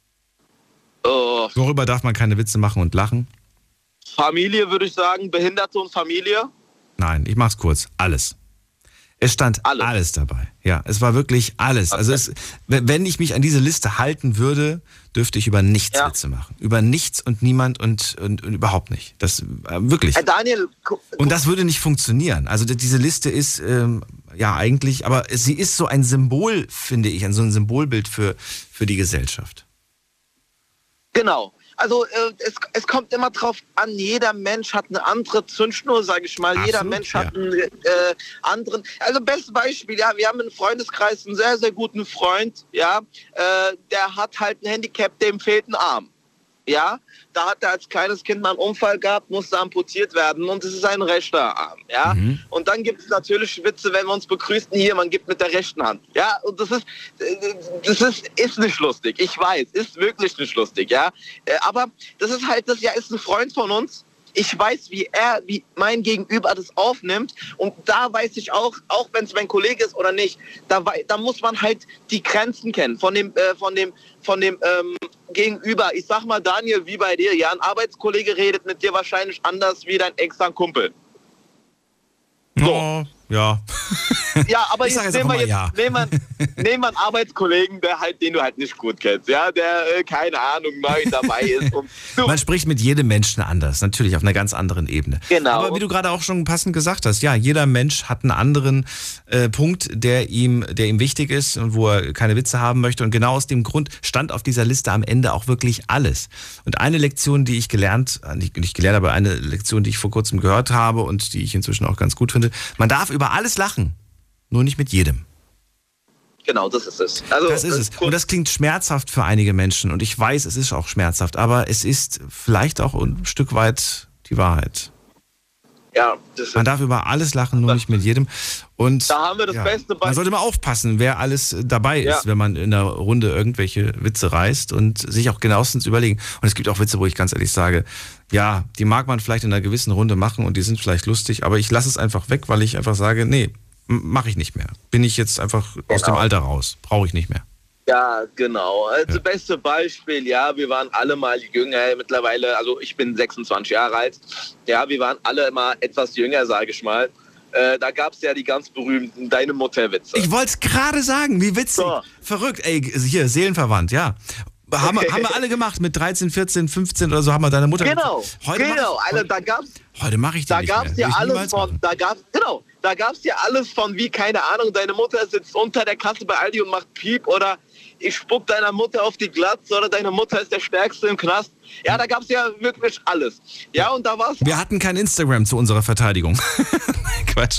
Oh, Worüber darf man keine Witze machen und lachen? Familie würde ich sagen, Behinderte und Familie. Nein, ich mach's kurz. Alles. Es stand alles, alles dabei. Ja, es war wirklich alles. Also es, wenn ich mich an diese Liste halten würde, dürfte ich über nichts Ja. Witze machen. Über nichts und niemand und, und, und überhaupt nicht. Das äh, wirklich. Herr Daniel, gu- Und das würde nicht funktionieren. Also d- diese Liste ist ähm, ja eigentlich, aber sie ist so ein Symbol, finde ich, so ein Symbolbild für, für die Gesellschaft. Genau. Also äh, es, es kommt immer drauf an, jeder Mensch hat eine andere Zündschnur, sage ich mal. Absolut, jeder Mensch ja. hat einen äh, anderen. Also bestes Beispiel, ja, wir haben im Freundeskreis einen sehr, sehr guten Freund, ja, äh, der hat halt ein Handicap, dem fehlt ein Arm. Ja, da hat er als kleines Kind mal einen Unfall gehabt, musste amputiert werden und es ist ein rechter Arm, ja. Mhm. Und dann gibt es natürlich Witze, wenn wir uns begrüßen, hier, man gibt mit der rechten Hand, ja. Und das ist, das ist, ist nicht lustig, ich weiß, ist wirklich nicht lustig, ja. Aber das ist halt, das ja ist ein Freund von uns. Ich weiß, wie er, wie mein Gegenüber das aufnimmt und da weiß ich auch, auch wenn es mein Kollege ist oder nicht, da, da muss man halt die Grenzen kennen von dem, äh, von dem, von dem ähm, Gegenüber. Ich sag mal, Daniel, wie bei dir, ja, ein Arbeitskollege redet mit dir wahrscheinlich anders wie dein extra Kumpel. So. Oh, ja. Ja, aber Ich sag jetzt jetzt nehmen einfach wir, mal jetzt, nehmen, wir, nehmen wir einen Arbeitskollegen, der halt, den du halt nicht gut kennst, ja, der, äh, keine Ahnung, neu dabei ist. Und du, Man spricht mit jedem Menschen anders, natürlich auf einer ganz anderen Ebene. Genau. Aber wie du gerade auch schon passend gesagt hast, ja, jeder Mensch hat einen anderen äh, Punkt, der ihm, der ihm wichtig ist und wo er keine Witze haben möchte. Und genau aus dem Grund stand auf dieser Liste am Ende auch wirklich alles. Und eine Lektion, die ich gelernt, nicht, nicht gelernt, aber eine Lektion, die ich vor kurzem gehört habe und die ich inzwischen auch ganz gut finde, man darf über alles lachen, nur nicht mit jedem. genau, das ist es. Also, Das ist es. Und das klingt schmerzhaft für einige Menschen. Und ich weiß, es ist auch schmerzhaft. Aber es ist vielleicht auch ein Stück weit die Wahrheit. Ja, das ist Man darf über alles lachen, nur nicht mit jedem. Und Da haben wir das ja, beste Beispiel. man sollte mal aufpassen, wer alles dabei ist, Ja. wenn man in einer Runde irgendwelche Witze reißt und sich auch genauestens überlegen. Und es gibt auch Witze, wo ich ganz ehrlich sage, ja, die mag man vielleicht in einer gewissen Runde machen und die sind vielleicht lustig, aber ich lasse es einfach weg, weil ich einfach sage, nee, mache ich nicht mehr. Bin ich jetzt einfach aus dem Genau. Alter raus. Brauche ich nicht mehr. Ja, genau. Also Ja. beste Beispiel, ja, wir waren alle mal jünger mittlerweile, also ich bin sechsundzwanzig Jahre alt. Ja, wir waren alle mal etwas jünger, sage ich mal. Äh, da gab es ja die ganz berühmten Deine Mutter-Witze. Ich wollte es gerade sagen, wie witzig. So. Verrückt, ey, hier, seelenverwandt, ja. Haben wir, haben wir alle gemacht, mit dreizehn, vierzehn, fünfzehn oder so haben wir deine Mutter Genau, Heute genau. Mach ich, Also da gab's, heute mache ich die da nicht gab's mehr. ja Will ich alles niemals von, machen. da gab's, genau, da gab's ja alles von wie, keine Ahnung, deine Mutter sitzt unter der Kasse bei Aldi und macht Piep oder ich spuck deiner Mutter auf die Glatze oder deine Mutter ist der Stärkste im Knast. Ja, da gab es ja wirklich alles. Ja, und da war's. Wir hatten kein Instagram zu unserer Verteidigung. Quatsch.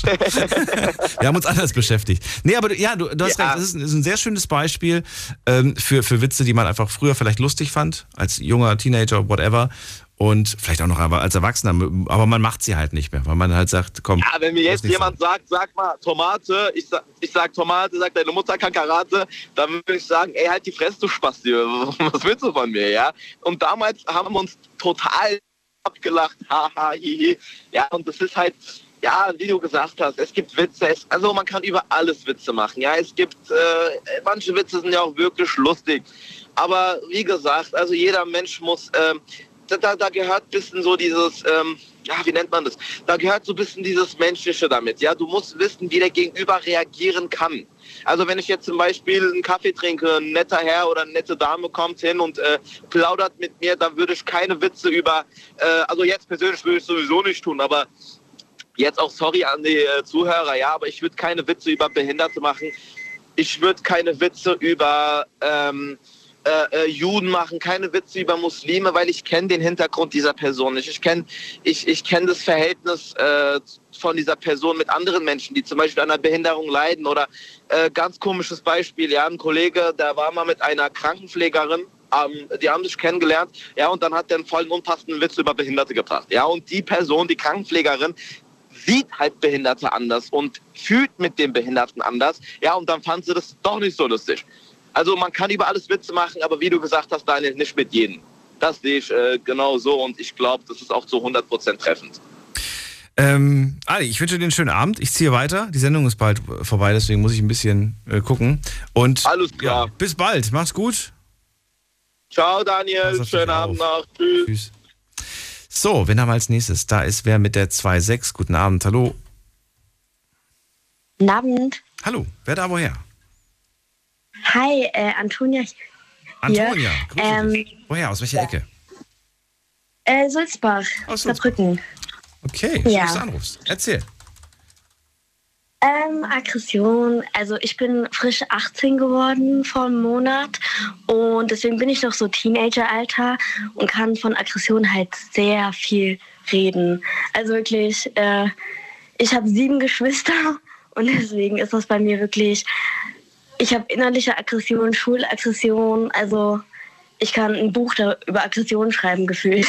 Wir haben uns anders beschäftigt. Nee, aber du, ja, du, du hast ja. recht. Das ist, ein, das ist ein sehr schönes Beispiel ähm, für, für Witze, die man einfach früher vielleicht lustig fand, als junger Teenager, whatever. Und vielleicht auch noch als Erwachsener, aber man macht sie halt nicht mehr, weil man halt sagt, komm. Ja, wenn mir jetzt jemand sein. sagt, sag mal Tomate, ich sag, ich sag Tomate, sagt deine Mutter kann Karate, dann würde ich sagen, ey, halt die Fresse, du Spasti, was willst du von mir, ja? Und damals haben wir uns total abgelacht, haha, hihi. Ja, und das ist halt, ja, wie du gesagt hast, es gibt Witze, es, also man kann über alles Witze machen, ja, es gibt, äh, manche Witze sind ja auch wirklich lustig, aber wie gesagt, also jeder Mensch muss, äh, Da, da gehört ein bisschen so dieses, ähm, ja, wie nennt man das? Da gehört so ein bisschen dieses Menschliche damit, ja. Du musst wissen, wie der Gegenüber reagieren kann. Also wenn ich jetzt zum Beispiel einen Kaffee trinke, ein netter Herr oder eine nette Dame kommt hin und äh, plaudert mit mir, dann würde ich keine Witze über, äh, also jetzt persönlich würde ich sowieso nicht tun, aber jetzt auch sorry an die äh, Zuhörer, ja, aber ich würde keine Witze über Behinderte machen. Ich würde keine Witze über, ähm, Äh, Juden machen, keine Witze über Muslime, weil ich kenne den Hintergrund dieser Person nicht. Ich kenne ich, ich kenn das Verhältnis äh, von dieser Person mit anderen Menschen, die zum Beispiel an einer Behinderung leiden. Oder äh, ganz komisches Beispiel, ja, ein Kollege, der war mal mit einer Krankenpflegerin, ähm, die haben sich kennengelernt, ja, und dann hat der einen vollen unpassenden Witz über Behinderte gebracht. Ja, und die Person, die Krankenpflegerin, sieht halt Behinderte anders und fühlt mit dem Behinderten anders. Ja, und dann fand sie das doch nicht so lustig. Also man kann über alles Witze machen, aber wie du gesagt hast, Daniel, nicht mit jedem. Das sehe ich äh, genau so und ich glaube, das ist auch zu hundert Prozent treffend. Ähm, Ali, ich wünsche dir einen schönen Abend. Ich ziehe weiter. Die Sendung ist bald vorbei, deswegen muss ich ein bisschen äh, gucken. Und alles klar. Ja, bis bald. Mach's gut. Ciao, Daniel. Schönen Abend noch. Tschüss. Tschüss. So, wen haben wir als nächstes? Da ist wer mit der zwei sechs. Guten Abend. Hallo. Guten Abend. Hallo. Wer da woher? Hi, äh, Antonia. Hier. Antonia, grüße ähm, dich. Woher? Aus welcher Ecke? Äh, Sulzbach. Aus Saarbrücken. Okay, schön, ja. dass du anrufst. Erzähl. Ähm, Aggression. Also ich bin frisch achtzehn geworden vor einem Monat und deswegen bin ich noch so Teenager-Alter und kann von Aggression halt sehr viel reden. Also wirklich, äh, ich habe sieben Geschwister und deswegen ist das bei mir wirklich... Ich habe innerliche Aggression, Schulaggression, also ich kann ein Buch da über Aggression schreiben, gefühlt.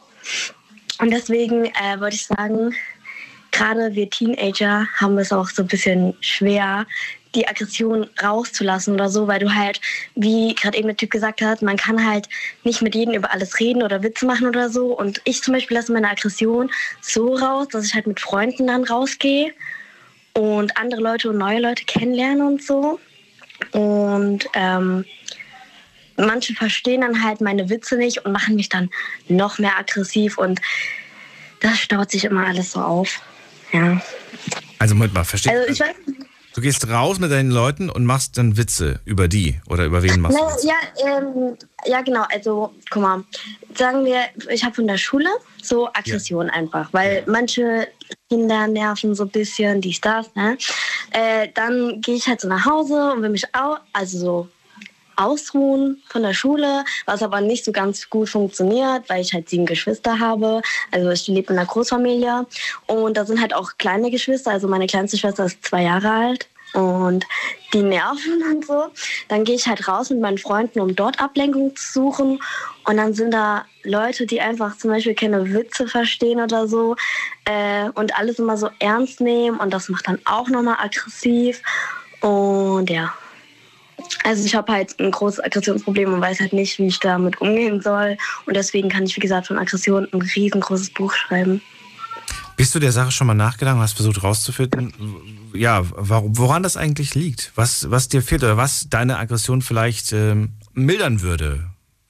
Und deswegen äh, wollte ich sagen, gerade wir Teenager haben es auch so ein bisschen schwer, die Aggression rauszulassen oder so, weil du halt, wie gerade eben der Typ gesagt hat, man kann halt nicht mit jedem über alles reden oder Witze machen oder so. Und ich zum Beispiel lasse meine Aggression so raus, dass ich halt mit Freunden dann rausgehe und andere Leute und neue Leute kennenlerne und so. Und ähm, manche verstehen dann halt meine Witze nicht und machen mich dann noch mehr aggressiv und das staut sich immer alles so auf. Ja. Also Moment mal, verstehe also ich. Weiß, du gehst raus mit deinen Leuten und machst dann Witze über die oder über wen machst na, du Witze? Ja, ähm, ja, genau. Also guck mal, sagen wir, ich habe von der Schule so Aggression ja. einfach, weil manche Kinder nerven so ein bisschen, dies, das, ne? Äh, dann gehe ich halt so nach Hause und will mich auch, also so ausruhen von der Schule, was aber nicht so ganz gut funktioniert, weil ich halt sieben Geschwister habe. Also ich lebe in einer Großfamilie und da sind halt auch kleine Geschwister. Also meine kleinste Schwester ist zwei Jahre alt und die nerven und so. Dann gehe ich halt raus mit meinen Freunden, um dort Ablenkung zu suchen. Und dann sind da Leute, die einfach zum Beispiel keine Witze verstehen oder so äh, und alles immer so ernst nehmen. Und das macht dann auch nochmal aggressiv. Und ja, also ich habe halt ein großes Aggressionsproblem und weiß halt nicht, wie ich damit umgehen soll. Und deswegen kann ich, wie gesagt, von Aggression ein riesengroßes Buch schreiben. Bist du der Sache schon mal nachgegangen, hast versucht rauszufinden, ja, woran das eigentlich liegt? Was, was dir fehlt oder was deine Aggression vielleicht ähm, mildern würde?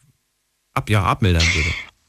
Ab, ja, abmildern würde?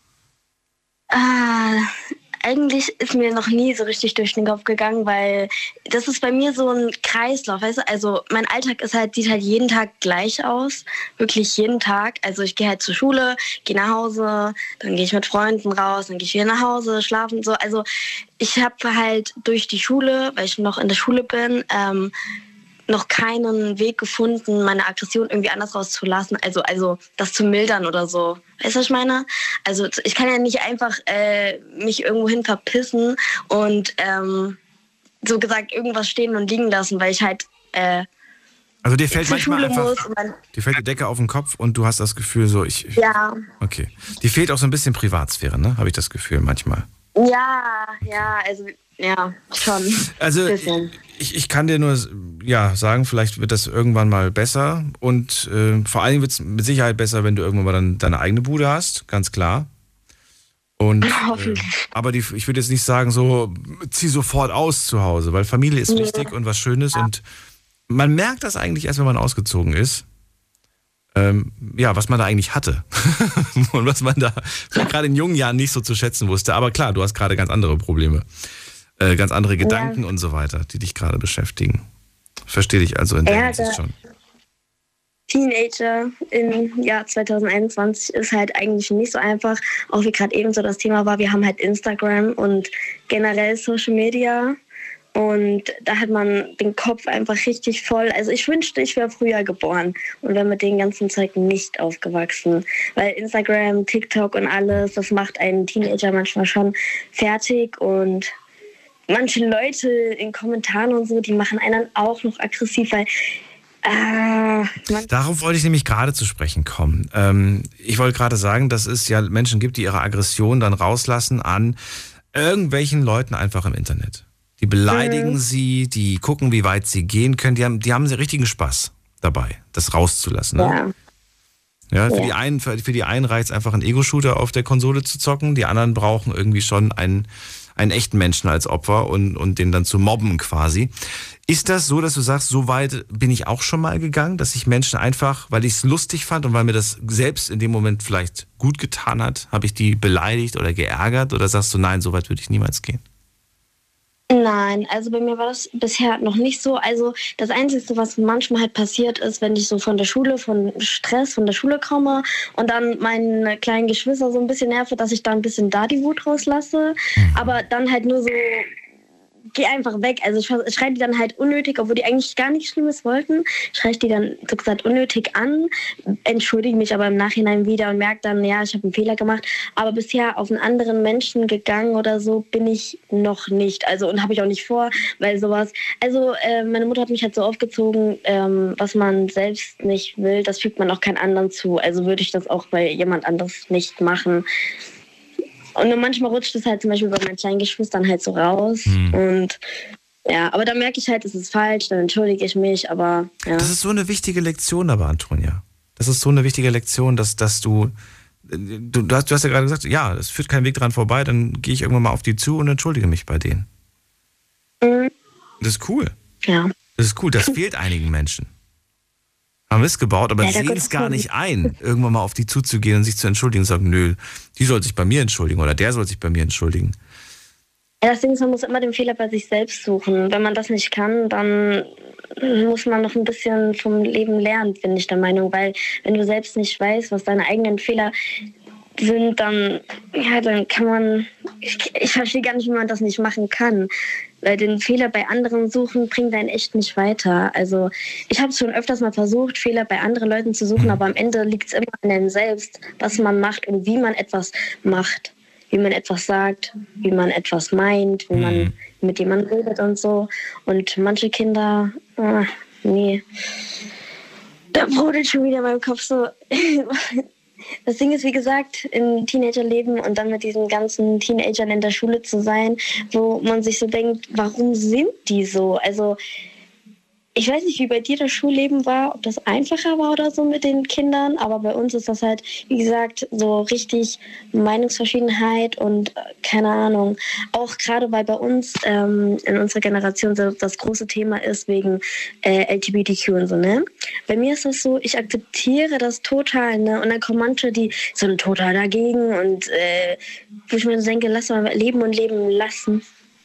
Ah, eigentlich ist mir noch nie so richtig durch den Kopf gegangen, weil das ist bei mir so ein Kreislauf, weißt du? Also mein Alltag ist halt, sieht halt jeden Tag gleich aus, wirklich jeden Tag. Also ich gehe halt zur Schule, gehe nach Hause, dann gehe ich mit Freunden raus, dann gehe ich wieder nach Hause, schlafen so. Also ich habe halt durch die Schule, weil ich noch in der Schule bin, ähm, noch keinen Weg gefunden, meine Aggression irgendwie anders rauszulassen, also, also das zu mildern oder so. Weißt du, was ich meine? Also ich kann ja nicht einfach äh, mich irgendwohin verpissen und ähm, so gesagt irgendwas stehen und liegen lassen, weil ich halt äh, Also dir fällt zur manchmal Schule einfach, muss und dann, dir fällt die Decke auf den Kopf und du hast das Gefühl so, ich... ich ja. Okay. Dir fehlt auch so ein bisschen Privatsphäre, ne? Habe ich das Gefühl manchmal. Ja, ja, also ja, schon. Also ich, ich kann dir nur ja, sagen, vielleicht wird das irgendwann mal besser und äh, vor allem wird es mit Sicherheit besser, wenn du irgendwann mal dann deine eigene Bude hast, ganz klar. Und, äh, aber die, ich würde jetzt nicht sagen, so zieh sofort aus zu Hause, weil Familie ist wichtig und was Schönes ja. Und man merkt das eigentlich erst, wenn man ausgezogen ist. Ähm, ja, was man da eigentlich hatte und was man da gerade in jungen Jahren nicht so zu schätzen wusste. Aber klar, du hast gerade ganz andere Probleme, äh, ganz andere Gedanken ja. und so weiter, die dich gerade beschäftigen. Verstehe dich also in der ja, Hinsicht schon. Teenager im Jahr zwanzig einundzwanzig ist halt eigentlich nicht so einfach, auch wie gerade eben so das Thema war, wir haben halt Instagram und generell Social Media. Und da hat man den Kopf einfach richtig voll. Also ich wünschte, ich wäre früher geboren und wäre mit dem ganzen Zeug nicht aufgewachsen. Weil Instagram, TikTok und alles, das macht einen Teenager manchmal schon fertig. Und manche Leute in Kommentaren und so, die machen einen dann auch noch aggressiv, weil... Äh, Darauf wollte ich nämlich gerade zu sprechen kommen. Ähm, ich wollte gerade sagen, dass es ja Menschen gibt, die ihre Aggression dann rauslassen an irgendwelchen Leuten einfach im Internet. Die beleidigen mhm. sie, die gucken, wie weit sie gehen können. Die haben, die haben richtigen Spaß dabei, das rauszulassen. Ne? Ja. Ja, für, ja. Die einen, für, für die einen reicht es einfach, einen Ego-Shooter auf der Konsole zu zocken. Die anderen brauchen irgendwie schon einen, einen echten Menschen als Opfer und, und den dann zu mobben quasi. Ist das so, dass du sagst, so weit bin ich auch schon mal gegangen, dass ich Menschen einfach, weil ich es lustig fand und weil mir das selbst in dem Moment vielleicht gut getan hat, habe ich die beleidigt oder geärgert? Oder sagst du, nein, so weit würde ich niemals gehen? Nein, also bei mir war das bisher noch nicht so. Also das Einzige, was manchmal halt passiert ist, wenn ich so von der Schule, von Stress, von der Schule komme und dann meine kleinen Geschwister so ein bisschen nerve, dass ich da ein bisschen da die Wut rauslasse. Aber dann halt nur so, geh einfach weg. Also ich schreie die dann halt unnötig, obwohl die eigentlich gar nichts Schlimmes wollten, schreie ich die dann so gesagt unnötig an, entschuldige mich aber im Nachhinein wieder und merke dann, ja, ich habe einen Fehler gemacht. Aber bisher auf einen anderen Menschen gegangen oder so bin ich noch nicht. Also und habe ich auch nicht vor, weil sowas, also äh, meine Mutter hat mich halt so aufgezogen, ähm, was man selbst nicht will, das fügt man auch keinen anderen zu. Also würde ich das auch bei jemand anderes nicht machen. Und nur manchmal rutscht es halt zum Beispiel bei meinen kleinen Geschwistern halt so raus. Hm. Und ja, aber dann merke ich halt, es ist falsch, dann entschuldige ich mich, aber ja. Das ist so eine wichtige Lektion aber, Antonia. Das ist so eine wichtige Lektion, dass, dass du, du, du hast, du hast ja gerade gesagt, ja, es führt kein Weg dran vorbei, dann gehe ich irgendwann mal auf die zu und entschuldige mich bei denen. Mhm. Das ist cool. Ja. Das ist cool, das fehlt einigen Menschen. Haben Mist gebaut, aber ja, sehen es gar nicht ein, irgendwann mal auf die zuzugehen und sich zu entschuldigen und sagen, nö, die soll sich bei mir entschuldigen oder der soll sich bei mir entschuldigen. Ja, das Ding ist, man muss immer den Fehler bei sich selbst suchen. Wenn man das nicht kann, dann muss man noch ein bisschen vom Leben lernen, bin ich der Meinung. Weil wenn du selbst nicht weißt, was deine eigenen Fehler sind, dann, ja, dann kann man, ich, ich verstehe gar nicht, wie man das nicht machen kann. Weil den Fehler bei anderen suchen, bringt einen echt nicht weiter. Also ich habe es schon öfters mal versucht, Fehler bei anderen Leuten zu suchen, aber am Ende liegt es immer an einem selbst, was man macht und wie man etwas macht. Wie man etwas sagt, wie man etwas meint, wie man mit jemandem redet und so. Und manche Kinder, ah, nee, da brodelt schon wieder in meinem Kopf so. Das Ding ist, wie gesagt, im Teenagerleben und dann mit diesen ganzen Teenagern in der Schule zu sein, wo man sich so denkt, warum sind die so? Also ich weiß nicht, wie bei dir das Schulleben war, ob das einfacher war oder so mit den Kindern, aber bei uns ist das halt, wie gesagt, so richtig Meinungsverschiedenheit und keine Ahnung. Auch gerade, weil bei uns ähm, in unserer Generation so das große Thema ist wegen äh, L G B T Q und so, ne? Bei mir ist das so, ich akzeptiere das total, ne? Und dann kommen manche, die sind total dagegen und äh, wo ich mir so denke, lass mal leben und leben lassen.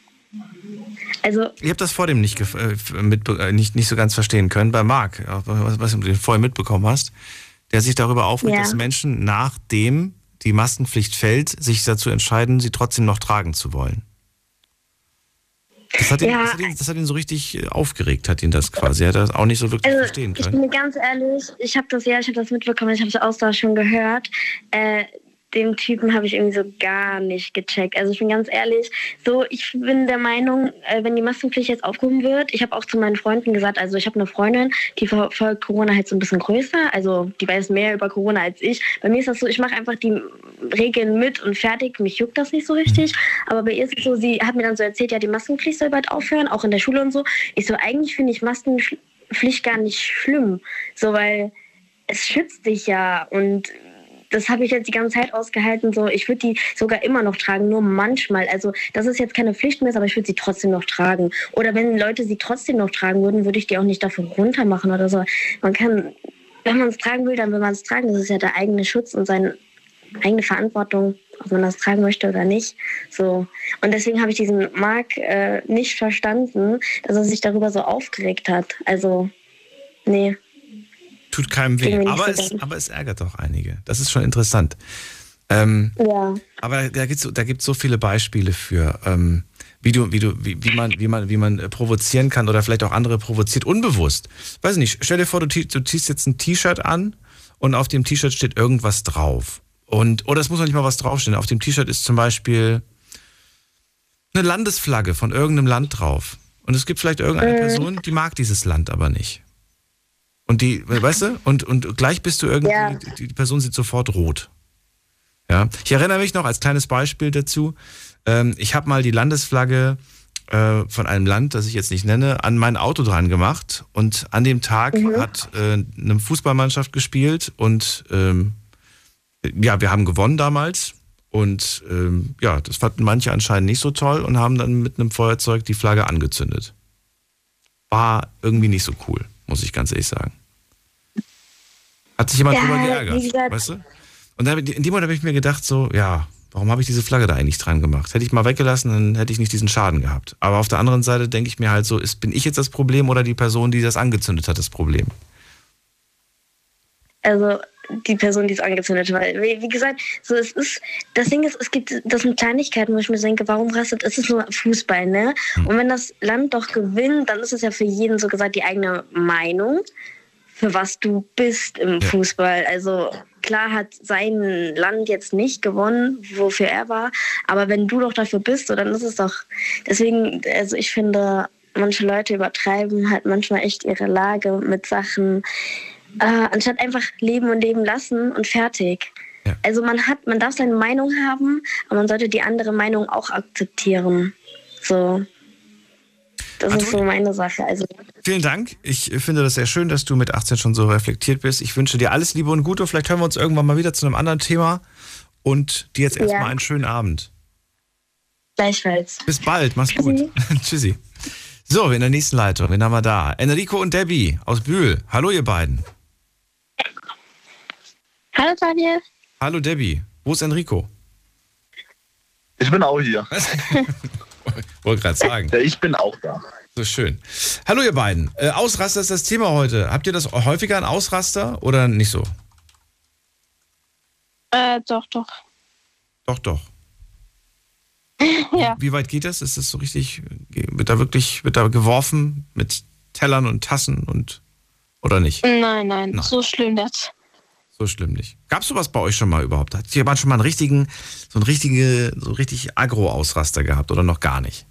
Also, ich habe das vor dem nicht, mit, nicht, nicht so ganz verstehen können. Bei Marc, was, was du vorher mitbekommen hast, der sich darüber aufregt, ja. dass Menschen, nachdem die Maskenpflicht fällt, sich dazu entscheiden, sie trotzdem noch tragen zu wollen. Das hat, ihn, Ja. das, hat ihn, das hat ihn so richtig aufgeregt, hat ihn das quasi. Er hat das auch nicht so wirklich Also, verstehen ich können. bin ganz ehrlich, ich habe das ja, ich habe das mitbekommen, ich habe es auch da schon gehört. Äh, den Typen habe ich irgendwie so gar nicht gecheckt. Also ich bin ganz ehrlich, so ich bin der Meinung, äh, wenn die Maskenpflicht jetzt aufgehoben wird, ich habe auch zu meinen Freunden gesagt, also ich habe eine Freundin, die verfolgt Corona halt so ein bisschen größer, also die weiß mehr über Corona als ich. Bei mir ist das so, ich mache einfach die Regeln mit und fertig, mich juckt das nicht so richtig. Aber bei ihr ist es so, sie hat mir dann so erzählt, ja, die Maskenpflicht soll bald aufhören, auch in der Schule und so. Ich so, eigentlich finde ich Maskenpflicht gar nicht schlimm, so weil es schützt dich ja und das habe ich jetzt die ganze Zeit ausgehalten. So, ich würde die sogar immer noch tragen, nur manchmal. Also das ist jetzt keine Pflicht mehr, aber ich würde sie trotzdem noch tragen. Oder wenn Leute sie trotzdem noch tragen würden, würde ich die auch nicht dafür runter machen oder so. Man kann, wenn man es tragen will, dann will man es tragen. Das ist ja der eigene Schutz und seine eigene Verantwortung, ob man das tragen möchte oder nicht. So. Und deswegen habe ich diesen Marc äh, nicht verstanden, dass er sich darüber so aufgeregt hat. Also, nee. Tut keinem weh. Aber es, aber es ärgert auch einige. Das ist schon interessant. Ähm, ja. Aber da gibt es da gibt's so viele Beispiele für, ähm, wie, du, wie, du, wie, wie, man, wie, man, wie man provozieren kann oder vielleicht auch andere provoziert, unbewusst. Weiß nicht, stell dir vor, du, du ziehst jetzt ein T-Shirt an und auf dem T-Shirt steht irgendwas drauf. Und, oder es muss noch nicht mal was draufstehen. Auf dem T-Shirt ist zum Beispiel eine Landesflagge von irgendeinem Land drauf. Und es gibt vielleicht irgendeine Person, die mag dieses Land aber nicht. Und die, weißt du, und, und gleich bist du irgendwie, ja. die, die Person sieht sofort rot. Ja. Ich erinnere mich noch als kleines Beispiel dazu, ähm, ich habe mal die Landesflagge äh, von einem Land, das ich jetzt nicht nenne, an mein Auto dran gemacht und an dem Tag mhm. hat äh, eine Fußballmannschaft gespielt und ähm, ja, wir haben gewonnen damals und ähm, ja, das fanden manche anscheinend nicht so toll und haben dann mit einem Feuerzeug die Flagge angezündet. War irgendwie nicht so cool, muss ich ganz ehrlich sagen. Hat sich jemand ja, drüber geärgert, gesagt, weißt du? Und dann, in dem Moment habe ich mir gedacht so, ja, warum habe ich diese Flagge da eigentlich dran gemacht? Hätte ich mal weggelassen, dann hätte ich nicht diesen Schaden gehabt. Aber auf der anderen Seite denke ich mir halt so, ist, bin ich jetzt das Problem oder die Person, die das angezündet hat, das Problem? Also die Person, die es angezündet hat. Weil, wie gesagt, so es ist, das Ding ist, es gibt, das sind Kleinigkeiten, wo ich mir denke, warum rastet, es ist nur Fußball, ne? Hm. Und wenn das Land doch gewinnt, dann ist es ja für jeden so gesagt die eigene Meinung, für was du bist im ja. Fußball. Also klar hat sein Land jetzt nicht gewonnen, wofür er war, aber wenn du doch dafür bist, so, dann ist es doch, deswegen, also ich finde, manche Leute übertreiben halt manchmal echt ihre Lage mit Sachen, äh, anstatt einfach leben und leben lassen und fertig. Ja. Also man hat, man darf seine Meinung haben, aber man sollte die andere Meinung auch akzeptieren. So. Das ist so meine Sache. Also. Vielen Dank. Ich finde das sehr schön, dass du mit achtzehn schon so reflektiert bist. Ich wünsche dir alles Liebe und Gute. Vielleicht hören wir uns irgendwann mal wieder zu einem anderen Thema. Und dir jetzt erstmal ja. einen schönen Abend. Gleichfalls. Bis bald. Mach's Tschüssi. gut. Tschüssi. So, wir in der nächsten Leitung. Wen haben wir da? Enrico und Debbie aus Bühl. Hallo, ihr beiden. Hallo, Daniel. Hallo, Debbie. Wo ist Enrico? Ich bin auch hier. Wollte gerade sagen. Ja, ich bin auch da. So schön. Hallo ihr beiden. Äh, Ausraster ist das Thema heute. Habt ihr das häufiger, ein Ausraster oder nicht so? Äh, doch, doch. Doch, doch. Ja. Wie weit geht das? Ist das so richtig, wird da wirklich, wird da geworfen mit Tellern und Tassen und, oder nicht? Nein, nein, nein. so schlimm nicht. So schlimm nicht. Gab es sowas bei euch schon mal überhaupt? Hat jemand schon mal einen richtigen, so einen richtige, so richtig Agro-Ausraster gehabt oder noch gar nicht?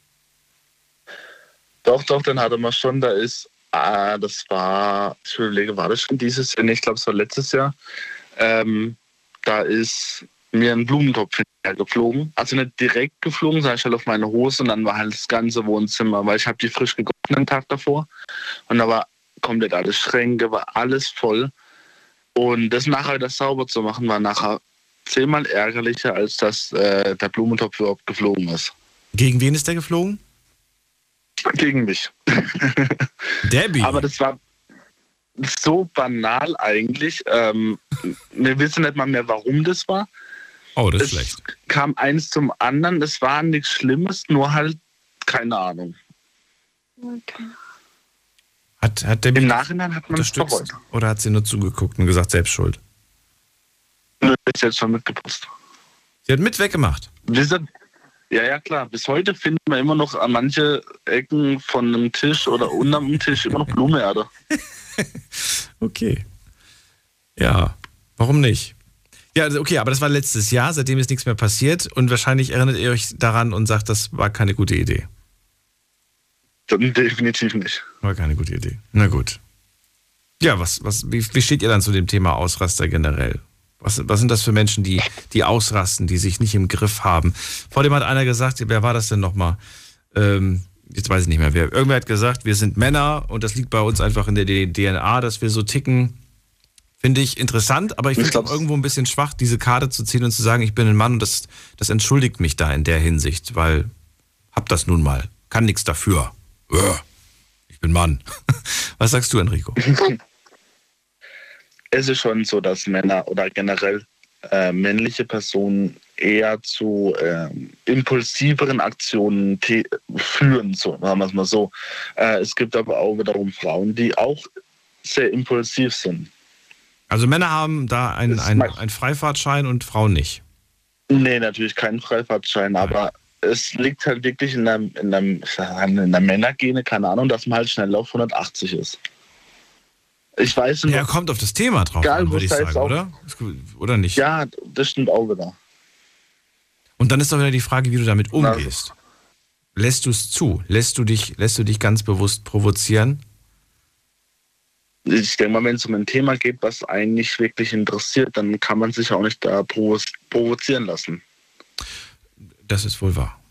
Doch, doch, den hatte man schon. Da ist, ah, das war, ich überlege, war das schon dieses Jahr? Nee, ich glaube, es war letztes Jahr. Ähm, da ist mir ein Blumentopf geflogen. Also nicht direkt geflogen, sondern ich halt auf meine Hose und dann war halt das ganze Wohnzimmer, weil ich habe die frisch gegossen den Tag davor. Und da war komplett alles Schränke, war alles voll. Und das nachher wieder sauber zu machen, war nachher zehnmal ärgerlicher, als dass äh, der Blumentopf überhaupt geflogen ist. Gegen wen ist der geflogen? Gegen mich. Debbie. Aber das war so banal eigentlich. Ähm, wir wissen nicht mal mehr, warum das war. Oh, das ist es schlecht. Kam eins zum anderen. Es war nichts Schlimmes, nur halt keine Ahnung. Okay. Hat, hat Debbie Im Nachhinein hat man es bereut. Oder hat sie nur zugeguckt und gesagt, selbst schuld? Nö, ich hätte schon mitgeputzt. Sie hat mit weggemacht? Wir sind, Ja, ja, klar. Bis heute findet man immer noch an manche Ecken von einem Tisch oder unterm dem Tisch immer noch Blumenerde. Okay. Ja, warum nicht? Ja, okay, aber das war letztes Jahr, seitdem ist nichts mehr passiert und wahrscheinlich erinnert ihr euch daran und sagt, das war keine gute Idee. Dann definitiv nicht. War keine gute Idee. Na gut. Ja, was, was, wie, wie steht ihr dann zu dem Thema Ausraster generell? Was, was sind das für Menschen, die, die ausrasten, die sich nicht im Griff haben? Vor dem hat einer gesagt, wer war das denn nochmal? Ähm, jetzt weiß ich nicht mehr wer. Irgendwer hat gesagt, wir sind Männer und das liegt bei uns einfach in der D N A, dass wir so ticken. Finde ich interessant, aber ich finde es auch irgendwo ein bisschen schwach, diese Karte zu ziehen und zu sagen, ich bin ein Mann und das, das entschuldigt mich da in der Hinsicht, weil hab das nun mal, kann nichts dafür. Ich bin Mann. Was sagst du, Enrico? Es ist schon so, dass Männer oder generell äh, männliche Personen eher zu äh, impulsiveren Aktionen te- führen, so, sagen wir es mal so. Äh, es gibt aber auch wiederum Frauen, die auch sehr impulsiv sind. Also Männer haben da einen ein Freifahrtschein und Frauen nicht? Nee, natürlich keinen Freifahrtschein, Nein. aber es liegt halt wirklich in der, in der, in der Männergene, keine Ahnung, dass man halt schneller auf hundertachtzig ist. Ich weiß nicht. Ja, kommt auf das Thema drauf egal, an, würde ich sagen, auch, oder? Oder nicht? Ja, das stimmt auch wieder. Und dann ist doch wieder die Frage, wie du damit umgehst. Na, lässt du es zu? Lässt du dich, lässt du dich ganz bewusst provozieren? Ich denke mal, wenn es um ein Thema geht, was einen nicht wirklich interessiert, dann kann man sich auch nicht da provo- provozieren lassen. Das ist wohl wahr.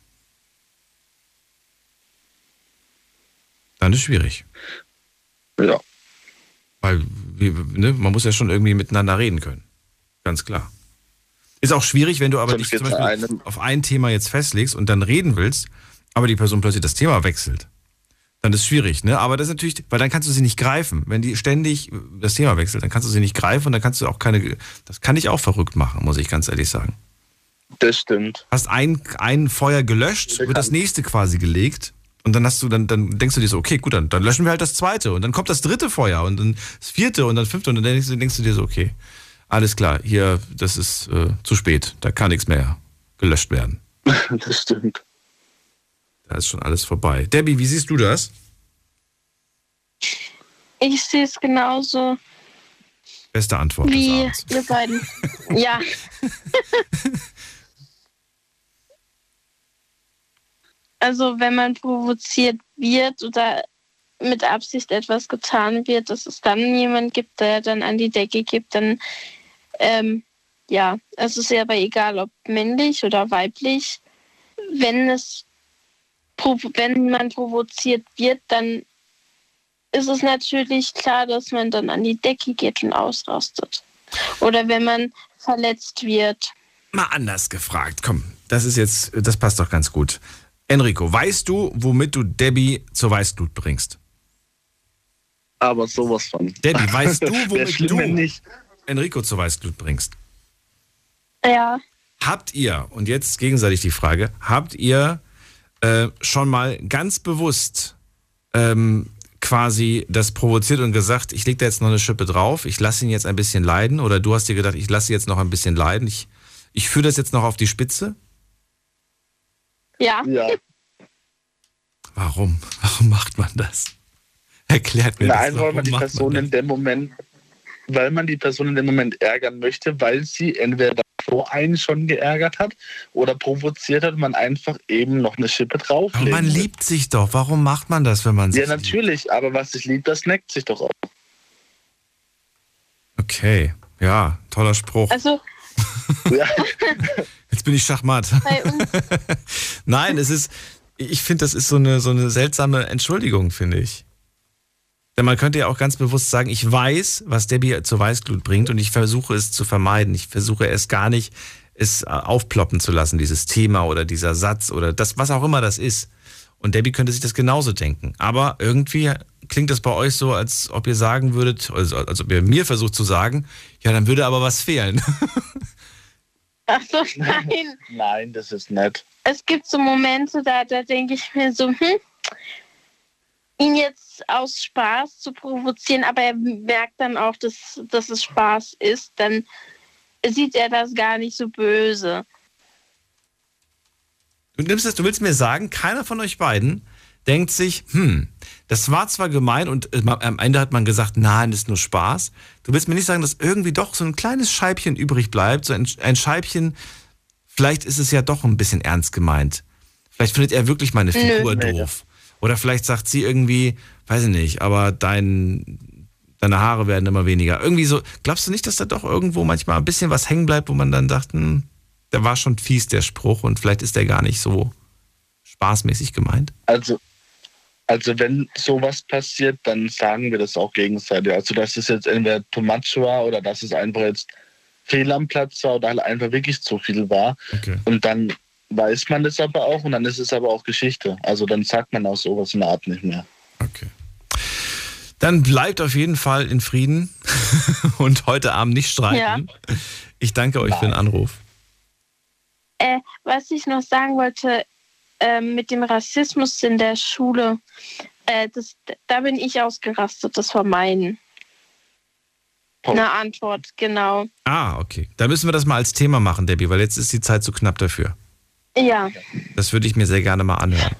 Dann ist es schwierig. Ja. Weil ne, man muss ja schon irgendwie miteinander reden können. Ganz klar. Ist auch schwierig, wenn du aber dich zum Beispiel einem... auf ein Thema jetzt festlegst und dann reden willst, aber die Person plötzlich das Thema wechselt. Dann ist es schwierig, ne? Aber das ist natürlich, weil dann kannst du sie nicht greifen. Wenn die ständig das Thema wechselt, dann kannst du sie nicht greifen und dann kannst du auch keine, das kann dich auch verrückt machen, muss ich ganz ehrlich sagen. Das stimmt. Hast ein, ein Feuer gelöscht, wird das nächste quasi gelegt und dann hast du, dann, dann denkst du dir so, okay, gut, dann, dann löschen wir halt das zweite und dann kommt das dritte Feuer und dann das vierte und dann fünfte und dann denkst du, denkst du dir so, okay, alles klar, hier, das ist äh, zu spät, da kann nichts mehr gelöscht werden. Das stimmt. Da ist schon alles vorbei. Debbie, wie siehst du das? Ich sehe es genauso. Beste Antwort wie des Abends. Ihr beiden. Ja. Also wenn man provoziert wird oder mit Absicht etwas getan wird, dass es dann jemand gibt, der dann an die Decke gibt, dann ähm, ja, es ist ja aber egal, ob männlich oder weiblich. Wenn es wenn man provoziert wird, dann ist es natürlich klar, dass man dann an die Decke geht und ausrastet. Oder wenn man verletzt wird. Mal anders gefragt, komm, das ist jetzt, das passt doch ganz gut. Enrico, weißt du, womit du Debbie zur Weißglut bringst? Aber sowas von. Debbie, weißt du, womit schlimm, du nicht. Enrico zur Weißglut bringst? Ja. Habt ihr, und jetzt gegenseitig die Frage, habt ihr äh, schon mal ganz bewusst ähm, quasi das provoziert und gesagt, ich leg da jetzt noch eine Schippe drauf, ich lasse ihn jetzt ein bisschen leiden, oder du hast dir gedacht, ich lasse ihn jetzt noch ein bisschen leiden, ich, ich führe das jetzt noch auf die Spitze? Ja. Ja. Warum? Warum macht man das? Erklärt mir Nein, das. weil man die Person in dem Moment, weil man die Person in dem Moment ärgern möchte, weil sie entweder davor einen schon geärgert hat oder provoziert hat, man einfach eben noch eine Schippe drauflegt. Aber man liebt sich doch. Warum macht man das, wenn man sich Ja, natürlich, liebt? Aber was sich liebt, das neckt sich doch auch. Okay, ja, toller Spruch. Also. Ja. Jetzt bin ich Schachmatt. Bei uns. Nein, es ist, ich finde, das ist so eine, so eine seltsame Entschuldigung, finde ich. Denn man könnte ja auch ganz bewusst sagen, ich weiß, was Debbie zur Weißglut bringt und ich versuche es zu vermeiden. Ich versuche es gar nicht, es aufploppen zu lassen, dieses Thema oder dieser Satz oder das, was auch immer das ist. Und Debbie könnte sich das genauso denken. Aber irgendwie klingt das bei euch so, als ob ihr sagen würdet, also als ob ihr mir versucht zu sagen, ja, dann würde aber was fehlen. Ach so, nein. Nein, das ist nett. Es gibt so Momente, da, da denke ich mir so, hm, ihn jetzt aus Spaß zu provozieren, aber er merkt dann auch, dass, dass es Spaß ist, dann sieht er das gar nicht so böse. Du nimmst es, du willst mir sagen, keiner von euch beiden denkt sich, hm, das war zwar gemein und äh, am Ende hat man gesagt, nein, ist nur Spaß. Du willst mir nicht sagen, dass irgendwie doch so ein kleines Scheibchen übrig bleibt, so ein, ein Scheibchen, vielleicht ist es ja doch ein bisschen ernst gemeint. Vielleicht findet er wirklich meine Figur Nö. doof. Oder vielleicht sagt sie irgendwie, weiß ich nicht, aber dein, deine Haare werden immer weniger. Irgendwie so, glaubst du nicht, dass da doch irgendwo manchmal ein bisschen was hängen bleibt, wo man dann dachte, hm, der war schon fies, der Spruch, und vielleicht ist der gar nicht so spaßmäßig gemeint? Also, also wenn sowas passiert, dann sagen wir das auch gegenseitig. Also dass es jetzt entweder too much war oder dass es einfach jetzt fehl am Platz war oder halt einfach wirklich zu viel war. Okay. Und dann weiß man das aber auch und dann ist es aber auch Geschichte. Also dann sagt man auch sowas in der Art nicht mehr. Okay. Dann bleibt auf jeden Fall in Frieden und heute Abend nicht streiten. Ja. Ich danke euch Nein. für den Anruf. Äh, was ich noch sagen wollte, äh, mit dem Rassismus in der Schule, äh, das, da bin ich ausgerastet, das war mein. Eine Antwort, genau. Ah, okay. Da müssen wir das mal als Thema machen, Debbie, weil jetzt ist die Zeit zu knapp dafür. Ja, Das würde ich mir sehr gerne mal anhören.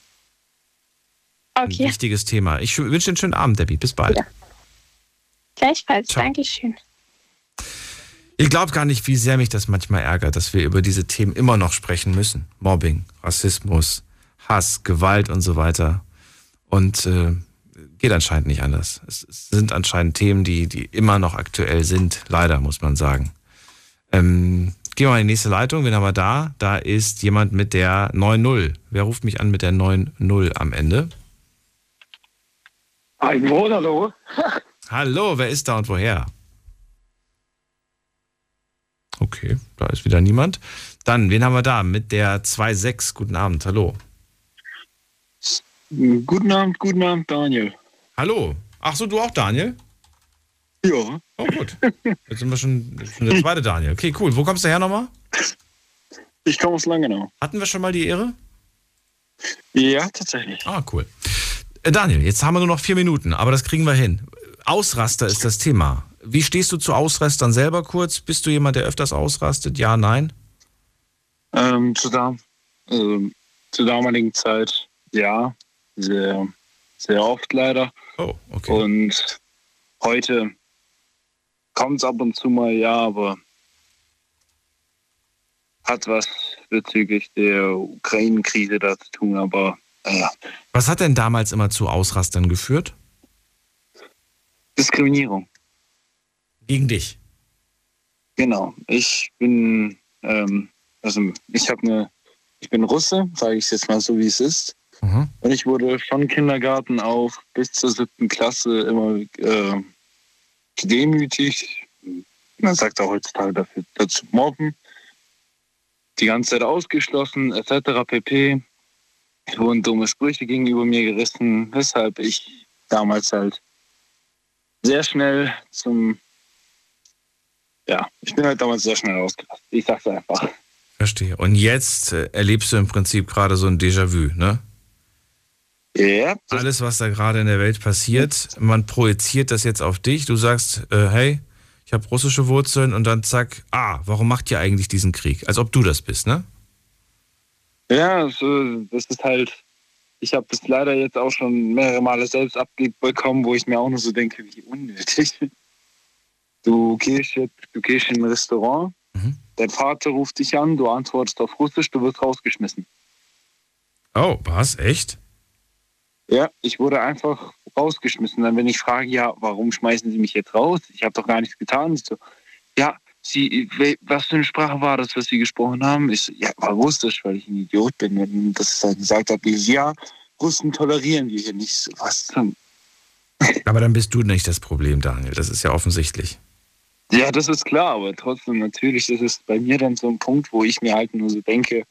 Ein okay. wichtiges Thema. Ich wünsche dir einen schönen Abend, Debbie. Bis bald. Ja. Gleichfalls, Ciao. Dankeschön. Ihr glaubt gar nicht, wie sehr mich das manchmal ärgert, dass wir über diese Themen immer noch sprechen müssen. Mobbing, Rassismus, Hass, Gewalt und so weiter. Und äh, geht anscheinend nicht anders. Es, es sind anscheinend Themen, die, die immer noch aktuell sind. Leider, muss man sagen. Ähm, gehen wir mal in die nächste Leitung. Wen haben wir da? Da ist jemand mit der neun null. Wer ruft mich an mit der neun null am Ende? Hallo, hallo. Hallo, wer ist da und woher? Okay, da ist wieder niemand. Dann, wen haben wir da mit der zwei sechs? Guten Abend, hallo. Guten Abend, guten Abend, Daniel. Hallo. Ach so, du auch, Daniel? Ja. Oh gut. Jetzt sind wir schon, schon der zweite Daniel. Okay, cool. Wo kommst du her nochmal? Ich komme aus Langenau. Hatten wir schon mal die Ehre? Ja, tatsächlich. Ah, cool. Äh, Daniel, jetzt haben wir nur noch vier Minuten, aber das kriegen wir hin. Ausraster ist das Thema. Wie stehst du zu Ausrastern selber kurz? Bist du jemand, der öfters ausrastet? Ja, nein? Ähm, zu, da, also, zur damaligen Zeit, ja, sehr, sehr oft leider. Oh, okay. Und heute kommt es ab und zu mal, ja, aber hat was bezüglich der Ukraine-Krise da zu tun, aber naja. Was hat denn damals immer zu Ausrastern geführt? Diskriminierung. Gegen dich? Genau. Ich bin, ähm, also ich habe eine, ich bin Russe, sage ich es jetzt mal so, wie es ist. Mhm. Und ich wurde von Kindergarten auf bis zur siebten Klasse immer äh, gedemütigt. Man sagt auch heutzutage dafür, dazu mobben. Die ganze Zeit ausgeschlossen, et cetera pp. Es wurden dumme Sprüche gegenüber mir gerissen, weshalb ich damals halt sehr schnell zum, ja, ich bin halt damals sehr schnell ausgerastet. Ich sag's einfach. Verstehe. Und jetzt äh, erlebst du im Prinzip gerade so ein Déjà-vu, ne? Ja. Alles, was da gerade in der Welt passiert, man projiziert das jetzt auf dich. Du sagst, äh, hey, ich habe russische Wurzeln, und dann zack, ah, warum macht ihr eigentlich diesen Krieg? Als ob du das bist, ne? Ja, so, das ist halt, ich habe das leider jetzt auch schon mehrere Male selbst abbekommen, wo ich mir auch nur so denke, wie unnötig. Du gehst, jetzt, du gehst in ein Restaurant, mhm. dein Vater ruft dich an, du antwortest auf Russisch, du wirst rausgeschmissen. Oh, was? Echt? Ja, ich wurde einfach rausgeschmissen. Dann, wenn ich frage, ja, warum schmeißen Sie mich jetzt raus? Ich habe doch gar nichts getan. Ich so, ja, Sie, was für eine Sprache war das, was Sie gesprochen haben? Ich so, ja, war Russisch, weil ich ein Idiot bin. Und das dann gesagt habe, ja, Russen tolerieren wir hier nicht. So, was denn? Aber dann bist du nicht das Problem, Daniel. Das ist ja offensichtlich. Ja, das ist klar, aber trotzdem, natürlich ist es bei mir dann so ein Punkt, wo ich mir halt nur so denke,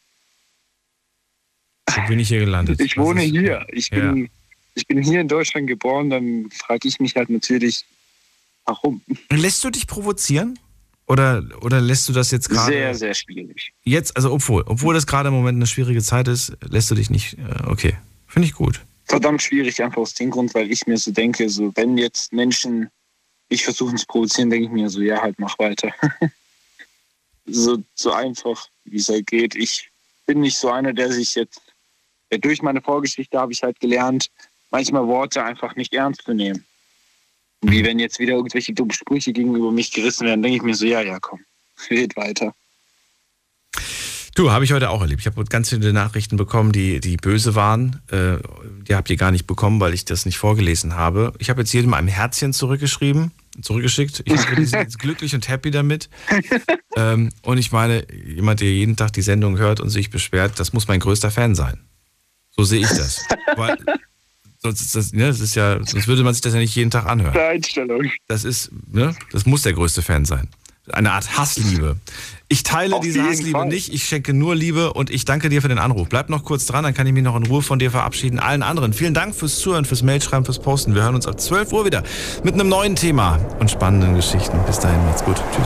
wie bin ich hier gelandet? Ich Was wohne ist, hier. Ich bin, ja. ich bin hier in Deutschland geboren, dann frage ich mich halt natürlich, warum? Lässt du dich provozieren? Oder, oder lässt du das jetzt gerade... Sehr, sehr schwierig. Jetzt, also obwohl, obwohl das gerade im Moment eine schwierige Zeit ist, lässt du dich nicht... Okay, finde ich gut. Verdammt schwierig, einfach aus dem Grund, weil ich mir so denke, so wenn jetzt Menschen mich versuchen zu provozieren, denke ich mir so, ja, halt mach weiter. so, so einfach, wie es halt geht. Ich bin nicht so einer, der sich jetzt, ja, durch meine Vorgeschichte habe ich halt gelernt, manchmal Worte einfach nicht ernst zu nehmen. Wie wenn jetzt wieder irgendwelche dummen Sprüche gegenüber mich gerissen werden, denke ich mir so, ja, ja, komm, red weiter. Du, habe ich heute auch erlebt. Ich habe ganz viele Nachrichten bekommen, die, die böse waren. Äh, die habt ihr gar nicht bekommen, weil ich das nicht vorgelesen habe. Ich habe jetzt jedem ein Herzchen zurückgeschrieben, zurückgeschickt. Ich bin jetzt glücklich und happy damit. ähm, und ich meine, jemand, der jeden Tag die Sendung hört und sich beschwert, das muss mein größter Fan sein. So sehe ich das. Weil, sonst ist das, ne, das ist ja, sonst würde man sich das ja nicht jeden Tag anhören. Einstellung. Das ist, ne, das muss der größte Fan sein. Eine Art Hassliebe. Ich teile Auf diese jeden Hassliebe Fall. nicht, ich schenke nur Liebe und ich danke dir für den Anruf. Bleib noch kurz dran, dann kann ich mich noch in Ruhe von dir verabschieden. Allen anderen, vielen Dank fürs Zuhören, fürs Mailschreiben, fürs Posten. Wir hören uns ab zwölf Uhr wieder mit einem neuen Thema und spannenden Geschichten. Bis dahin, macht's gut. Tschüss.